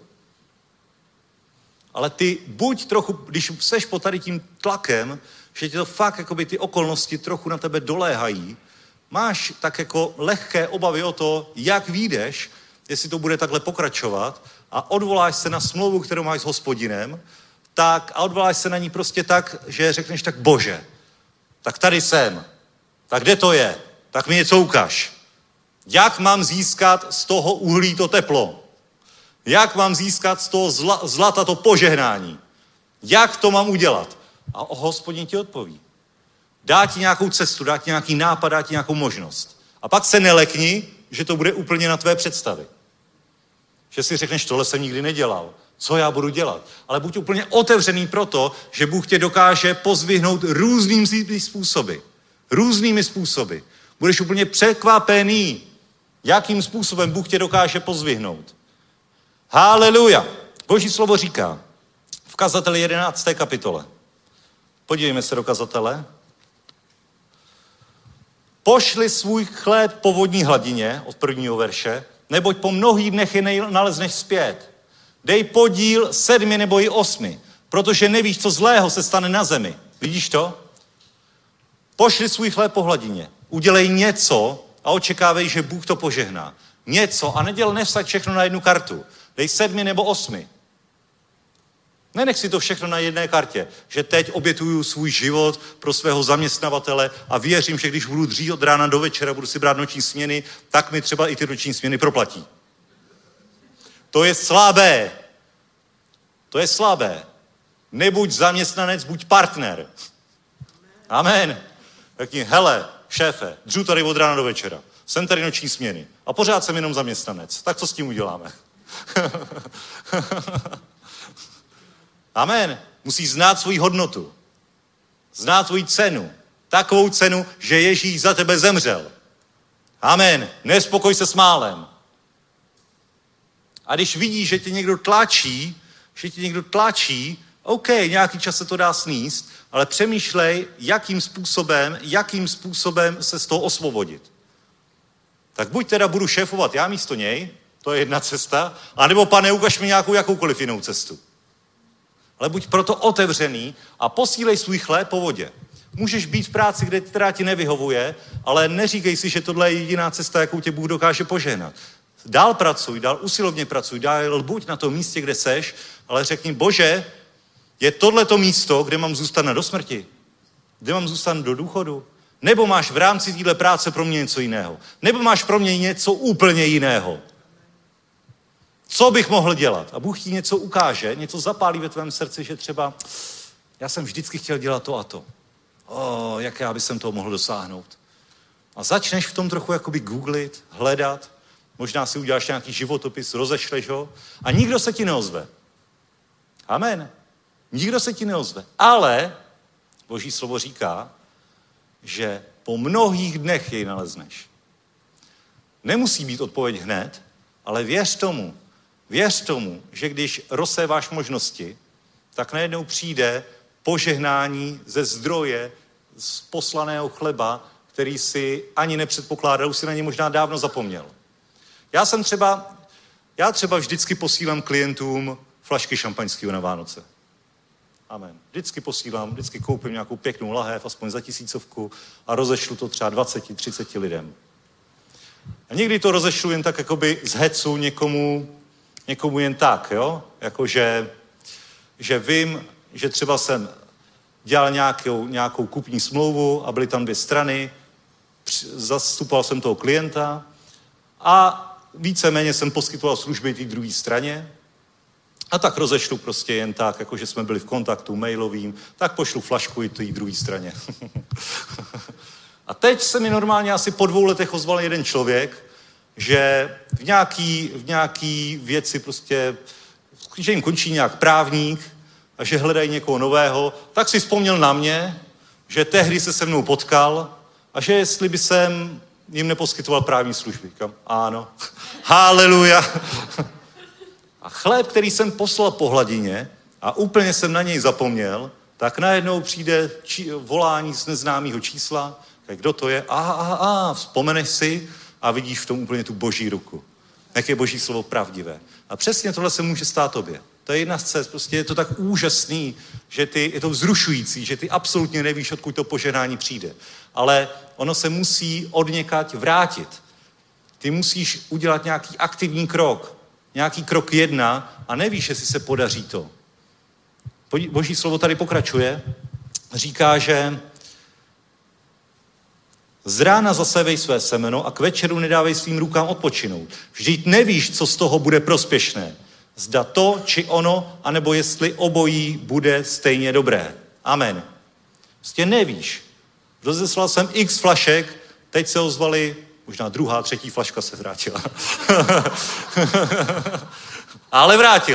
Ale ty buď trochu, když seš pod tady tím tlakem, že ti to fakt, jakoby ty okolnosti trochu na tebe doléhají, máš tak jako lehké obavy o to, jak vyjdeš, jestli to bude takhle pokračovat a odvoláš se na smlouvu, kterou máš s Hospodinem, tak a odvoláš se na ní prostě tak, že řekneš tak, Bože, tak tady jsem, tak kde to je? Tak mi něco ukaž. Jak mám získat z toho uhlí to teplo? Jak mám získat z toho zlata to požehnání? Jak to mám udělat? A Hospodin ti odpoví. Dá ti nějakou cestu, dá ti nějaký nápad, dá ti nějakou možnost. A pak se nelekni, že to bude úplně na tvé představy. Že si řekneš, tohle jsem nikdy nedělal. Co já budu dělat? Ale buď úplně otevřený proto, že Bůh tě dokáže pozvihnout různými způsoby. Budeš úplně překvapený, jakým způsobem Bůh tě dokáže pozvihnout. Haleluja. Boží slovo říká v Kazateli 11. kapitole. Podívejme se do Kazatele. Pošli svůj chléb po vodní hladině, od 1. verše, neboť po mnohých dnech je nalezneš zpět. Dej podíl 7 nebo i 8, protože nevíš, co zlého se stane na zemi. Vidíš to? Pošli svůj chléb po hladině. Udělej něco a očekávej, že Bůh to požehná. Něco a nevsaď všechno na jednu kartu. Dej 7 nebo 8. Nenech si to všechno na jedné kartě, že teď obětuju svůj život pro svého zaměstnavatele a věřím, že když budu dřít od rána do večera, budu si brát noční směny, tak mi třeba i ty noční směny proplatí. To je slabé. Nebuď zaměstnanec, buď partner. Amen. Řekni, hele, šéfe, dřu tady od rána do večera. Jsem tady noční směny a pořád jsem jenom zaměstnanec. Tak co s tím uděláme? Amen. Musíš znát svoji hodnotu. Znát svoji cenu. Takovou cenu, že Ježíš za tebe zemřel. Amen. Nespokoj se s málem. A když vidíš, že tě někdo tlačí, OK, nějaký čas se to dá sníst, ale přemýšlej, jakým způsobem se z toho osvobodit. Tak buď teda budu šéfovat já místo něj, to je jedna cesta, anebo Pane, ukaž mi nějakou jakoukoliv jinou cestu. Ale buď proto otevřený a posílej svůj chléb po vodě. Můžeš být v práci, která ti nevyhovuje, ale neříkej si, že tohle je jediná cesta, jakou tě Bůh dokáže požehnat. Dál pracuj, dál usilovně pracuj, dál buď na tom místě, kde seš, ale řekni, Bože, je tohleto místo, kde mám zůstat do smrti? Kde mám zůstat do důchodu? Nebo máš v rámci téhle práce pro mě něco jiného? Nebo máš pro mě něco úplně jiného? Co bych mohl dělat? A Bůh ti něco ukáže, něco zapálí ve tvém srdci, že třeba já jsem vždycky chtěl dělat to a to. Jak já bych toho mohl dosáhnout. A začneš v tom trochu jakoby googlit, hledat, možná si uděláš nějaký životopis, rozešleš ho a nikdo se ti neozve. Amen. Nikdo se ti neozve. Ale Boží slovo říká, že po mnohých dnech jej nalezneš. Nemusí být odpověď hned, ale věř tomu, že když rozséváš možnosti, tak najednou přijde požehnání ze zdroje, z poslaného chleba, který si ani nepředpokládal, už si na něj možná dávno zapomněl. Já třeba vždycky posílám klientům flašky šampaňského na Vánoce. Amen. Vždycky koupím nějakou pěknou lahev, aspoň za 1000 a rozešlu to třeba 20-30 lidem. A někdy to rozešlu jen tak jakoby z hecu někomu jen tak, jo? Jakože že vím, že třeba jsem dělal nějakou kupní smlouvu a byly tam 2 strany, zastupoval jsem toho klienta a víceméně jsem poskytoval služby té druhé straně a tak rozešlu prostě jen tak, jakože jsme byli v kontaktu mailovým, tak pošlu flašku i té druhé straně. A teď se mi normálně asi po 2 letech ozval jeden člověk, že v nějaký věci prostě, že jim končí nějak právník a že hledají někoho nového, tak si vzpomněl na mě, že tehdy se mnou potkal a že jestli by jsem jim neposkytoval právní služby. Říkám, ano. Haleluja. A chléb, který jsem poslal po hladině a úplně jsem na něj zapomněl, tak najednou přijde volání z neznámého čísla, kdo to je? Vzpomeneš si a vidíš v tom úplně tu Boží ruku. Jak je Boží slovo pravdivé. A přesně tohle se může stát tobě. To je jedna z cest, prostě je to tak úžasný, že je to vzrušující, že ty absolutně nevíš, odkud to požehnání přijde. Ale ono se musí odněkať vrátit. Ty musíš udělat nějaký aktivní krok. Nějaký krok 1 a nevíš, jestli se podaří to. Boží slovo tady pokračuje. Říká, že z rána zasevej své semeno a k večeru nedávej svým rukám odpočinout. Vždyť nevíš, co z toho bude prospěšné. Zda to, či ono, anebo jestli obojí bude stejně dobré. Amen. Prostě nevíš. Rozeslal jsem x flašek, teď se ozvali, možná 2., 3. flaška se vrátila. Ale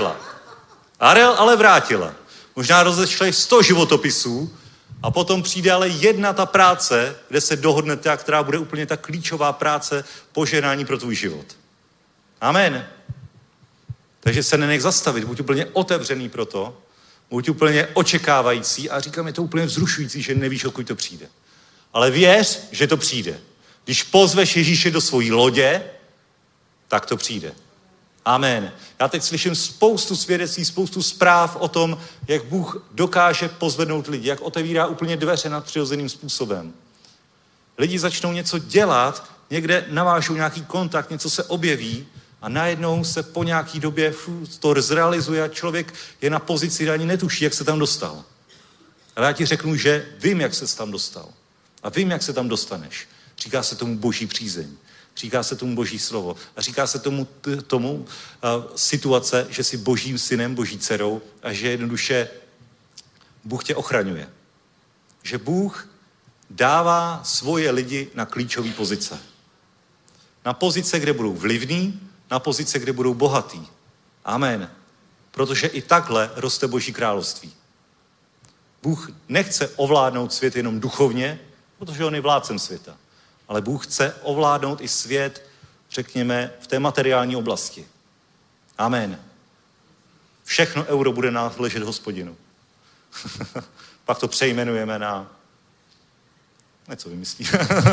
vrátila. Možná rozešleš 100 životopisů a potom přijde ale jedna ta práce, kde se dohodnete, která bude úplně ta klíčová práce požehnání pro tvůj život. Amen. Takže se nenech zastavit, buď úplně otevřený pro to, buď úplně očekávající a říkám, je to úplně vzrušující, že nevíš, odkud to přijde. Ale věř, že to přijde. Když pozveš Ježíše do svojí lodě, tak to přijde. Amen. Já teď slyším spoustu svědectví, spoustu zpráv o tom, jak Bůh dokáže pozvednout lidi, jak otevírá úplně dveře nadpřirozeným způsobem. Lidi začnou něco dělat, někde navážou nějaký kontakt, něco se objeví a najednou se po nějaký době to zrealizuje a člověk je na pozici, kde ani netuší, jak se tam dostal. Ale já ti řeknu, že vím, jak se tam dostal. A vím, jak se tam dostaneš. Říká se tomu Boží přízeň. Říká se tomu Boží slovo. A říká se tomu situace, že jsi Božím synem, Boží dcerou a že jednoduše Bůh tě ochraňuje. Že Bůh dává svoje lidi na klíčové pozice. Na pozice, kde budou vlivní, na pozice, kde budou bohatý. Amen. Protože i takhle roste Boží království. Bůh nechce ovládnout svět jenom duchovně, protože on je vládcem světa. Ale Bůh chce ovládnout i svět, řekněme, v té materiální oblasti. Amen. Všechno euro bude náležet Hospodinu. Pak to přejmenujeme na... něco vymyslíme.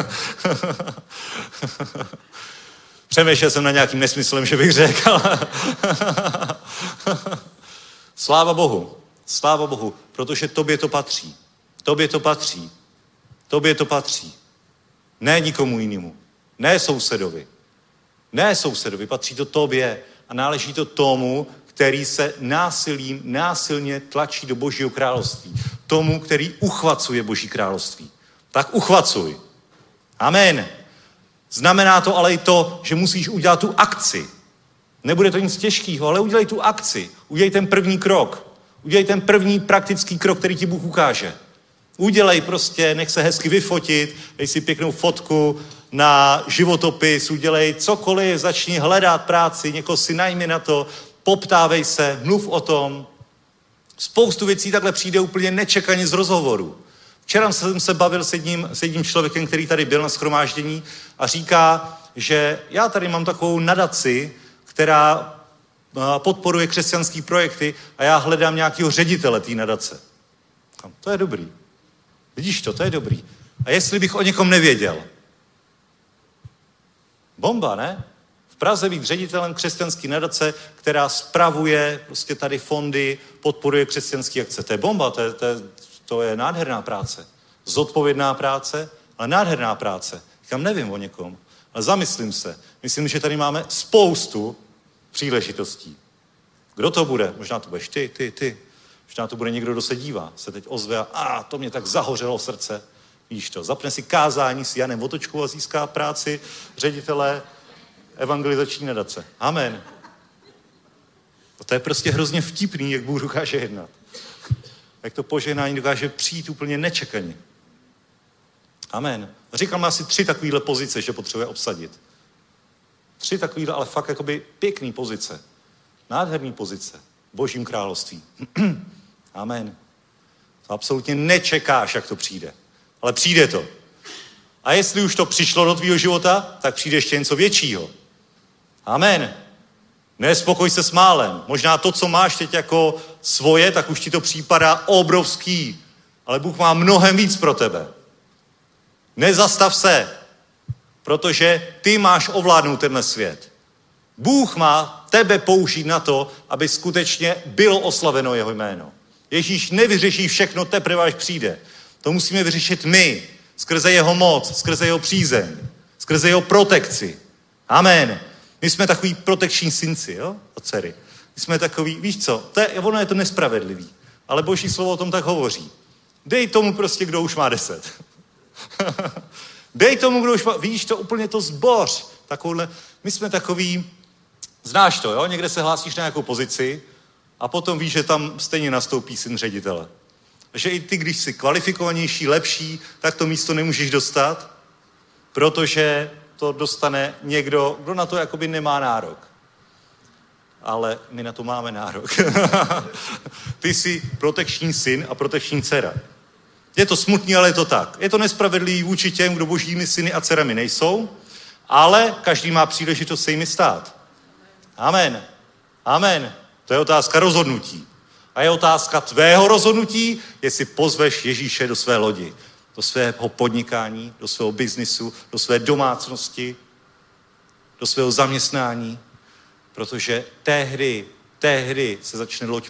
Přemýšlel jsem na nějakým nesmyslem, že bych řekl. Sláva Bohu, protože tobě to patří. Tobě to patří. Tobě to patří. Ne nikomu jinému. Ne sousedovi. Ne sousedovi, patří to tobě a náleží to tomu, který se násilně tlačí do Božího království. Tomu, který uchvacuje Boží království. Tak uchvacuj. Amen. Znamená to ale i to, že musíš udělat tu akci. Nebude to nic těžkého, ale udělej tu akci. Udělej ten první krok. Udělej ten první praktický krok, který ti Bůh ukáže. Udělej prostě, nech se hezky vyfotit, dej si pěknou fotku na životopis, udělej cokoliv, začni hledat práci, někoho si najmi na to, poptávej se, mluv o tom. Spoustu věcí takhle přijde úplně nečekaně z rozhovoru. Včera jsem se bavil s jedním člověkem, který tady byl na shromáždění a říká, že já tady mám takovou nadaci, která podporuje křesťanský projekty a já hledám nějakého ředitele té nadace. To je dobrý. Vidíš to je dobrý. A jestli bych o někom nevěděl? Bomba, ne? V Praze být ředitelem křesťanské nadace, která spravuje prostě tady fondy, podporuje křesťanské akce. To je bomba, to je nádherná práce. Zodpovědná práce, ale nádherná práce. Říkám, nevím o někom, ale zamyslím se. Myslím, že tady máme spoustu příležitostí. Kdo to bude? Možná to budeš ty. Možná to bude někdo, kdo se dívá, se teď ozve a to mě tak zahořelo srdce. Víš to, zapne si kázání s Janem Votočkou a získá práci ředitele evangelizační nadace. Amen. To je prostě hrozně vtipný, jak Bůh dokáže jednat. Jak to požehnání dokáže přijít úplně nečekaně. Amen. Říkal mi asi 3 takovýhle pozice, že potřebuje obsadit. 3 takovýhle, ale fakt jakoby pěkný pozice. Nádherný pozice. V Božím království. Amen. To absolutně nečekáš, jak to přijde. Ale přijde to. A jestli už to přišlo do tvýho života, tak přijde ještě něco většího. Amen. Nespokoj se s málem. Možná to, co máš teď jako svoje, tak už ti to připadá obrovský. Ale Bůh má mnohem víc pro tebe. Nezastav se, protože ty máš ovládnout tenhle svět. Bůh má tebe použít na to, aby skutečně bylo oslaveno jeho jméno. Ježíš nevyřeší všechno teprve, až přijde. To musíme vyřešit my, skrze jeho moc, skrze jeho přízeň, skrze jeho protekci. Amen. My jsme takový protekční synci, jo? A dcery. My jsme takový, víš co, ono je to nespravedlivý, ale Boží slovo o tom tak hovoří. Dej tomu prostě, kdo už má 10. Dej tomu, kdo už má, víš to, úplně to zboř. Takovouhle, my jsme takový, znáš to, jo? Někde se hlásíš na nějakou pozici a potom víš, že tam stejně nastoupí syn ředitele. Že i ty, když jsi kvalifikovanější, lepší, tak to místo nemůžeš dostat, protože to dostane někdo, kdo na to jakoby nemá nárok. Ale my na to máme nárok. Ty jsi protekční syn a protekční dcera. Je to smutný, ale je to tak. Je to nespravedlivý vůči těm, kdo božími syny a dcerami nejsou, ale každý má příležitost se jimi stát. Amen. Amen. To je otázka rozhodnutí. A je otázka tvého rozhodnutí, jestli pozveš Ježíše do své lodi, do svého podnikání, do svého biznisu, do své domácnosti, do svého zaměstnání, protože tehdy se začne loď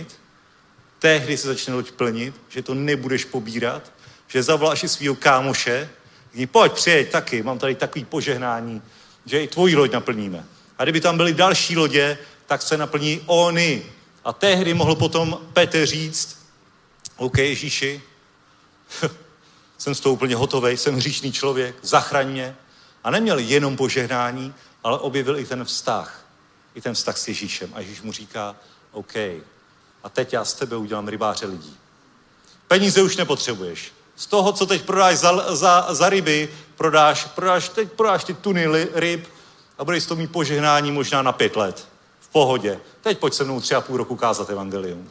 plnit, že to nebudeš pobírat, že zavoláš i svýho kámoše, pojď, přijeď taky, mám tady takový požehnání, že i tvoji loď naplníme. A kdyby tam byly další lodě, tak se naplní oni. A tehdy mohl potom Petr říct, OK, Ježíši, jsem s tou úplně hotovej, jsem hříšný člověk, zachraň mě. A neměl jenom požehnání, ale objevil i ten vztah s Ježíšem. A Ježíš mu říká, OK, a teď já z tebe udělám rybáře lidí. Peníze už nepotřebuješ, Z toho, co teď prodáš za ryby, teď prodáš ty tuny ryb a budeš to mít požehnání možná na 5 let. V pohodě. Teď pojď se mnou 3,5 roku kázat evangelium.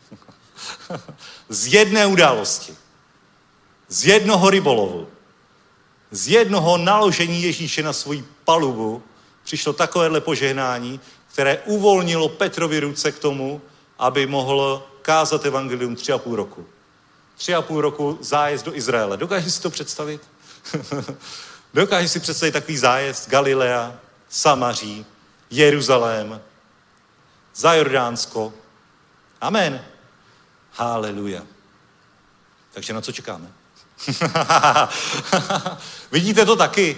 Z jedné události. Z jednoho rybolovu. Z jednoho naložení Ježíše na svoji palubu přišlo takovéhle požehnání, které uvolnilo Petrovi ruce k tomu, aby mohl kázat evangelium 3,5 roku. 3,5 roku zájezd do Izraele. Dokážeš si to představit? Dokážeš si představit takový zájezd Galilea, Samaří, Jeruzalém, za Jordánsko. Amen. Haleluja. Takže na co čekáme? Vidíte to taky?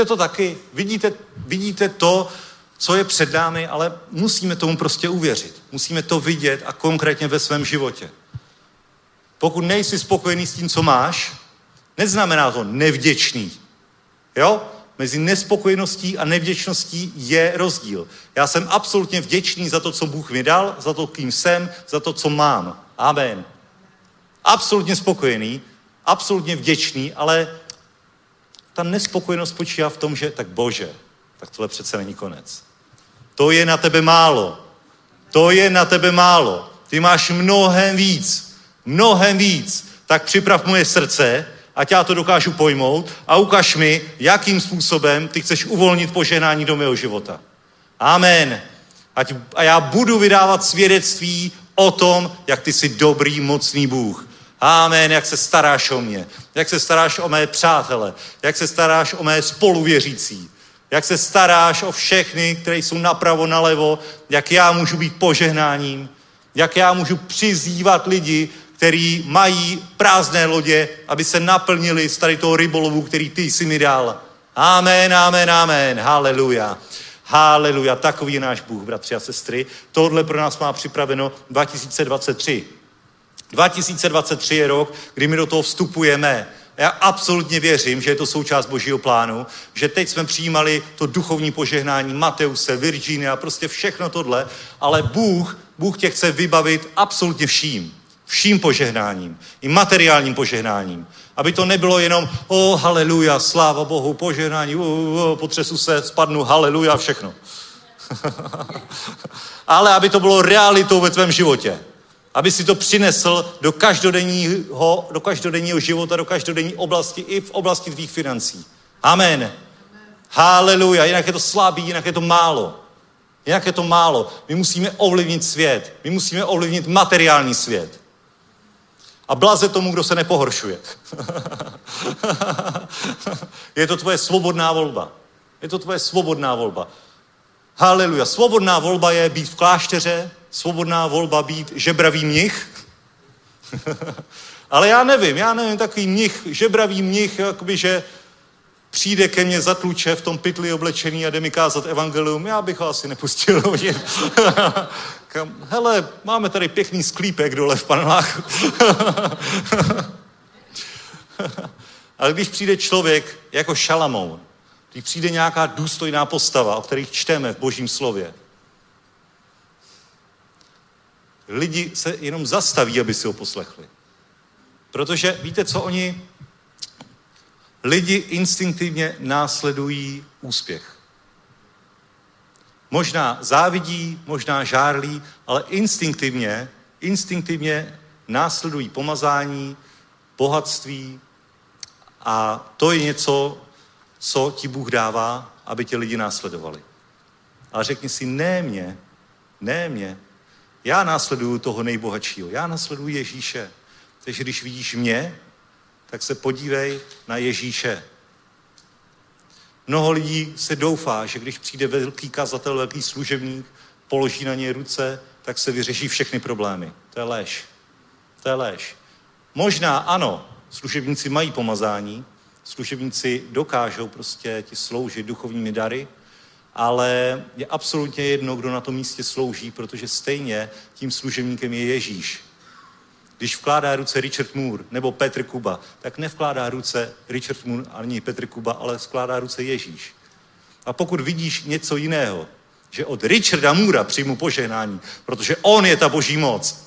Vidíte to, co je před námi, ale musíme tomu prostě uvěřit. Musíme to vidět a konkrétně ve svém životě. Pokud nejsi spokojený s tím, co máš, neznamená to nevděčný. Jo? Mezi nespokojeností a nevděčností je rozdíl. Já jsem absolutně vděčný za to, co Bůh mi dal, za to, kým jsem, za to, co mám. Amen. Absolutně spokojený, absolutně vděčný, ale ta nespokojenost spočívá v tom, že tak Bože, tak tohle přece není konec. To je na tebe málo. To je na tebe málo. Ty máš mnohem víc. Tak připrav moje srdce, ať já to dokážu pojmout a ukaž mi, jakým způsobem ty chceš uvolnit požehnání do mého života. Amen. A já budu vydávat svědectví o tom, jak ty jsi dobrý, mocný Bůh. Amen, jak se staráš o mě, jak se staráš o mé přátele, jak se staráš o mé spoluvěřící, jak se staráš o všechny, které jsou napravo, nalevo, jak já můžu být požehnáním, jak já můžu přizývat lidi, kteří mají prázdné lodě, aby se naplnili z tady toho rybolovu, který ty jsi mi dal. Amen, amen, amen, haleluja. Haleluja, takový je náš Bůh, bratři a sestry. Tohle pro nás má připraveno 2023. 2023 je rok, kdy my do toho vstupujeme. Já absolutně věřím, že je to součást Božího plánu, že teď jsme přijímali to duchovní požehnání Mateuse, Virginia, prostě všechno tohle, ale Bůh tě chce vybavit absolutně vším požehnáním, i materiálním požehnáním. Aby to nebylo jenom, haleluja, sláva Bohu, požehnání, potřesu se, spadnu, haleluja, všechno. Ale aby to bylo realitou ve tvém životě. Aby si to přinesl do každodenního života, do každodenní oblasti, i v oblasti tvých financí. Amen. Haleluja. Jinak je to slabý, jinak je to málo. My musíme ovlivnit svět. My musíme ovlivnit materiální svět. A blaze tomu, kdo se nepohoršuje. Je to tvoje svobodná volba. Haleluja. Svobodná volba je být v klášteře, svobodná volba být žebravý mnich. Ale já nevím, takový mnich, žebravý mnich, jakoby, že přijde ke mně zatluče v tom pytli oblečený a jde mi kázat evangelium, já bych ho asi nepustil. Hele, máme tady pěkný sklípek dole v Paneláku. Ale když přijde člověk jako Šalamoun, když přijde nějaká důstojná postava, o kterých čteme v Božím slově, lidi se jenom zastaví, aby si ho poslechli. Protože víte, co lidi instinktivně následují úspěch. Možná závidí, možná žárlí, ale instinktivně následují pomazání, bohatství a to je něco, co ti Bůh dává, aby tě lidi následovali. Ale řekni si, ne mě. Já následuju toho nejbohatšího. Já následuju Ježíše. Takže když vidíš mě, tak se podívej na Ježíše. Mnoho lidí se doufá, že když přijde velký kazatel, velký služebník, položí na něj ruce, tak se vyřeší všechny problémy. To je lež. Možná ano, služebníci mají pomazání, služebníci dokážou prostě ti sloužit duchovními dary, ale je absolutně jedno, kdo na tom místě slouží, protože stejně tím služebníkem je Ježíš. Když vkládá ruce Richard Moore nebo Petr Kuba, tak nevkládá ruce Richard Moore ani Petr Kuba, ale vkládá ruce Ježíš. A pokud vidíš něco jiného, že od Richarda Moora přijmu požehnání, protože on je ta boží moc,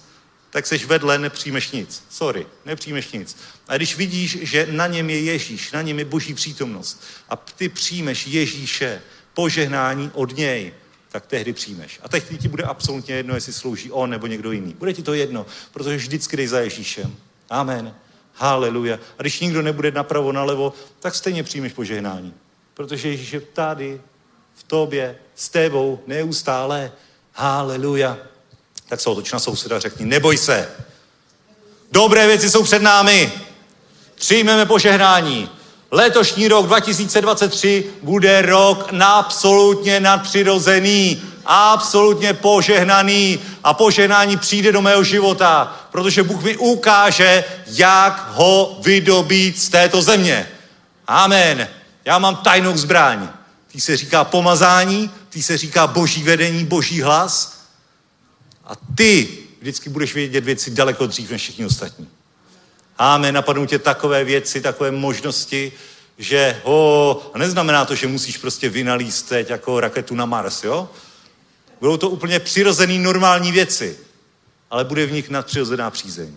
tak seš vedle, nepřijmeš nic. Sorry, nepřijmeš nic. A když vidíš, že na něm je Ježíš, na něm je Boží přítomnost a ty přijmeš Ježíše, požehnání od něj, tak tehdy přijmeš. A teď ti bude absolutně jedno, jestli slouží on nebo někdo jiný. Bude ti to jedno, protože vždycky jdeš za Ježíšem. Amen. Haleluja. A když nikdo nebude napravo, nalevo, tak stejně přijmeš požehnání. Protože Ježíš je tady, v tobě, s tebou, neustále. Haleluja. Tak se otoč na souseda a řekni, neboj se. Dobré věci jsou před námi. Přijmeme požehnání. Letošní rok 2023 bude rok absolutně nadpřirozený, absolutně požehnaný a požehnání přijde do mého života, protože Bůh mi ukáže, jak ho vydobít z této země. Amen. Já mám tajnou zbraň. Tý se říká pomazání, tý se říká Boží vedení, Boží hlas a ty vždycky budeš vědět věci daleko dřív než všichni ostatní. Amen, napadnou tě takové věci, takové možnosti, že a neznamená to, že musíš prostě vynalíst teď jako raketu na Mars, jo? Budou to úplně přirozený, normální věci, ale bude v nich nadpřirozená přízeň.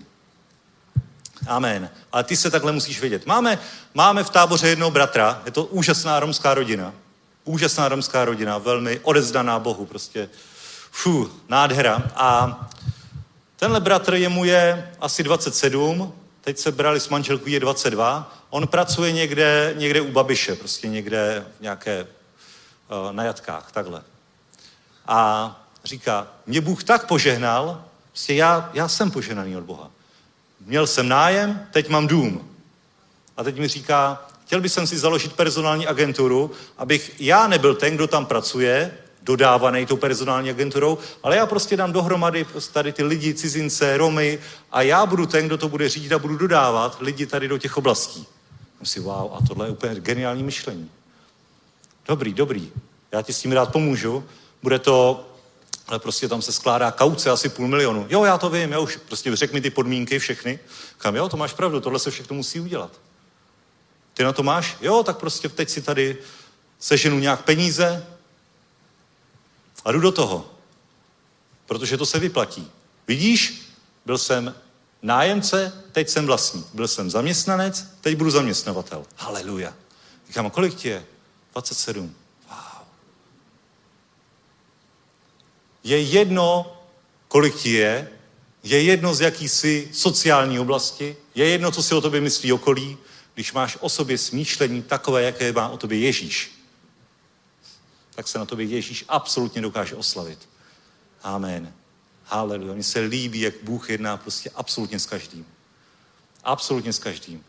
Amen. Ale ty se takhle musíš vědět. Máme v Táboře jednoho bratra, je to úžasná romská rodina, velmi odevzdaná Bohu, prostě nádhera. A tenhle bratr jemu je asi 27, teď se brali s manželkou, je 22, on pracuje někde u Babiše, prostě někde v nějaké na jatkách, takhle. A říká, mě Bůh tak požehnal, prostě já jsem požehnaný od Boha. Měl jsem nájem, teď mám dům. A teď mi říká, chtěl bych si založit personální agenturu, abych já nebyl ten, kdo tam pracuje, dodávaný tou personální agenturou, ale já prostě dám dohromady tady ty lidi, cizince, Romy a já budu ten, kdo to bude řídit a budu dodávat lidi tady do těch oblastí. Myslím si, wow, a tohle je úplně geniální myšlení. Dobrý, já ti s tím rád pomůžu, bude to, ale prostě tam se skládá kauce asi 500 000. Jo, já to vím, já už prostě řek mi ty podmínky všechny. Kam, jo, to máš pravdu, tohle se všechno musí udělat. Ty na to máš? Jo, tak prostě teď si tady seženu nějak peníze a jdu do toho. Protože to se vyplatí. Vidíš, byl jsem nájemce, teď jsem vlastník. Byl jsem zaměstnanec, teď budu zaměstnavatel. Haleluja. Říkám, a kolik ti je? 27. Wow. Je jedno, kolik ti je jedno z jakýsi sociální oblasti, je jedno, co si o tobě myslí okolí, když máš o sobě smýšlení takové, jaké má o tobě Ježíš, tak se na tobě Ježíš absolutně dokáže oslavit. Amen. Haleluja. Mně se líbí, jak Bůh jedná prostě absolutně s každým. Absolutně s každým.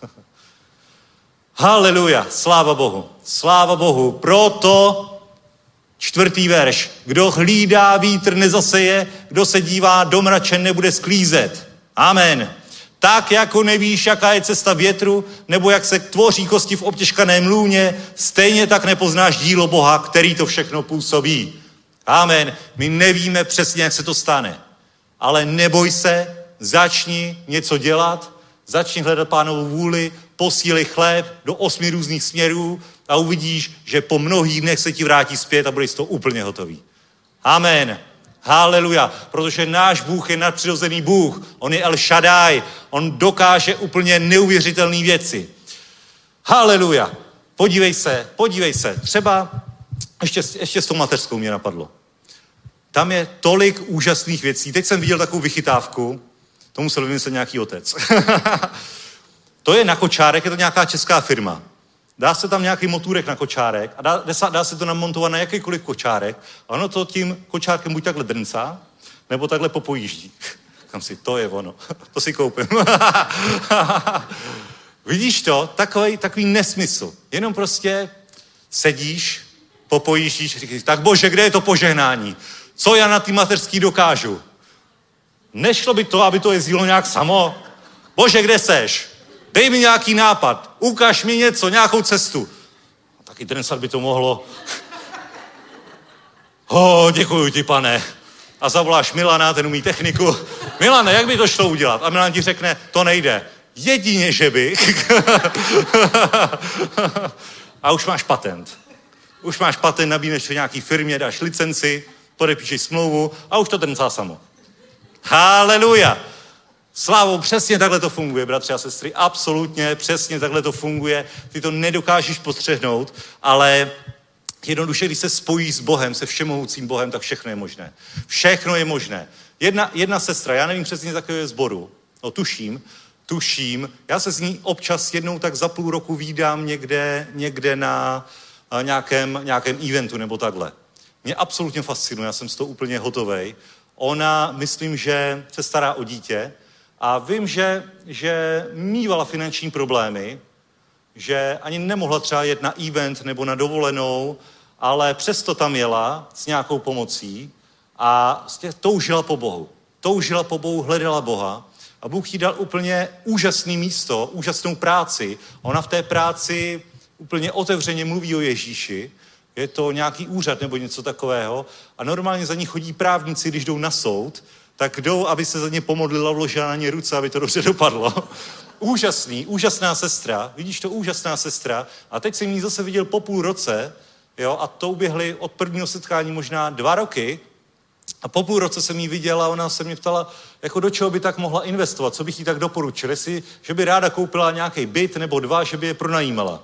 Haleluja. Sláva Bohu. Sláva Bohu. Proto 4. verš. Kdo hlídá vítr, nezaseje, kdo se dívá do mračen, nebude sklízet. Amen. Tak, jako nevíš, jaká je cesta větru, nebo jak se tvoří kosti v obtěžkaném lůně, stejně tak nepoznáš dílo Boha, který to všechno působí. Amen. My nevíme přesně, jak se to stane. Ale neboj se, začni něco dělat, začni hledat Pánovu vůli, posílej chléb do 8 různých směrů a uvidíš, že po mnohých dnech se ti vrátí zpět a budeš z toho úplně hotový. Amen. Haleluja, protože náš Bůh je nadpřirozený Bůh. On je El Shaddai. On dokáže úplně neuvěřitelné věci. Haleluja. Podívej se. Třeba ještě s tou mateřskou mě napadlo. Tam je tolik úžasných věcí. Teď jsem viděl takovou vychytávku. To musel vymyslet nějaký otec. To je na kočárek, je to nějaká česká firma. Dá se tam nějaký motůrek na kočárek a dá se to namontovat na jakýkoliv kočárek a ono to tím kočárkem buď takhle drncá, nebo takhle popojíždí. Kam si, to je ono. To si koupím. Vidíš to? Takový nesmysl. Jenom prostě sedíš, popojíždíš, říkáš, tak Bože, kde je to požehnání? Co já na ty mateřský dokážu? Nešlo by to, aby to jezdilo nějak samo? Bože, kde seš? Dej mi nějaký nápad, ukaž mi něco, nějakou cestu. Taky drensat by to mohlo. Děkuji ti, pane. A zavoláš Milana, ten umí techniku. Milane, jak by to šlo udělat? A Milan ti řekne, to nejde. Jedině, že bych. A už máš patent. Nabídneš v nějaký firmě, dáš licenci, podepíšeš smlouvu a už to drncá samo. Haleluja. Slávo, přesně takhle to funguje, bratři a sestry, absolutně, přesně takhle to funguje. Ty to nedokážeš postřehnout, ale jednoduše, když se spojíš s Bohem, se všemohoucím Bohem, tak všechno je možné. Všechno je možné. Jedna sestra, já nevím přesně z jakého sboru, no tuším, já se s ní občas jednou tak za půl roku vídám někde na nějakém eventu nebo takhle. Mě absolutně fascinuje, já jsem z toho úplně hotovej. Ona, myslím, že se stará o dítě a vím, že mívala finanční problémy, že ani nemohla třeba jet na event nebo na dovolenou, ale přesto tam jela s nějakou pomocí a toužila po Bohu. Toužila po Bohu, hledala Boha a Bůh jí dal úplně úžasné místo, úžasnou práci. Ona v té práci úplně otevřeně mluví o Ježíši. Je to nějaký úřad nebo něco takového a normálně za ní chodí právníci, když jdou na soud, tak jdou, aby se za ně pomodlila, vložila na ně ruce, aby to dobře dopadlo. Úžasná sestra, vidíš to, úžasná sestra. A teď jsem ji zase viděl po půl roce, jo, a to uběhly od prvního setkání možná 2 roky. A po půl roce jsem ji viděla a ona se mě ptala, jako do čeho by tak mohla investovat, co bych jí tak doporučil, jestli, že by ráda koupila nějaký byt nebo 2, že by je pronajímala.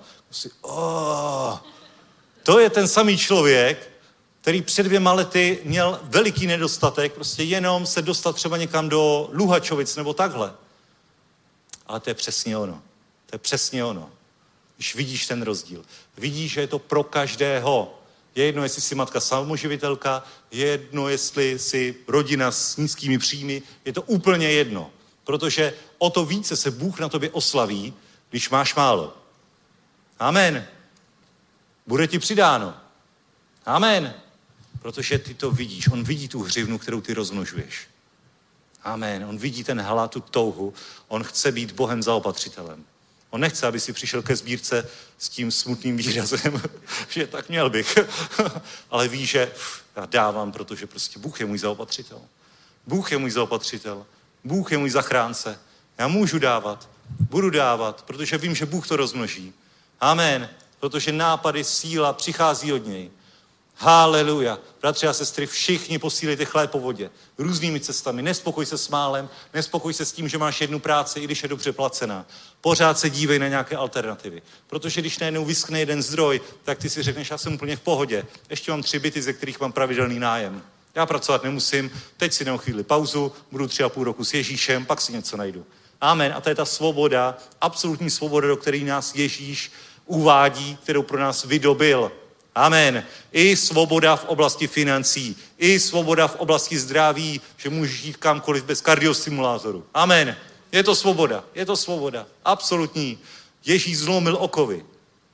To je ten samý člověk, který před 2 lety měl veliký nedostatek, prostě jenom se dostat třeba někam do Luhačovic nebo takhle. Ale to je přesně ono. To je přesně ono. Když vidíš ten rozdíl. Vidíš, že je to pro každého. Je jedno, jestli jsi matka samoživitelka, je jedno, jestli jsi rodina s nízkými příjmy, je to úplně jedno. Protože o to více se Bůh na tobě oslaví, když máš málo. Amen. Bude ti přidáno. Amen. Protože ty to vidíš. On vidí tu hřivnu, kterou ty rozmnožuješ. Amen. On vidí ten hlad, tu touhu. On chce být Bohem zaopatřitelem. On nechce, aby si přišel ke sbírce s tím smutným výrazem, že tak měl bych. Ale ví, že já dávám, protože prostě Bůh je můj zaopatřitel. Bůh je můj zaopatřitel. Bůh je můj zachránce. Já můžu dávat, budu dávat, protože vím, že Bůh to rozmnoží. Amen. Protože nápady, síla přichází od něj. Haleluja. Bratři a sestry, všichni posílejte chléb po vodě. Různými cestami. Nespokoj se s málem, nespokoj se s tím, že máš jednu práci, i když je dobře placená. Pořád se dívej na nějaké alternativy. Protože když najednou vyskne jeden zdroj, tak ty si řekneš, já jsem úplně v pohodě. Ještě mám 3 byty, ze kterých mám pravidelný nájem. Já pracovat nemusím, teď si dám chvíli pauzu, budu 3,5 roku s Ježíšem, pak si něco najdu. Amen. A to je ta svoboda, absolutní svoboda, do které nás Ježíš uvádí, kterou pro nás vydobil. Amen. I svoboda v oblasti financí, i svoboda v oblasti zdraví, že můžeš jít kamkoliv bez kardiostimulátoru. Amen. Je to svoboda, absolutní. Ježíš zlomil okovy.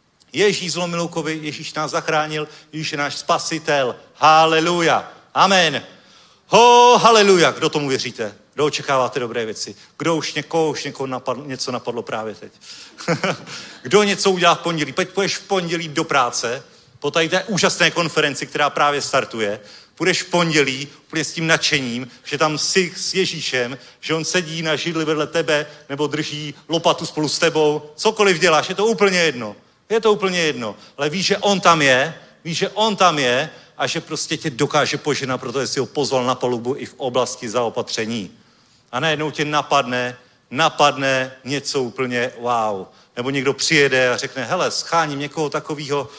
Ježíš nás zachránil, Ježíš je náš spasitel. Haleluja. Amen. Haleluja. Kdo tomu věříte? Kdo očekáváte dobré věci? Kdo už někoho něco napadlo právě teď? Kdo něco udělá v pondělí? Půjdeš v pondělí do práce, po tady té úžasné konferenci, která právě startuje, půjdeš v pondělí úplně s tím nadšením, že tam jsi s Ježíšem, že on sedí na židli vedle tebe nebo drží lopatu spolu s tebou, cokoliv děláš, je to úplně jedno. Ale víš, že on tam je a že prostě tě dokáže poženat, protože jsi ho pozval na palubu i v oblasti zaopatření. A najednou tě napadne něco úplně wow. Nebo někdo přijede a řekne, hele, scháním někoho takového,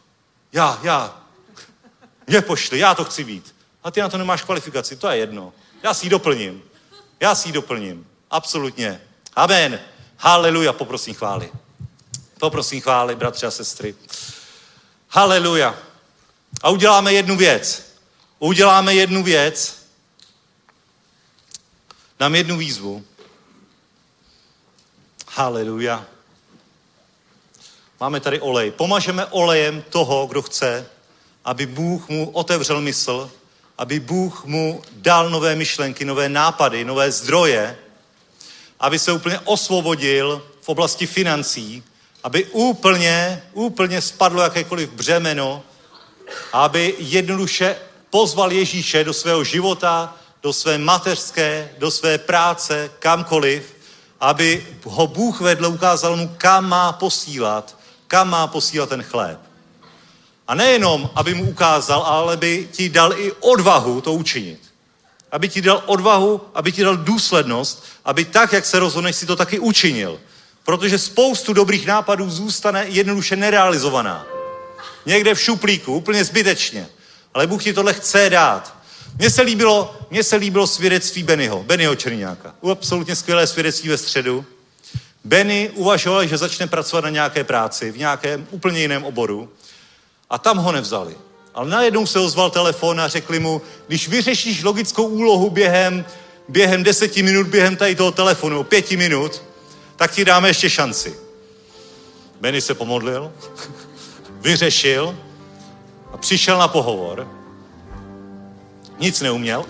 mě pošli, já to chci být. A ty na to nemáš kvalifikaci, to je jedno. Já si ji doplním. Absolutně. Amen. Haleluja, poprosím chvály, bratři a sestry. Haleluja. A uděláme jednu věc. Dám jednu výzvu. Haleluja. Máme tady olej. Pomažeme olejem toho, kdo chce, aby Bůh mu otevřel mysl, aby Bůh mu dal nové myšlenky, nové nápady, nové zdroje, aby se úplně osvobodil v oblasti financí, aby úplně spadlo jakékoliv břemeno, aby jednoduše pozval Ježíše do svého života, do své mateřské, do své práce, kamkoliv, aby ho Bůh vedl, ukázal mu, kam má posílat ten chléb. A nejenom, aby mu ukázal, ale by ti dal i odvahu to učinit. Aby ti dal odvahu, aby ti dal důslednost, aby tak, jak se rozhodneš, si to taky učinil. Protože spoustu dobrých nápadů zůstane jednoduše nerealizovaná. Někde v šuplíku, úplně zbytečně. Ale Bůh ti tohle chce dát. Mně se líbilo svědectví Bennyho Čerňáka. Absolutně skvělé svědectví ve středu. Benny uvažoval, že začne pracovat na nějaké práci, v nějakém úplně jiném oboru. A tam ho nevzali. Ale najednou se ozval telefon a řekli mu, když vyřešíš logickou úlohu během 10 minut, během tady toho telefonu, 5 minut, tak ti dáme ještě šanci. Benny se pomodlil, vyřešil a přišel na pohovor. Nic neuměl,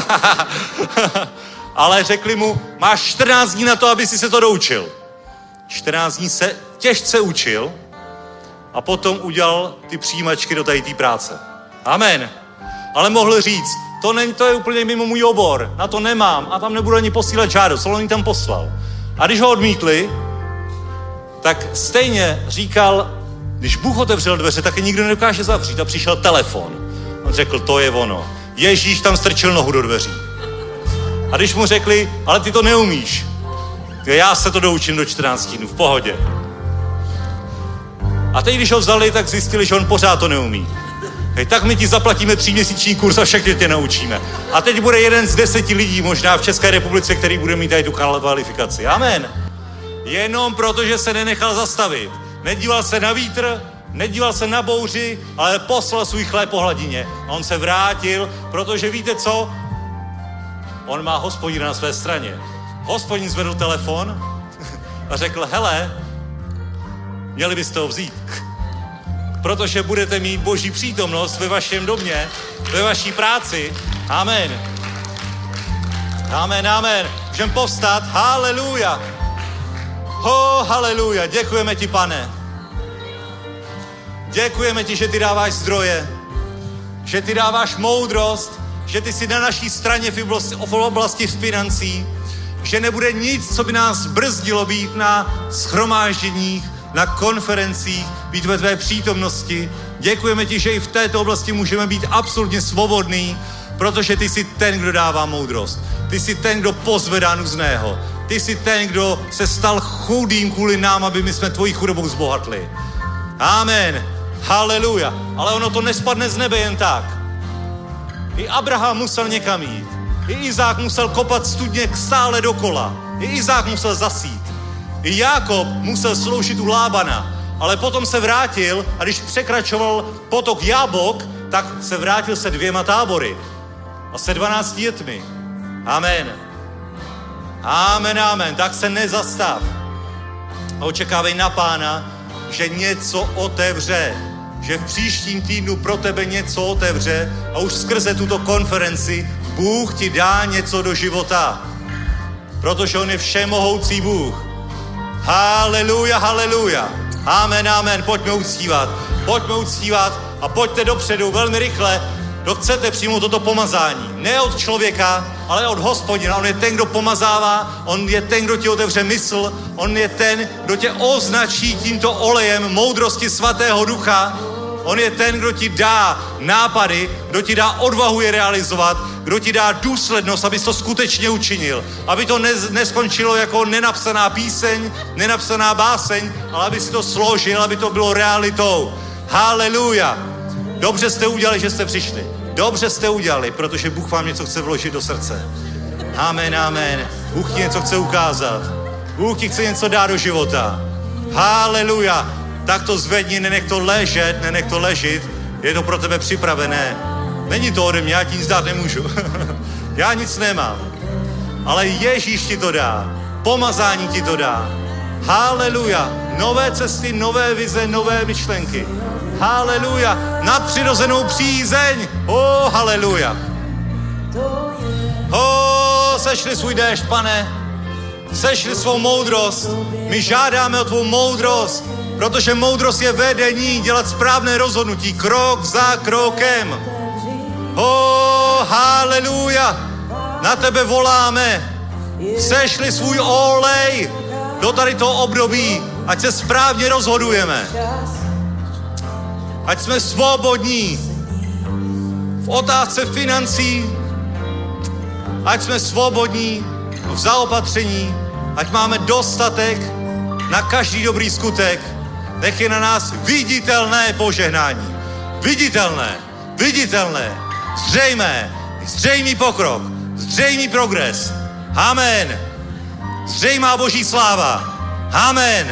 ale řekli mu, máš 14 dní na to, aby si se to doučil. 14 dní se těžce učil a potom udělal ty přijímačky do té práce. Amen. Ale mohl říct, to je úplně mimo můj obor, na to nemám a tam nebudu ani posílat žádost, ale on ji tam poslal. A když ho odmítli, tak stejně říkal, když Bůh otevřel dveře, tak je nikdo nedokáže zavřít a přišel telefon. On řekl, to je ono. Ježíš tam strčil nohu do dveří. A když mu řekli, ale ty to neumíš, já se to doučím do 14 dnů, v pohodě. A teď, když ho vzali, tak zjistili, že on pořád to neumí. Hej, tak my ti zaplatíme 3měsíční kurz a všechny tě naučíme. A teď bude 1 z 10 lidí možná v České republice, který bude mít tady tu kvalifikaci. Amen. Jenom proto, že se nenechal zastavit. Nedíval se na vítr, nedíval se na bouři, ale poslal svůj chléb po hladině. A on se vrátil, protože víte co? On má Hospodina na své straně. Hospodin zvedl telefon a řekl, hele, měli byste ho vzít. Protože budete mít Boží přítomnost ve vašem domě, ve vaší práci. Amen. Amen, amen. Můžeme povstat. Haleluja. Haleluja. Děkujeme ti, Pane. Děkujeme ti, že ty dáváš zdroje, že ty dáváš moudrost, že ty jsi na naší straně v oblasti financí, že nebude nic, co by nás brzdilo být na shromážděních, na konferencích, být ve tvé přítomnosti. Děkujeme ti, že i v této oblasti můžeme být absolutně svobodný, protože ty jsi ten, kdo dává moudrost. Ty jsi ten, kdo pozvedá nuzného. Ty jsi ten, kdo se stal chudým kvůli nám, aby my jsme tvojí chudobou zbohatli. Amen. Haleluja. Ale ono to nespadne z nebe jen tak. I Abraham musel někam jít. I Izák musel kopat studně stále dokola. I Izák musel zasít. I Jákob musel sloužit u Lábana. Ale potom se vrátil a když překračoval potok Jábok, tak se vrátil se 2 tábory. A se 12 dětmi. Amen. Amen, amen. Tak se nezastav. A očekávej na Pána, že něco otevře. Že v příštím týdnu pro tebe něco otevře a už skrze tuto konferenci Bůh ti dá něco do života. Protože on je všemohoucí Bůh. Haleluja, haleluja. Amen, amen. Pojďme uctívat a pojďte dopředu velmi rychle. Kdo chcete přijmout toto pomazání. Ne od člověka, ale od Hospodina. On je ten, kdo pomazává, on je ten, kdo ti otevře mysl, on je ten, kdo tě označí tímto olejem moudrosti Svatého Ducha. On je ten, kdo ti dá nápady, kdo ti dá odvahu je realizovat, kdo ti dá důslednost, abys to skutečně učinil. Aby to neskončilo jako nenapsaná píseň, nenapsaná báseň, ale aby si to složil, aby to bylo realitou. Haleluja. Dobře jste udělali, že jste přišli. Dobře jste udělali, protože Bůh vám něco chce vložit do srdce. Amen, amen. Bůh ti něco chce ukázat. Bůh ti chce něco dát do života. Haleluja. Tak to zvedni, nenech to ležet. Je to pro tebe připravené. Není to ode mě, já ti nic dát nemůžu. Já nic nemám. Ale Ježíš ti to dá. Pomazání ti to dá. Haleluja. Nové cesty, nové vize, nové myšlenky. Haleluja. Nadpřirozenou přízeň. Haleluja. Sešli svůj déšť, Pane. Sešli svou moudrost. My žádáme o tvou moudrost, protože moudrost je vedení, dělat správné rozhodnutí, krok za krokem. Haleluja. Na tebe voláme. Sešli svůj olej do tady toho období, ať se správně rozhodujeme. Ať jsme svobodní v otázce financí, ať jsme svobodní v zaopatření, ať máme dostatek na každý dobrý skutek, nech je na nás viditelné požehnání. Viditelné, zřejmý pokrok, zřejmý progres. Amen. Zřejmá boží sláva. Amen.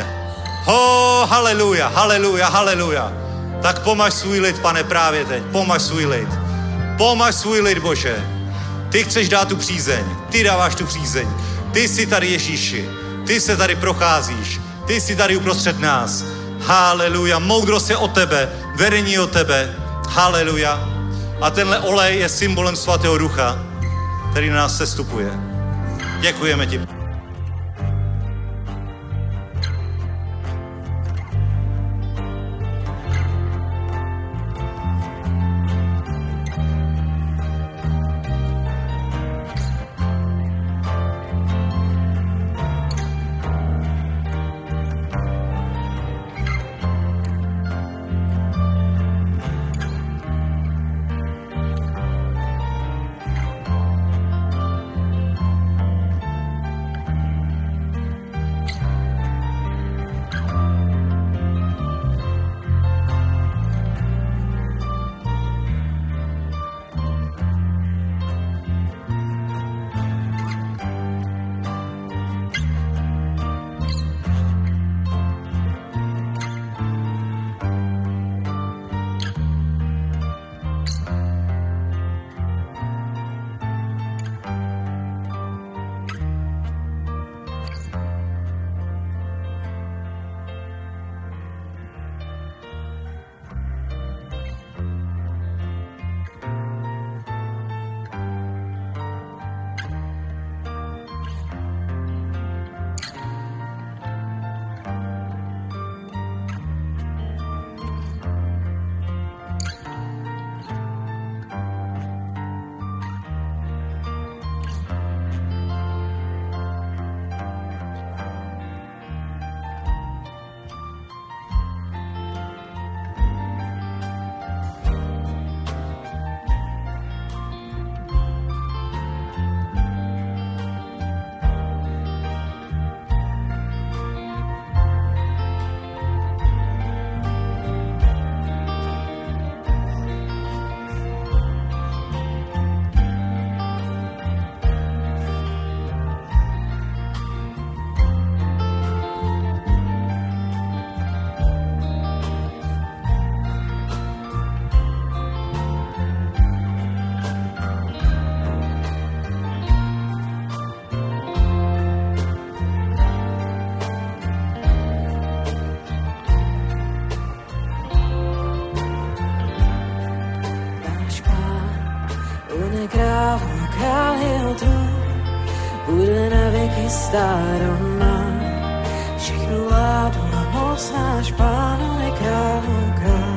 Haleluja. Tak pomaž svůj lid, Pane, právě teď. Pomaž svůj lid, Bože. Ty chceš dát tu přízeň. Ty dáváš tu přízeň. Ty jsi tady, Ježíši. Ty se tady procházíš. Ty jsi tady uprostřed nás. Haleluja. Moudrost je od tebe. Vedení je od tebe. Haleluja. A tenhle olej je symbolem svatého ducha, který na nás sestupuje. Děkujeme ti. Král jeho trůn bude na věky stát on má. Všechnu vládu a moc náš Pán, on je králu král.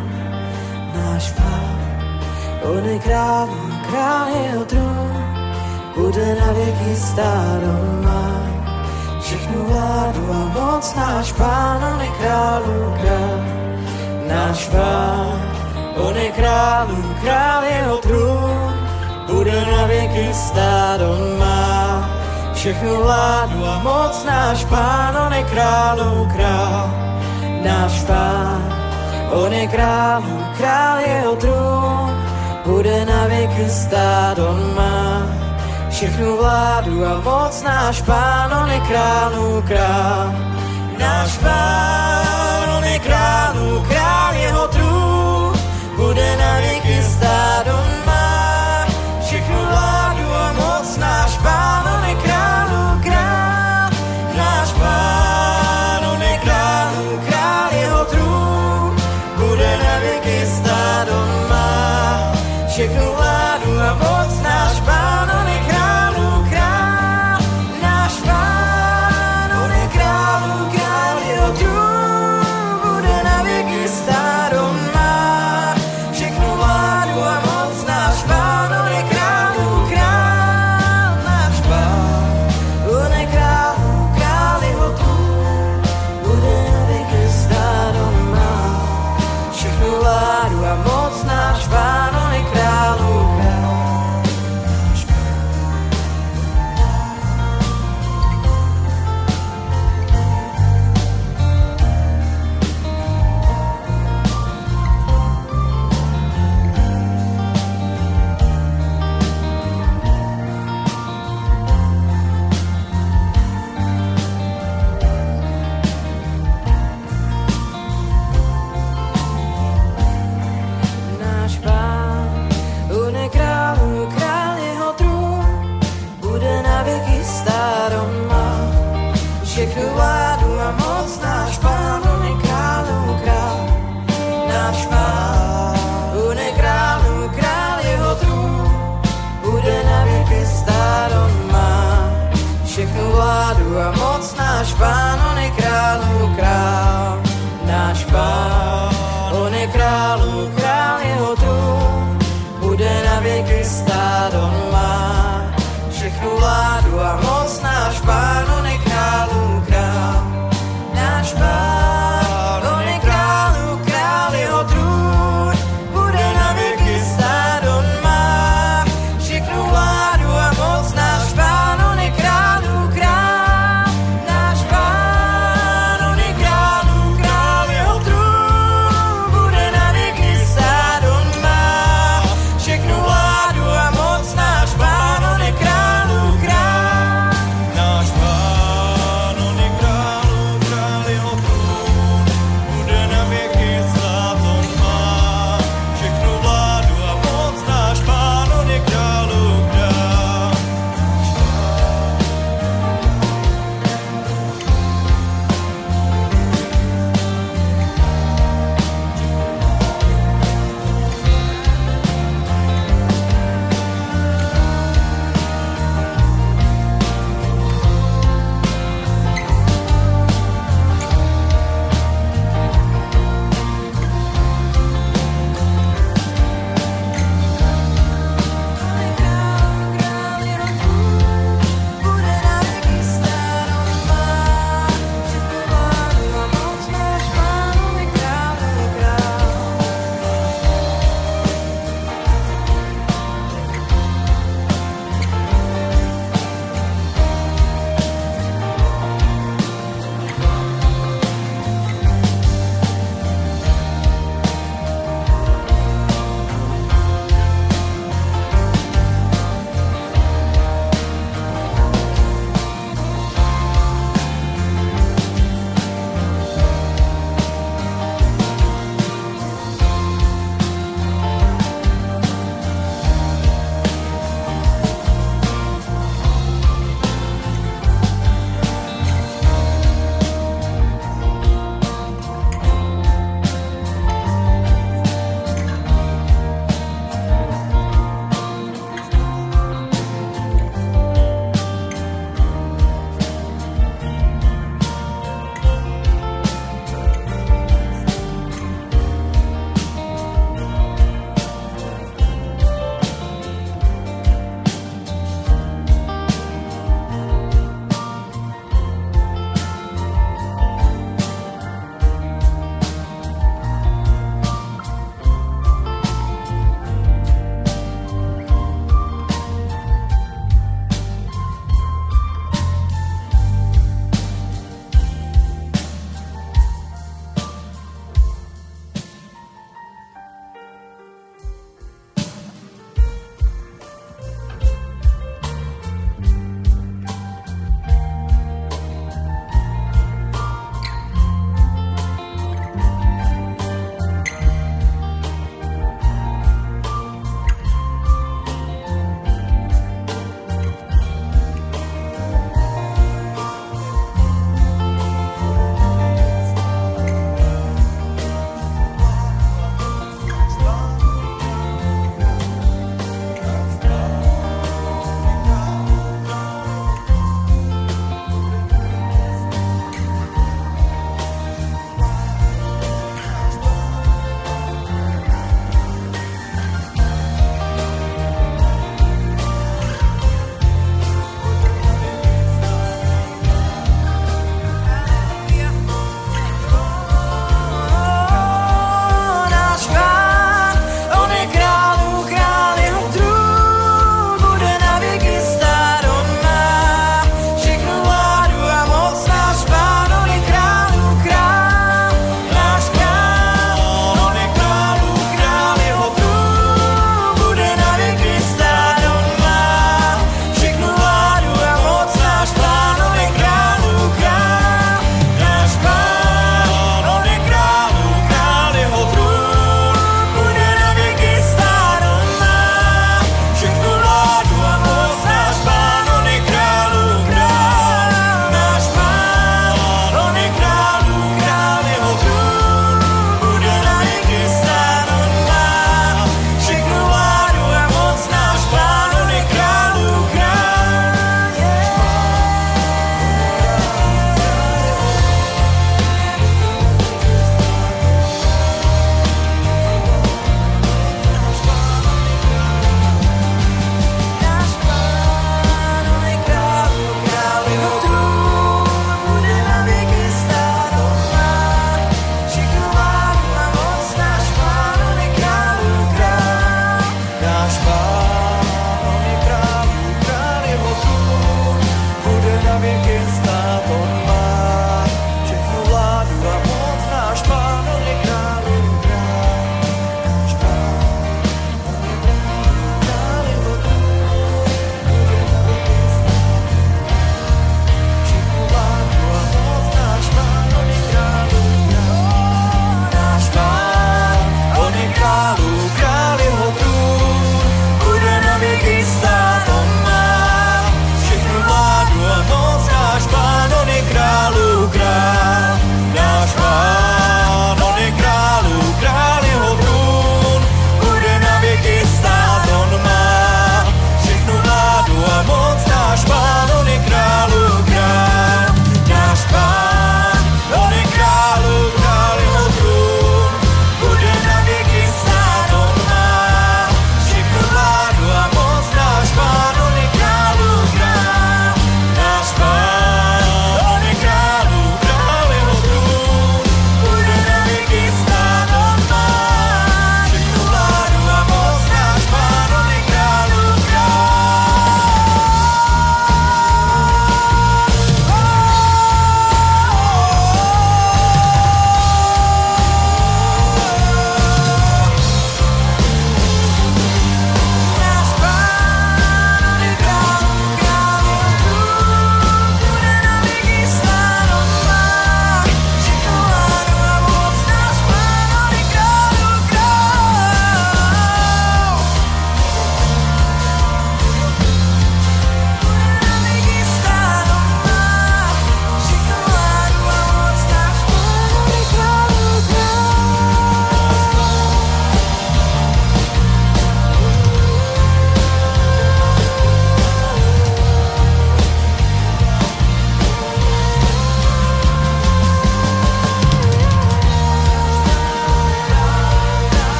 Náš Pán, on je králu král, jeho trůn bude na věky stát on má. Všechnu vládu a moc náš Pán, on je králu král. Náš Pán, on je králu král, jeho trůn bude na věky stát, on má všechnu vládu a moc náš Pán, on je králu král. Náš Pán, on je králu král, jeho trůn bude na věky stát, on má všechnu vládu a moc náš Pán, on je králu král. Náš Pán, on je králu král, jeho trůn bude na věky stát, on má všechnu vládu a moc náš Pán, on je králu král. Náš Pán, on je králu král, jeho trůn bude na věky stát, on má všechnu vládu a moc náš Pán, on je králu král. Náš Pán, on je králu král, jeho trůn bude na věky všechnu vládu a moc náš Pán, on je králů král. Náš Pán, on je králů král, jeho trůn bude na věky stát, on má všechnu vládu a moc náš Pán, on je králů král.